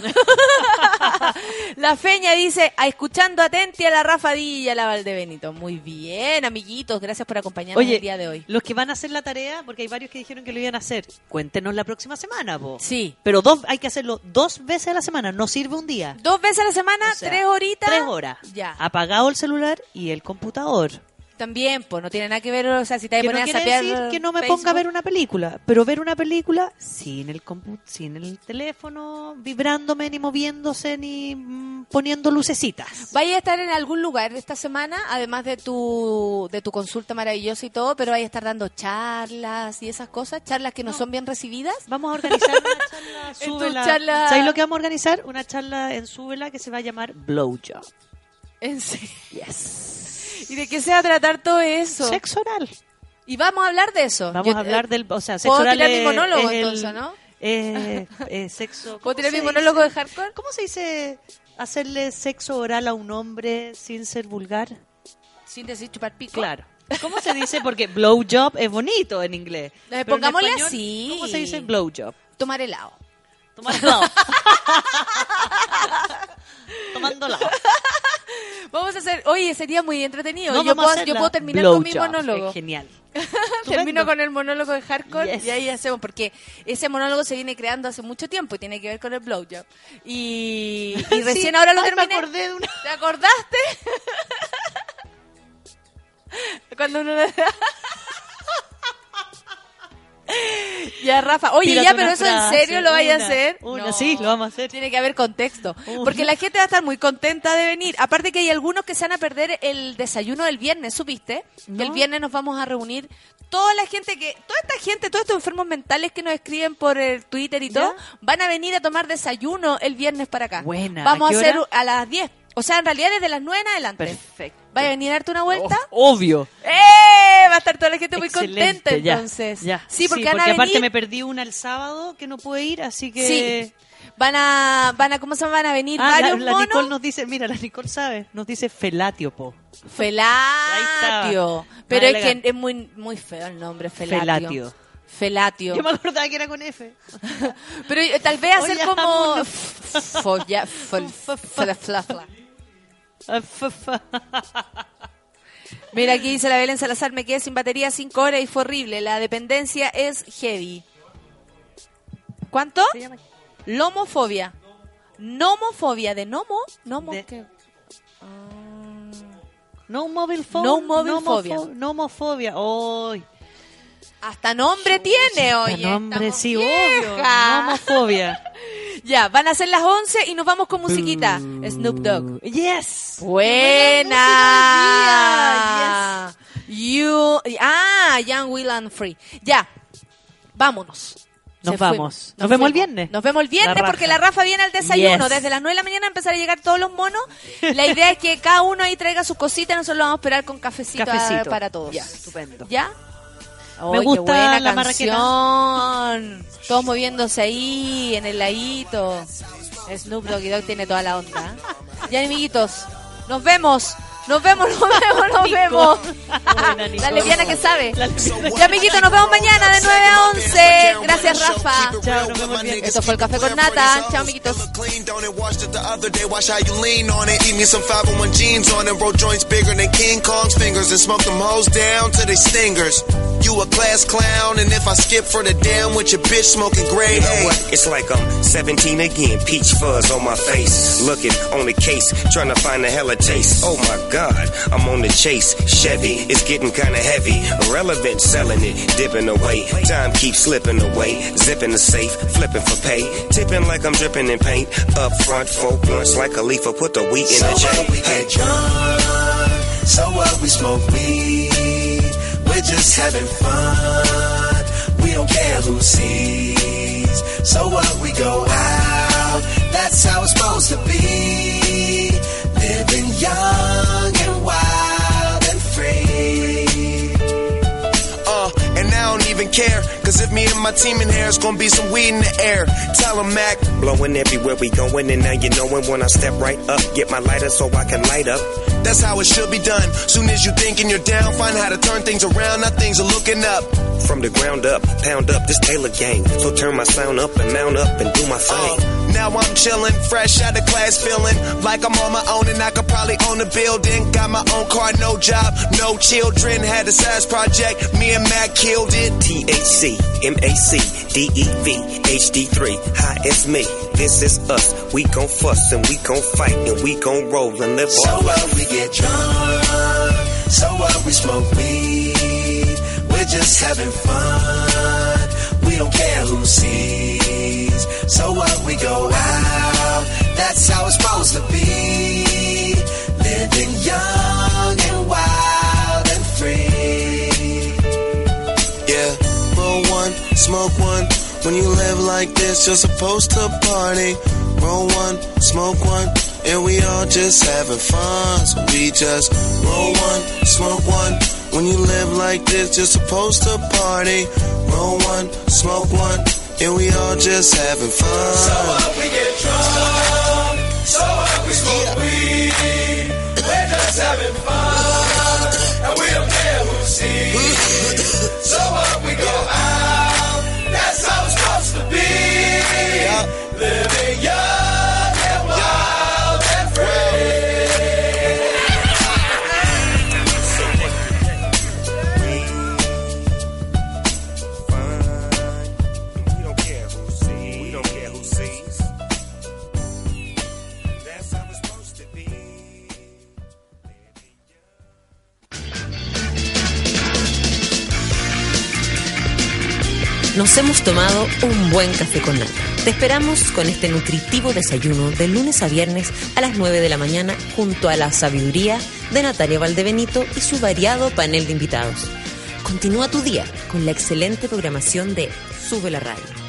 La Feña dice, escuchando atenti a la Rafadilla, la Valdebenito. Muy bien, amiguitos, gracias por acompañarnos Oye, el día de hoy. los que van a hacer la tarea, porque hay varios que dijeron que lo iban a hacer, cuéntenos la próxima semana, po. Sí. Pero hay que hacerlo 2 veces a la semana, no sirve un día. 2 veces a la semana, O sea, 3 horitas. 3 horas. Ya. Apagado el celular y el computador. También, pues, no tiene nada que ver, o sea, si te vas a Que no poner a quiere sapear decir que no me Facebook. ponga a ver una película, pero ver una película sin el teléfono vibrándome, ni moviéndose, ni poniendo lucecitas. Vaya a estar en algún lugar esta semana, además de tu consulta maravillosa y todo, pero vaya a estar dando charlas y esas cosas, charlas que no son bien recibidas. Vamos a organizar una charla, En tu súbela. charla- ¿Sabes lo que vamos a organizar? Una charla en Súbela que se va a llamar Blowjob. ¿En serio? Yes. ¿Y de qué se va a tratar todo eso? Sexo oral. Y vamos a hablar de eso. Vamos Yo- a hablar del... O sea, ¿puedo sexo oral tirar mi es- monólogo, es el- entonces, no? Sexo... ¿Puedo ¿cómo tirar se mi monólogo dice? de hardcore? ¿Cómo se dice hacerle sexo oral a un hombre sin ser vulgar? Sin decir chupar pico. Claro. ¿Cómo se dice? Porque blowjob es bonito en inglés. Pero en pongámosle español, así. ¿Cómo se dice blowjob? Tomar helado. Tomando helado. Tomando helado. Vamos a hacer... Oye, sería muy entretenido. No, yo, vamos a puedo, hacer yo la puedo terminar con mi blowjob. monólogo. Es genial. Termino Estupendo. con el monólogo de hardcore Yes. y ahí hacemos, porque ese monólogo se viene creando hace mucho tiempo y tiene que ver con el blowjob. Y recién Sí. ahora lo Ay, terminé. me acordé de una... ¿Te acordaste? Cuando uno... Ya, Rafa. Oye, Tírate ya, pero una eso en frase, serio lo vaya a una, hacer. una, sí, lo vamos a hacer. Tiene que haber contexto. Porque la gente va a estar muy contenta de venir. Aparte que hay algunos que se van a perder el desayuno del viernes, ¿supiste? No. Que el viernes nos vamos a reunir toda esta gente, todos estos enfermos mentales que nos escriben por el Twitter y todo, van a venir a tomar desayuno el viernes para acá. Buena. Vamos ¿A qué a hacer hora? a las 10. O sea, en realidad desde las 9 en adelante. Perfecto. ¿Vaya a venir a darte una vuelta? Obvio. Va a estar toda la gente muy Excelente, contenta ya, entonces. ya. Sí, porque van a aparte venir. me perdí una el sábado que no pude ir, así que... Sí. Van a, ¿cómo se llama? Van a venir varios la monos. Nicole nos dice, mira, la Nicole sabe, nos dice felatio, po. Felatio. Ahí Pero está. es que es muy, muy feo el nombre, felatio. Felatio. Yo me acordaba que era con F. Pero tal vez hacer Oye, como... vámonos. Mira, aquí dice la Belén Salazar, me quedé sin batería 5 horas y fue horrible. La dependencia es heavy. ¿Cuánto? Lomofobia. Nomofobia. ¿De nomo? ¿Nomo De- qué? No mobile phone. No mobile phobia. Nomofobia. Hoy. Hasta nombre tiene, oye. nombre, estamos sí, viejas. obvio. Nomofobia. Ya, van a ser las 11 y nos vamos con musiquita. Snoop Dogg. Yes. Buena. Young, Will and Free. Ya, vámonos. Nos Se vamos. fuimos. Nos vemos el viernes. Nos vemos el viernes La Rafa. porque la Rafa viene al desayuno. Yes. Desde las 9 de la mañana empezar a llegar todos los monos. La idea es que cada uno ahí traiga sus cositas. Nosotros lo vamos a esperar con cafecito, para todos. Ya, estupendo. ¿Ya? Me gusta qué buena la canción. Todos moviéndose ahí en el ladito. Snoop Doggy Dogg tiene toda la onda. Ya, amiguitos, nos vemos. Nos vemos. Buena, La Nicole. lesbiana que sabe. La lesbiana. Ya, amiguitos, nos vemos mañana de 9 a 11. Gracias, Rafa. Chao, nos vemos el viernes. Esto fue el Café con Nata. Chao, amiguitos. Clean, don't it? Washed it the other day. Watch how you lean on it. Eat me some 501 jeans on it. Roll joints bigger than King Kong's fingers and smoke them hoes down to they stingers. You a class clown, and if I skip for the damn with your bitch smoking gray You know hay. what? It's like I'm 17 again. Peach fuzz on my face. Looking on the case, trying to find a hella taste. Oh my God, I'm on the chase. Chevy, it's getting kinda heavy. Irrelevant, selling it, dipping away. Time keeps slipping away. Zipping the safe, flipping for pay. Tipping like I'm dripping in paint. Up front, 4 blunts like a leaf. Put the wheat in the So J. what, we get drunk. So what, we smoke weed. We're just having fun. We don't care who sees. So what, we go out. That's how it's supposed to be. Living young and wild and free. And I don't even care, cause if me and my team in here, it's gonna be some weed in the air. Tell 'em, Mac. Blowing everywhere we going, and now you knowin' when I step right up. Get my lighter so I can light up. That's how it should be done. Soon as you thinking you're down, find how to turn things around. Now things are looking up. From the ground up, pound up this Taylor gang. So turn my sound up and mount up and do my thing. Now I'm chillin', fresh out of class, feeling like I'm on my own and I could probably own a building. Got my own car, no job, no children. Had a size project, me and Mac killed it. THC, MAC, DEV, HD3. Hi, it's me. This is us. We gon' fuss and we gon' fight and we gon' roll and live So our what, life. we get drunk. So what, we smoke weed. We're just having fun. We don't care who sees. So what, we go out. That's how it's supposed to be. Living young and wild and free. Yeah, roll one, smoke one. When you live like this, you're supposed to party. Roll one, smoke one, and we all just having fun. So we just roll one, smoke one. When you live like this, you're supposed to party. Roll one, smoke one, and we all just having fun. So what, we get drunk. So what, we smoke weed. We're just having fun. And we don't care who sees. So what, we go out. That's how it's supposed to be. Living young and wild and We don't care who sees. We don't care who sees. That's nos hemos tomado un buen café con nata. Te esperamos con este nutritivo desayuno de lunes a viernes a las 9 de la mañana junto a la sabiduría de Natalia Valdebenito y su variado panel de invitados. Continúa tu día con la excelente programación de Sube la Radio.